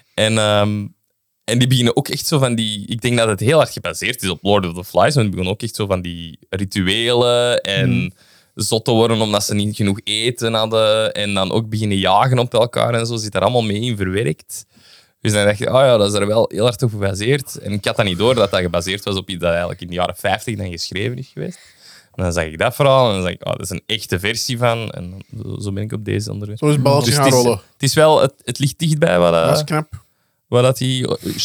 En die beginnen ook echt zo van die... Ik denk dat het heel hard gebaseerd is op Lord of the Flies, maar die beginnen ook echt zo van die rituelen en zot te worden omdat ze niet genoeg eten hadden en dan ook beginnen jagen op elkaar en zo. Zit daar allemaal mee in verwerkt. Dus dan dacht je, dat is er wel heel hard op gebaseerd. En ik had dat niet door dat dat gebaseerd was op iets dat eigenlijk in de jaren 50 dan geschreven is geweest. En dan zag ik dat verhaal en dan zag ik, dat is een echte versie van. En zo ben ik op deze onderwerp. Zo is het balletje gaan het is, rollen. het is wel, het ligt dichtbij Dat is knap. wat dat die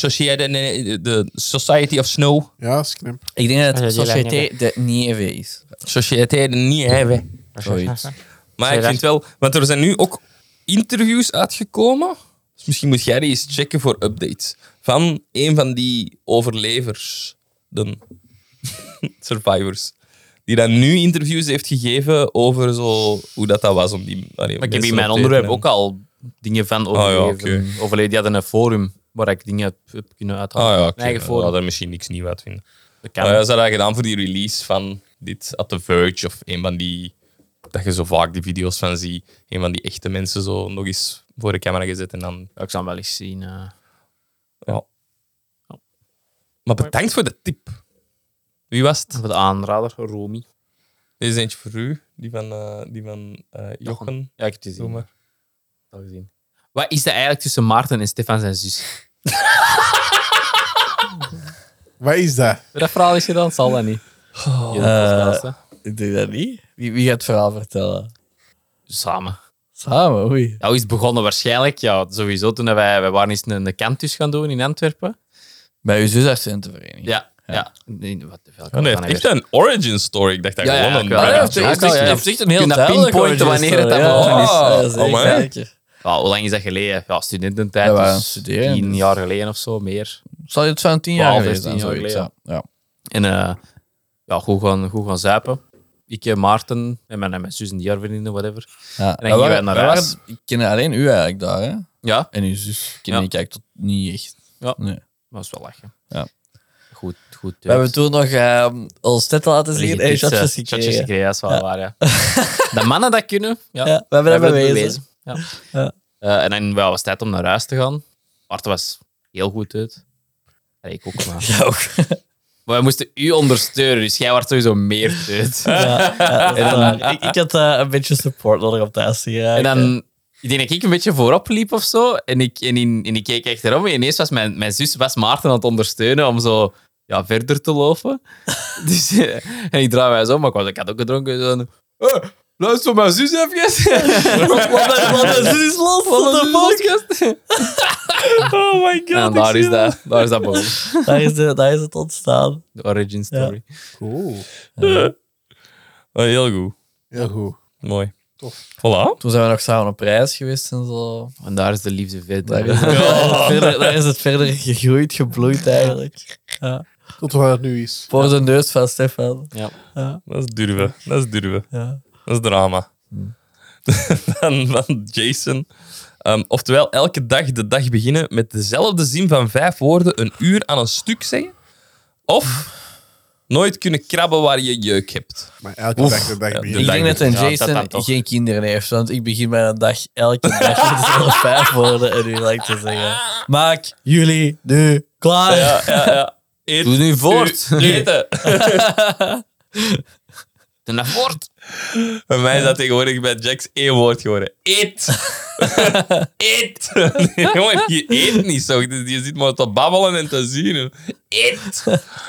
de Society of Snow. Ja, dat is knap. Ik denk dat Ja, het die Société de Nieve is. Société de Nieve. Zoiets. Maar ik vind wel, want er zijn nu ook interviews uitgekomen. Dus misschien moet jij die eens checken voor updates. Van een van die overlevers, de survivors. Die dan nu interviews heeft gegeven over zo, hoe dat was om die. Maar ik heb in mijn onderwerp ook al dingen van overleven. oké. Die hadden een forum waar ik dingen heb kunnen uithalen. Ah ja, Mijn oké. eigen Ik forum. zou daar misschien niks nieuw uit vinden. Dat kan. Zou dat gedaan voor die release van dit at The Verge of een van die... Dat je zo vaak die video's van ziet. Een van die echte mensen zo nog eens voor de camera gezet en dan... Ja, ik zal hem wel eens zien. Ja. Maar bedankt voor de tip. Wie was het? Voor de aanrader, Romy. Deze is eentje voor u. Die van Jochen. Ja, ik heb het Doe gezien. maar. Al gezien. Wat is er eigenlijk tussen Maarten en Stefan zijn zus? Wat is dat? Dat verhaal is gedaan, zal dat niet. Ik denk dat niet. Wie gaat het verhaal vertellen? Samen. Samen, oei. Ja, hoe is het begonnen? Waarschijnlijk, ja, sowieso toen wij waren eens een campus gaan doen in Antwerpen. Bij uw zusartsentenvereniging. Ja. Nee, wat de velk. Oh, nee, het heeft echt een origin story. Ik dacht dat Ja, ja, gewoon ik een... wel. Ah, Ja, hij ja, heeft ja, echt- ja, ja. hij heeft echt een heel Kun je dat duidelijk pinpointen wanneer het origin dan story, begonnen is? Ja, zeker, amai. zeker. Ja, hoe lang is dat geleden? Ja, studententijd. Ja, we waren Dus studeren, 10 dus- jaar geleden of zo, meer. Zal je het van 10 jaar 12, geleden 15 zijn? jaar Zoiets, ja. Ja. En ja, goed gaan zuipen. Ik, Maarten en mijn zus en die haar vriendinnen, whatever. Ja. En dan gingen wij naar huis. Ik ken alleen u eigenlijk daar, hè? Ja, En uw zus ken Ja. ik eigenlijk tot niet echt. Ja. Nee. dat is wel lachen. Ja. Goed. We hebben toen nog ons tetten laten zien en shotjes Shotjes gekregen. gekregen, dat is wel waar, ja. De mannen dat kunnen, ja. Ja, we hebben dat bewezen. Ja. Ja. En dan was het tijd om naar huis te gaan. Maarten was heel goed uit. Ja, ik ook, maar... Ja, ook. Maar we moesten u ondersteunen, dus jij wordt sowieso meer uit. En dan, ik had een beetje support nodig op thuis te En geraken. dan... Ik denk dat ik een beetje voorop liep of zo. En ik keek achterom en ineens was mijn zus Maarten aan het ondersteunen om zo verder te lopen. Dus, en ik draai mij zo, maar ik had ook gedronken. Zo, luister mijn zus even. Wat een zus is los van de podcast. Oh my god. En daar is dat begonnen. Daar is het ontstaan. De origin story. Cool. Oh, heel goed. Heel goed. Mooi. Voilà. Toen zijn we nog samen op reis geweest en zo. En daar is de liefde verder. Daar is het verder gegroeid, gebloeid eigenlijk. Ja. Tot waar het nu is. Voor de neus van Stefan. Ja. Dat is durven. Ja. Dat is drama. van Jason. Oftewel, elke dag de dag beginnen met dezelfde zin van 5 woorden een uur aan een stuk zeggen. Of nooit kunnen krabben waar je jeuk hebt. Maar elke dag de dag Ja, beginnen. Ik denk dat een Ja, dat Jason dan toch. geen kinderen heeft, want ik begin mijn dag elke dag met dezelfde 5 woorden en u lijkt te zeggen. Maak jullie nu klaar. Ja. Eet, Doe nu voort. Eten. Doe naar voort. Bij mij is dat tegenwoordig bij Jax 1 woord geworden. Eet. Eet. Jongen, je eet niet zo. Dus je zit maar te babbelen en te zien. Eet.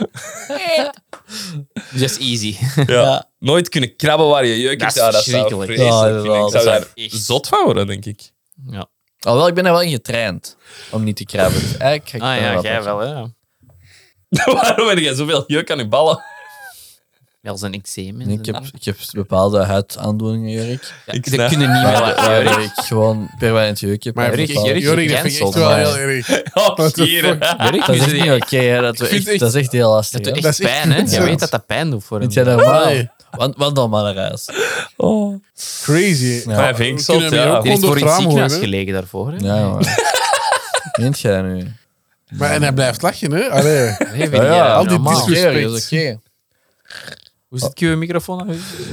Just easy. Ja. Nooit kunnen krabben waar je jeuk Dat hebt. is Ja, dat zou verschrikkelijk. vreselijk Ja, vinden. Ik dat zou zou daar echt- zot van worden, denk ik. Ja. Alhoewel, ik ben er wel in getraind om niet te krabben. Dus eigenlijk ga ik Ah er ja, wat jij op. wel, hè. Waarom heb jij zoveel jeuk aan je ballen? Wel zijn eczeem. Ik heb bepaalde huidaandoeningen, Jurk. Ik Dat snap. kunnen niet meer laten. Waar ik gewoon permanent jeuk heb. Maar Dat is Jorik, bepaald- Jorik, Jorik, dat vind ik echt gecanceld, wel maar- heel erg. Oh, What the hier, hè. Dat is echt niet oké, hè. Dat is echt heel lastig. Dat doet hè. echt Dat is echt pijn, hè. niet Je zo. weet dat dat pijn doet voor hem. Vind jij normaal? Nee. Want dan maar naar huis. Oh. Crazy. Ja. Maar vind ik We kunnen zot, hem hier ja. ook Die is gewoon voor door in het het raam ziekenhuis gooien, hè. gelegen daarvoor, hè. Ja, maar. Meent jij dat nu? Maar en hij blijft lachen, hè? Allee. Nee, vind Ja, jij ja, al die normaal? disrespect. Oké, dat is oké. Hoe zit je microfoon?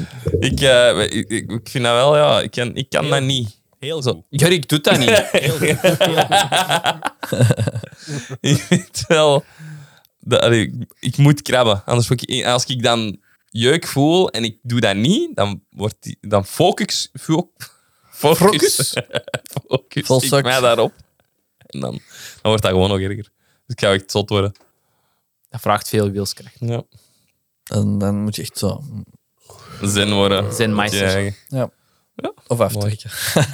Ik vind dat wel, ja. Ik kan dat niet. Heel zo. Jorik doet dat niet. Ik vind wel... ik moet krabben. Anders word ik... Als ik dan jeuk voel en ik doe dat niet, dan focus Vol ik sok. mij daarop. En dan wordt dat gewoon nog erger. Dus ik ga echt zot worden. Dat vraagt veel wilskracht. Ja. En dan moet je echt zo. Zen worden. Zenmeister. Ja. Ja. Ja. Of aftrekken.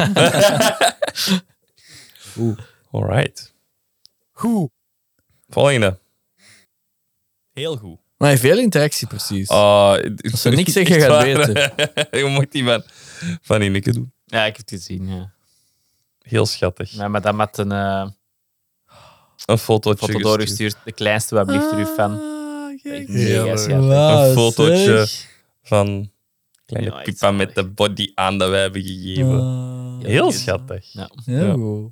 Alright. Goed. Volgende. Heel goed. Maar je hebt veel interactie, precies. Als ze niks zeggen, gaat beter. Je moet die van Ineke doen. Ja, ik heb het gezien, ja. Heel schattig. Ja, maar dat met een Een fotootje foto gestuurd. doorgestuurd. De kleinste, wat blieft er u fan. kijk. Mega schattig. Wauw, Een fotootje zeg. van kleine Ja, Pippa met de body aan dat wij hebben gegeven. Heel schattig. Ja. Heel Ja. goed.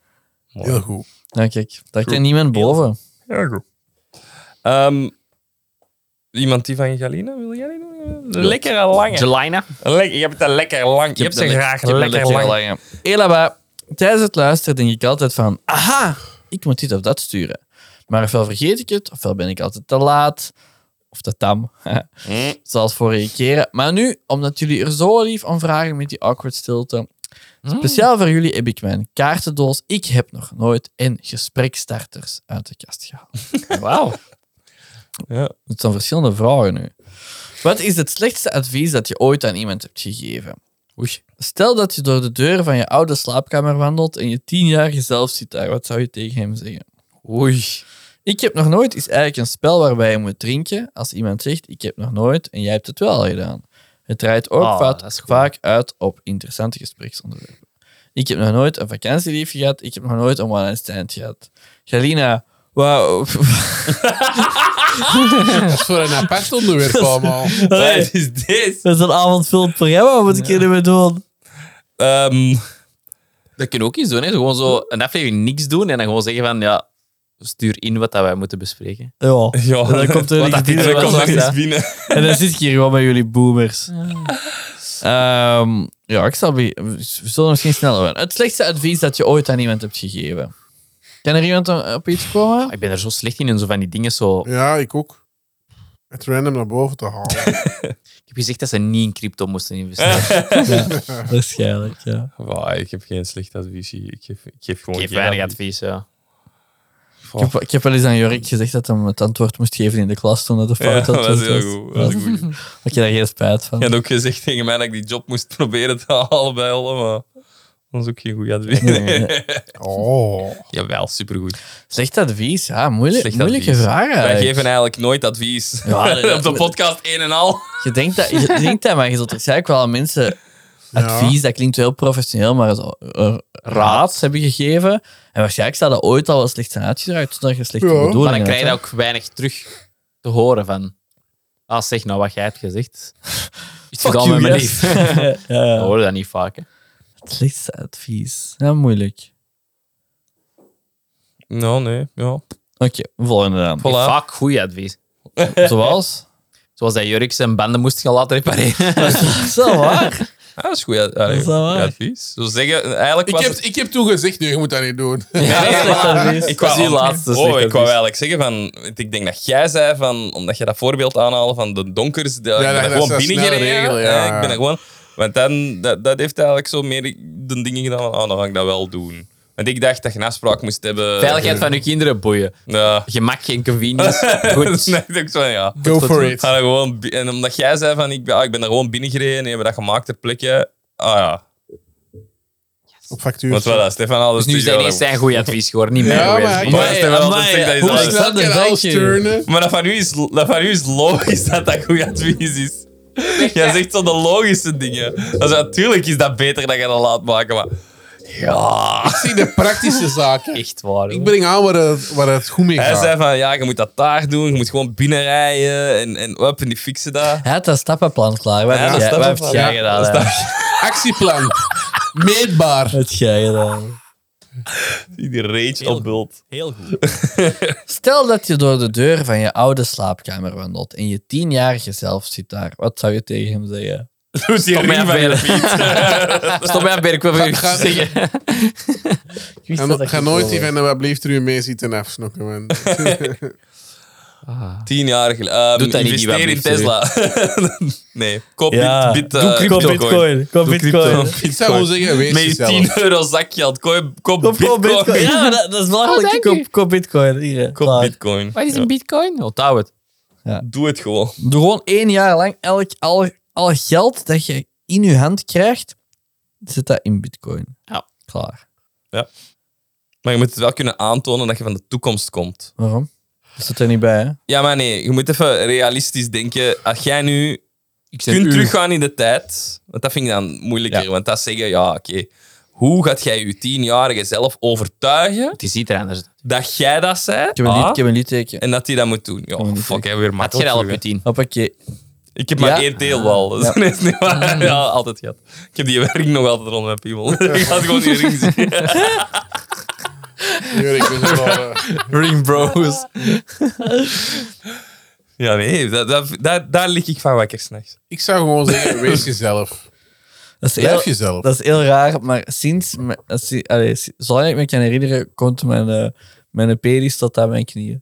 Mooi. Heel goed. Ja, kijk. Daar kan niemand boven. Heel goed. Iemand die van Galina, wil jij die doen? Lekker lange. Jelina. Je hebt het lekker lang. Je hebt ze graag lekker lang. Elaba, tijdens het luisteren denk ik altijd van... Aha, ik moet dit of dat sturen. Maar ofwel vergeet ik het, ofwel ben ik altijd te laat. Of te tam. Zoals vorige keren. Maar nu, omdat jullie er zo lief om vragen met die awkward stilte... Speciaal voor jullie heb ik mijn kaartendoos Ik heb nog nooit en gesprekstarters uit de kast gehaald. Wauw. Ja. Het zijn verschillende vragen nu. Wat is het slechtste advies dat je ooit aan iemand hebt gegeven? Oei. Stel dat je door de deur van je oude slaapkamer wandelt en je 10-jarige zelf zit daar. Wat zou je tegen hem zeggen? Oei. Ik heb nog nooit is eigenlijk een spel waarbij je moet drinken als iemand zegt ik heb nog nooit en jij hebt het wel gedaan. Het draait ook dat is goed. vaak uit op interessante gespreksonderwerpen. Ik heb nog nooit een vakantielief gehad. Ik heb nog nooit een one-night stand gehad. Galina, wauw. Dat is voor een apart onderwerp allemaal. Wat is dit? Dat is een avondvullend programma. Wat moet ik hier nu mee doen? Dat kun je ook eens doen. Hè. Gewoon zo een aflevering niks doen en dan gewoon zeggen van... Ja, stuur in wat dat wij moeten bespreken. Ja. Ja, En dan komt er Wat dat niks is, dat komt nog Ja. eens binnen. En dan zit ik hier gewoon met jullie boomers. Ja, ik zal... We zullen misschien sneller gaan. Het slechtste advies dat je ooit aan iemand hebt gegeven. Kan er iemand op iets komen? Ik ben er zo slecht in zo van die dingen zo... Ja, ik ook. Het random naar boven te halen. Ik heb gezegd dat ze niet in crypto moesten investeren. Waarschijnlijk, ja. Wow, ik heb geen slecht advies. Ik geef gewoon Ik geef geen weinig advies, ja. Ik heb wel eens aan Jorik gezegd dat hij het antwoord moest geven in de klas toen dat de Ja, fout dat had. is heel goed. Dat is goed. Had je daar geen spijt van? Je had ook gezegd tegen mij dat ik die job moest proberen te halen bij Olle, maar dat is ook geen goed advies. Oh. Jawel, supergoed. Slecht advies? Ja, moeilijke Advies. vragen. Wij eigenlijk. geven eigenlijk nooit advies. Ja, Op de podcast 1 en al. Je denkt dat, maar je zult waarschijnlijk wel aan mensen advies, dat klinkt heel professioneel, maar zo, raad hebben gegeven. En waarschijnlijk staat dat ooit al wel slecht aan uitgedraaid, zodat je slechte Ja. bedoelingen Maar dan krijg je hebt, ook weinig terug te horen van... Ah, zeg nou wat jij hebt gezegd. Is het al met mijn lief? hè. Ja, Dat hoor je dat niet vaak, hè. het slechtste advies. Ja, moeilijk. Nou, nee. Ja. Oké, volgende dan. Voilà. Vaak goede advies. Zoals? Zoals dat Jurk zijn banden moest gaan laten repareren. Zo waar. Ja, dat is goed advies. Zo zeggen, eigenlijk was het... Ik heb toen gezegd, nee, je moet dat niet doen. Slecht advies. Ik was wou, uw laatste ik slecht wou advies. eigenlijk zeggen van... Ik denk dat jij zei van... Omdat je dat voorbeeld aanhaalde van de donkers... ik ben er dat gewoon is een binnengereden. snelle regel, ja. Ik ben er gewoon... Want dan... Dat heeft eigenlijk zo meer de dingen gedaan van... Oh, dan ga ik dat wel doen. Want ik dacht dat je een afspraak moest hebben... Veiligheid van je kinderen boeien. Ja. Gemak, geen convenience. Goed. Nee, ik dacht zo van, ja. Go for it. Ga er gewoon en omdat jij zei van... Ik ben er gewoon binnengereden. En hebben dat gemaakt ter plekke. Ah ja. Op factuur. Want voilà, Stefan had Dus nu zijn ineens zijn goede advies geworden, niet Ja, mijn maar goede ik- advies. Maar Stefan altijd zegt dat is hoe alles. snel Snel kan dank alles je. turnen. Maar dat van u is logisch dat dat goed advies is. Jij zegt zo de logische dingen. Dus natuurlijk is dat beter dat je dat laat maken, maar... Ja... Ik zie de praktische zaken. Echt waar. Ik breng aan waar het goed mee Hij gaat. zei van, ja, je moet dat daar doen, je moet gewoon binnenrijden en die fixen dat. Hij had een stappenplan klaar. Wat Ja, heb dat jij- wat heb stappenplan. jij Ja, gedaan? dat hè? Actieplan. Meetbaar. Wat heb jij gedaan? Die rage opbult. Heel goed. Stel dat je door de deur van je oude slaapkamer wandelt en je 10-jarige zelf zit daar. Wat zou je tegen hem zeggen? Doe die Stop mij ring aan van je bellen. fiets. Stop mij aan ik wil voor u Ga- zeggen. Ik wist dat Ga ik nooit het die wel van wat blijft er u mee zitten afsnokken. Man. 10 jaar geleden. Doe dat niet, Investeer in die Tesla. Nee, koop Ja. Bitcoin. Koop Bitcoin. Ik zou wel zeggen, wees Met je jezelf. 10 euro zakgeld. Koop Koop Bitcoin. Bitcoin. Ja, maar dat is belachelijk. Koop Bitcoin. Hier, Koop klaar. Bitcoin. Wat is Ja. een bitcoin? Onthoud het. Doe het gewoon. Doe gewoon 1 jaar lang al geld dat je in je hand krijgt, zet dat in Bitcoin. Ja. Klaar. Maar je moet het wel kunnen aantonen dat je van de toekomst komt. Waarom? Dat zit er niet bij, hè? Ja, maar nee. Je moet even realistisch denken. Als jij nu kunt teruggaan in de tijd, want dat vind ik dan moeilijker. Ja. Want dat zeggen, ja, oké. Hoe gaat jij je 10-jarige zelf overtuigen Het is niet er anders. dat jij dat zei? Ik heb een liedteken. En dat hij dat moet doen. Ja, niet fuck, hij weer Had makkelijk. je al op je terug, 10? Hoppakee. hè. Ik heb maar Ja. 1 teelbal. Dus dat is niet waar. Ja, altijd gehad. Ik heb die ring nog altijd rond mijn piemel. Ik had gewoon die ring zien. Jurk, we zijn al, Ring Bros. Ja, nee, daar lig ik van wakker s'nachts. Ik zou gewoon zeggen, wees jezelf. Dat is Blijf heel, jezelf. dat is heel raar, maar zolang ik me kan herinneren, komt mijn penis tot aan mijn knieën.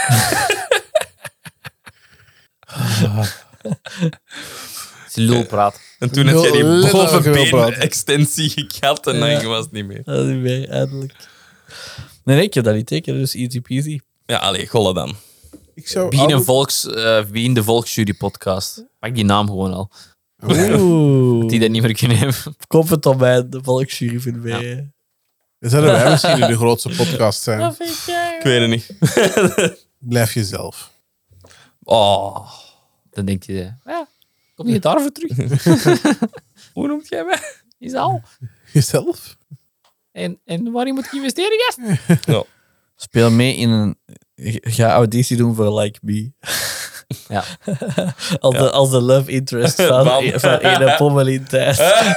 Lulpraat. En toen heb je die Letterlijk bovenbeen-extensie gehad en dan was het niet meer. Dat is niet meer, eindelijk. Nee, ik heb dat niet tekenen, dus easy peasy. Ja, allee, golle dan. Ik zou Begin de Volksjury-podcast. Pak die naam gewoon al. Oeh. Die dat niet meer kunnen hebben. Komt het op mij, de volksjury vindt mij. Zouden wij misschien in de grootste podcast zijn? Ik weet het niet. Blijf jezelf. Oh, Dan denkt hij, ja, kom je daarvoor terug? hoe noemt jij mij? Is al. Jezelf? En waarin moet ik investeren, gast? Ja. Speel mee in een... Ga auditie doen voor Like Me. Ja. Als de love interest van ene Pommelien Thijs.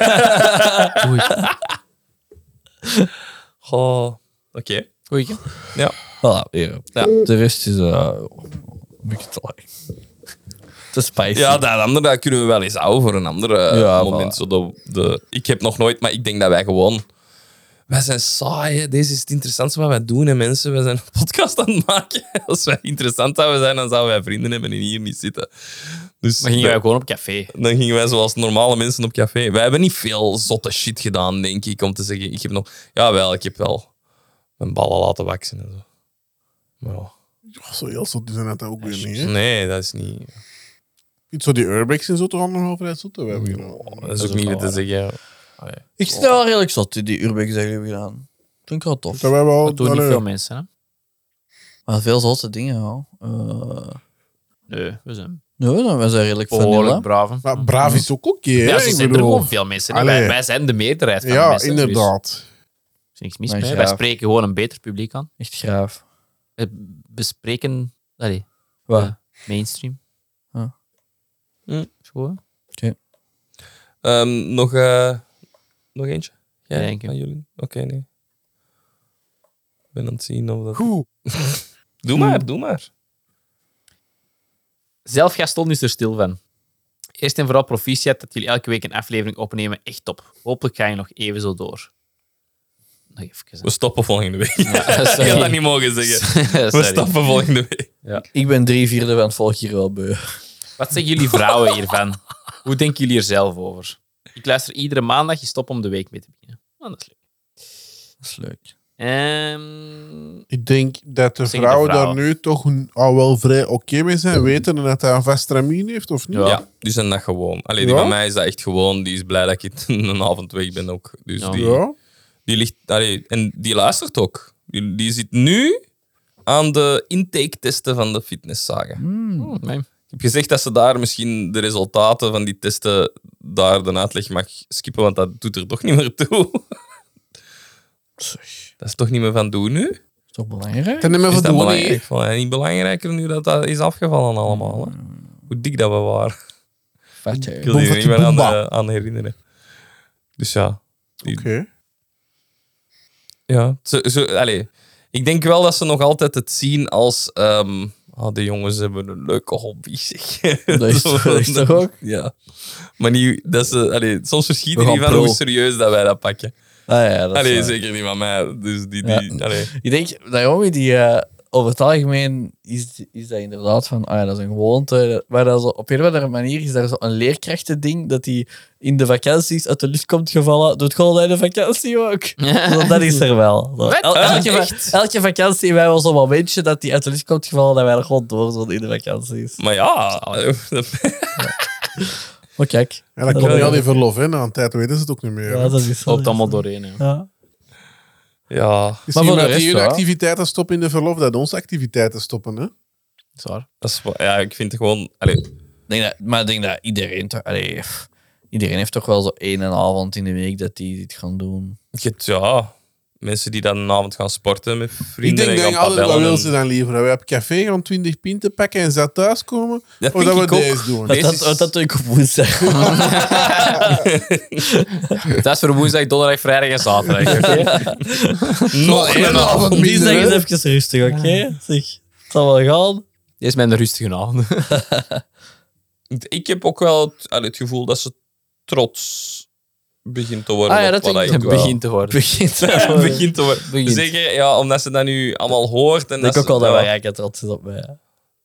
Oh, oké. Goeie. Ja. Voilà, hier. Ja. De rest is een beetje te lang. Te spicy. Ja, dat andere dat kunnen we wel eens houden voor een andere Ja, moment. voilà. Zo ik heb nog nooit, maar ik denk dat wij gewoon... Wij zijn saai, hè. Deze is het interessantste wat wij doen, hè, mensen. Wij zijn een podcast aan het maken. Als wij interessant zouden zijn, dan zouden wij vrienden hebben en hier niet zitten. Dus Dan gingen wij gewoon op café. dan gingen wij zoals normale mensen op café. Wij hebben niet veel zotte shit gedaan, denk ik, om te zeggen... Ik heb wel mijn ballen laten waksen en zo. Maar ja. Oh, zo heel zot is dat ook weer niet. Hè? Nee, dat is niet... Iets zo die Urbex en zo toch allemaal overheid zotten. We hebben gedaan. Dat is ook niet te zeggen. Allee. Ik stel wel redelijk zot die Urbex dat hebben gedaan. Vind ik wel tof. Dat hebben we al... Dat doen niet allee, veel mensen, hè? Maar veel zotte dingen, hoor. Nee, we zijn Nee, we zijn redelijk vanilla. behoorlijk braaf. Maar braaf is ook oké. Ja, hè? zo Ik zijn er bedoel- gewoon veel mensen. hè. Allee. Wij zijn de meerderheid van de Ja, mensen. inderdaad. Dus er is niks mis Maar mee. graaf. Wij spreken gewoon een beter publiek aan. Echt graaf. We bespreken... Allee, Wat? de mainstream. Ah. Is goed, hè? Nog eentje? Ja, denk ik. Van jullie? Oké, nee. Ik ben aan het zien of dat... Goed. Doe maar. Zelf Gaston is er stil van. Eerst en vooral proficiat dat jullie elke week een aflevering opnemen. Echt top. Hopelijk ga je nog even zo door. Nog even. We stoppen volgende week. Ja, Ik had dat niet mogen zeggen. We Sorry. stoppen volgende week. Ik ben 3/4 van het volk hier wel beu. Wat zeggen jullie vrouwen hiervan? Hoe denken jullie er zelf over? Ik luister iedere maandag. Je stopt om de week mee te beginnen. Oh, dat is leuk. Dat is leuk. Ik denk dat de Zeg de vrouwen daar vrouwen. nu toch al wel vrij oké mee zijn. Weten dat hij een vast termijn heeft of niet? Ja, die zijn dat gewoon. Allee, die Ja? van mij is dat echt gewoon. Die is blij dat ik een avond weg ben ook. Dus Ja. die ligt... Allee, en die luistert ook. Die zit nu aan de intake-testen van de fitnesszagen. Oh, nee. Ik heb gezegd dat ze daar misschien de resultaten van die testen daar de uitleg mag skippen, want dat doet er toch niet meer toe. Dat is toch niet meer van doen nu? Is toch belangrijk? Ten nummer Is van dat doen, belangrijk? hè? Ik vond het niet belangrijker nu dat dat is afgevallen allemaal. Hè? Hoe dik dat we waren. Vet, Ik hè. wil die er niet meer Boomba. aan herinneren. Dus ja. Oké. Ja. Allee, ik denk wel dat ze nog altijd het zien als... de jongens hebben een leuke hobby, zeg. Dat is toch ook? Ja. Maar niet... Dat ze, allee, soms verschieten We die gaan van hoe pro. serieus dat wij dat pakken. Ah ja, dat is Allee, waar. zeker niet van mij. Dus die... Ja. Allee. Ik denk, Naomi, die over het algemeen is dat inderdaad van, ah ja, dat is een gewoonte. Maar dat zo, op een of andere manier is daar zo een leerkrachtending dat die in de vakanties uit de lucht komt gevallen. Doet gewoon in de vakantie ook. Zo, dat is er wel. Zo, elke vakantie hebben wij wel zo'n momentje dat die uit de lucht komt gevallen dat wij er gewoon door zijn in de vakanties. Maar ja... Maar kijk. Ja, dat komt niet al die verlof in. Na een tijd weten ze het ook niet meer. Ja, dat is zo. Loopt allemaal doorheen. Hè. Ja. ja, Misschien voor de dat rest die hun wel. activiteiten stoppen in de verlof, dat onze activiteiten stoppen. Hè? Zwaar. dat is... Ja, ik vind het gewoon... Allee, Ik denk dat iedereen toch... Allee, iedereen heeft toch wel zo één avond in de week dat die dit gaan doen. ja... Mensen die dan een avond gaan sporten met Ik vrienden denk en dat gaan altijd, wat padellen. wil ze dan liever? Dat wij op café gaan 20 pinten pakken en ze thuiskomen? Dat Of vind dat we ik ook. deze doen? Nee. Dat doe ik op woensdag. Dat is voor woensdag, donderdag, vrijdag en zaterdag. Oké? Nog één een avond avond. Die minder, dag hè? is even rustig, oké? Zeg, het zal wel gaan. Die is mijn rustige avond. Ik heb ook wel het gevoel dat ze trots begint te worden. Ah ja, op dat wat denk ik ik ook doe. Begint te worden. Begint te worden. Begint. Zeker, ja, omdat ze dat nu allemaal hoort. En Ik denk dat ook wel ze, dat ja, wij rijken trots is op mij.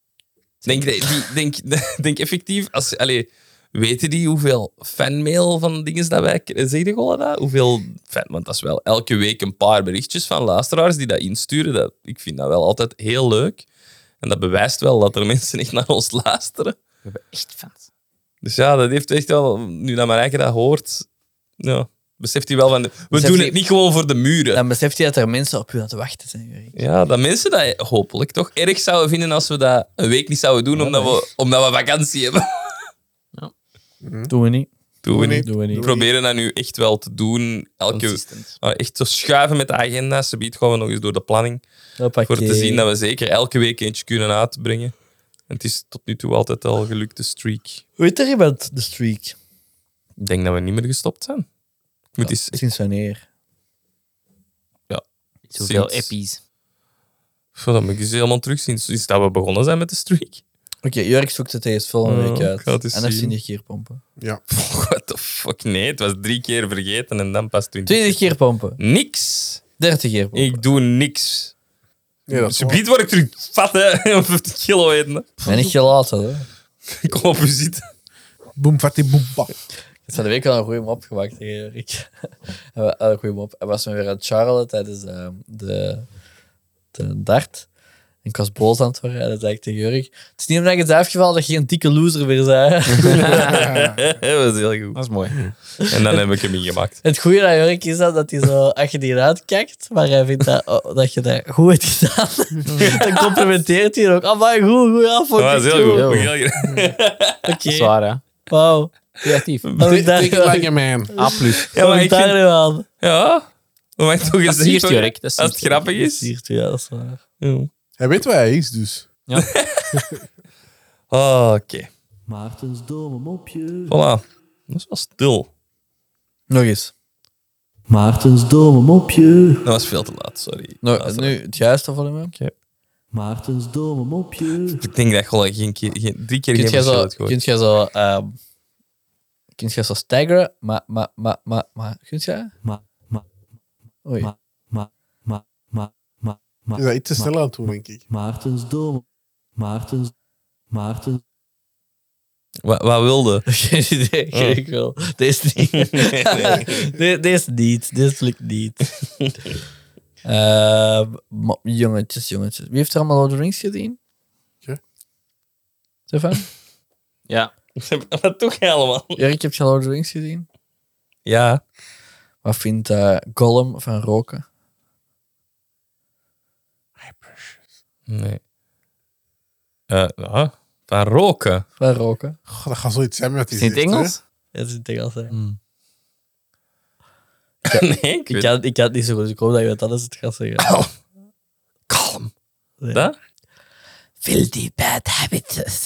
Denk effectief, weten die hoeveel fanmail van dingen dat wij krijgen? Zeg je gewoon dat? Hoeveel fan, want dat is wel elke week een paar berichtjes van luisteraars die dat insturen. Ik vind dat wel altijd heel leuk. En dat bewijst wel dat er mensen echt naar ons luisteren. We hebben echt fans. Dus ja, dat heeft echt wel, nu dat Marijke dat hoort, ja, beseft hij wel van, we doen het niet gewoon voor de muren. Dan beseft hij dat er mensen op u aan het wachten zijn, Jurk. Ja, dat mensen dat hopelijk toch erg zouden vinden als we dat een week niet zouden doen, omdat we vakantie hebben. Doen we niet. Doen we niet. Doen we niet. We proberen dat nu echt wel te doen. Consistent. Echt te schuiven met de agenda. Subiet gaan we nog eens door de planning. Voor te zien dat we zeker elke week eentje kunnen uitbrengen. En het is tot nu toe altijd al gelukt, de streak. Weet er iemand de streak? Ik denk dat we niet meer gestopt zijn. Ik moet eens... Sinds wanneer? Zoveel Sinds- eppies. Dan moet ik eens helemaal terug sinds dat we begonnen zijn met de streak. Oké, Jurk zoekt het eens volgende week ik uit. ga het eens En dan zien. 20 keer pompen. Ja. What the fuck? Nee, het was 3 keer vergeten en dan pas 20. 20 keer pompen. Niks. 30 keer pompen. Ik doe niks. Ja, dat is waar. Subiet word ik terug fat, hè. 50 kilo eten. Hè. Ben niet gelaten, hè. Ik kom op u zitten. Boem, fatty, boem, ba. Het had de week wel een goede mop gemaakt tegen Jurk. Een goede mop. Hij was me weer aan het charlen tijdens de dart. En ik was boos aan het worden. En dan zei ik tegen Jurk: het is niet omdat je het is afgevallen dat je geen dikke loser meer bent. Dat was heel goed. Dat is mooi. En dan heb ik hem ingemaakt. Het goede aan Jurk is dat hij zo, als je die eruit kijkt, maar hij vindt dat je dat goed hebt gedaan, dan complimenteert hij ook. Ah, maar goed afvond. Dat was heel goed. Yo. Heel goed. Dat is waar, hè. Wauw. Creatief. Wat ik daar Take it like a man. A+. Ja, maar ik vind... nu aan? Ja. Maar mag ik toch eens Dat siert zeggen, Jurk, dat als het siert grappig is. Siert, ja, dat is waar. Ja. Hij weet waar hij is, dus. Oké. Maartens domme mopje. Voilà. Dat is wel stil. Nog eens. Maartens domme mopje. Dat was veel te laat, sorry. Nu het juiste volume. Maartens domme mopje. Ik denk dat ik gewoon 3 keer geen Kunt jij verschil zo, heb gehoord. kunt jij zo staggeren, maar, kunt jij? Oei. Is dat iets te snel aan het doen, denk ik. Maartens domme. Maartens. Wat wilde? Geen idee, ik wil. Deze niet. Deze niet. Deze lukt niet. Jongetjes. Wie heeft er allemaal Lord of the Rings gezien? Oké. Stefan? Ja. Wat toch allemaal? Erik, heb je Lord of the Rings gezien? Ja. Wat vindt Gollum van roken? Nee. Ja. Van roken. Van roken? Goh, dat gaat zoiets zijn met die Is het in het zegt, hè. Engels? Ja, dat is in het Engels. Hè. Nee, ik weet Ik kan het niet zo goed, dus ik hoop dat je het anders het gaat zeggen. kalm. Nee. Dat? Filthy bad habits.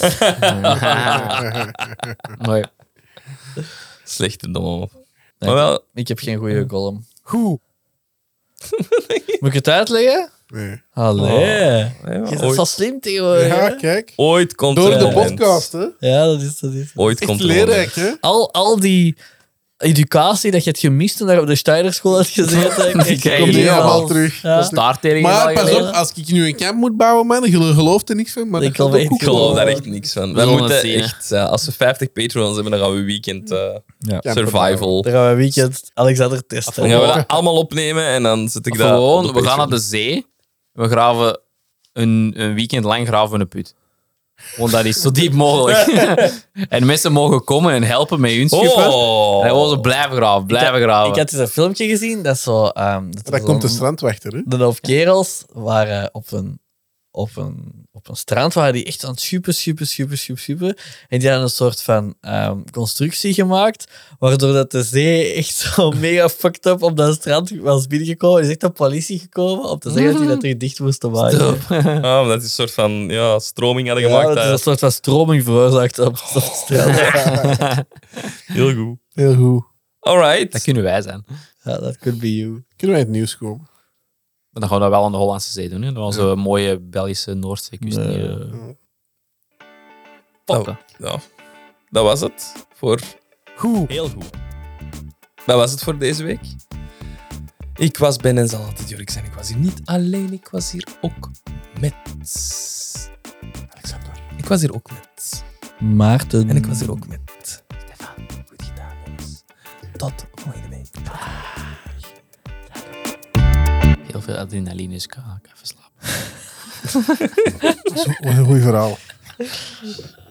Mooi. Slechte domme op. Nee, Maar wel... Ik heb geen goede Gollum. Goed. Moet ik het uitleggen? Nee. Allee. Ja, Je bent ooit, zo slim tegenwoordig. Ja, hè? kijk. ooit komt Door er de een moment. podcast, hè. Ja, dat is. Ooit Echt komt er een moment. leerrijk, hè. Al die educatie dat je hebt gemist toen je op de Steinerschool had gezeten. Die krijg je komt nu nu allemaal al terug. Ja. Staartering. Maar pas op, als ik nu een camp moet bouwen, man, je gelooft er niks van. Maar Ik dat gaat geloof ook goed echt- Ik geloof komen. daar echt niks van. Wij zullen moeten het zien, hè. echt... als we 50 patrons hebben, dan gaan we weekend Camper survival. Dan gaan we een weekend Alexander testen. Dan gaan we dat allemaal opnemen en dan zet ik dat... Gewoon, op de we gaan naar Patreon. de zee. We graven een weekend lang graven we een put. Want dat is zo diep mogelijk. En mensen mogen komen en helpen met hun schuppen. Oh! En gewoon zo blijven graven, Ik had eens een filmpje gezien, dat is zo... Daar komt de strandwachter, hè. De hoop kerels waren op een strand waren die echt aan het super. En die hadden een soort van constructie gemaakt, waardoor dat de zee echt zo mega fucked up op dat strand was binnengekomen. Er is echt de politie gekomen om te zeggen dat die dat terug dicht moesten maken. Ah, dat is een soort van stroming hadden Ja, gemaakt. dat is een daar. soort van stroming veroorzaakt op het strand. Heel goed. Heel goed. Alright. Dat kunnen wij zijn. Ja, dat could be you. Kunnen wij het nieuws komen? Maar dan gaan we dat wel aan de Hollandse Zee doen. Hè? Dan onze mooie Belgische Noordzeekust. Nee. hier. Pokken. Nou, dat was het voor... Heel goed. Dat was het voor deze week. Ik was Ben en zal altijd Jorik zijn. Ik was hier niet alleen, ik was hier ook met... Alexander. Ik was hier ook met... Maarten. En ik was hier ook met... Stefan. Goed gedaan, jongens. Tot volgende week. Heel veel adrenaline is kraak. Even slapen. Dat is een goed verhaal.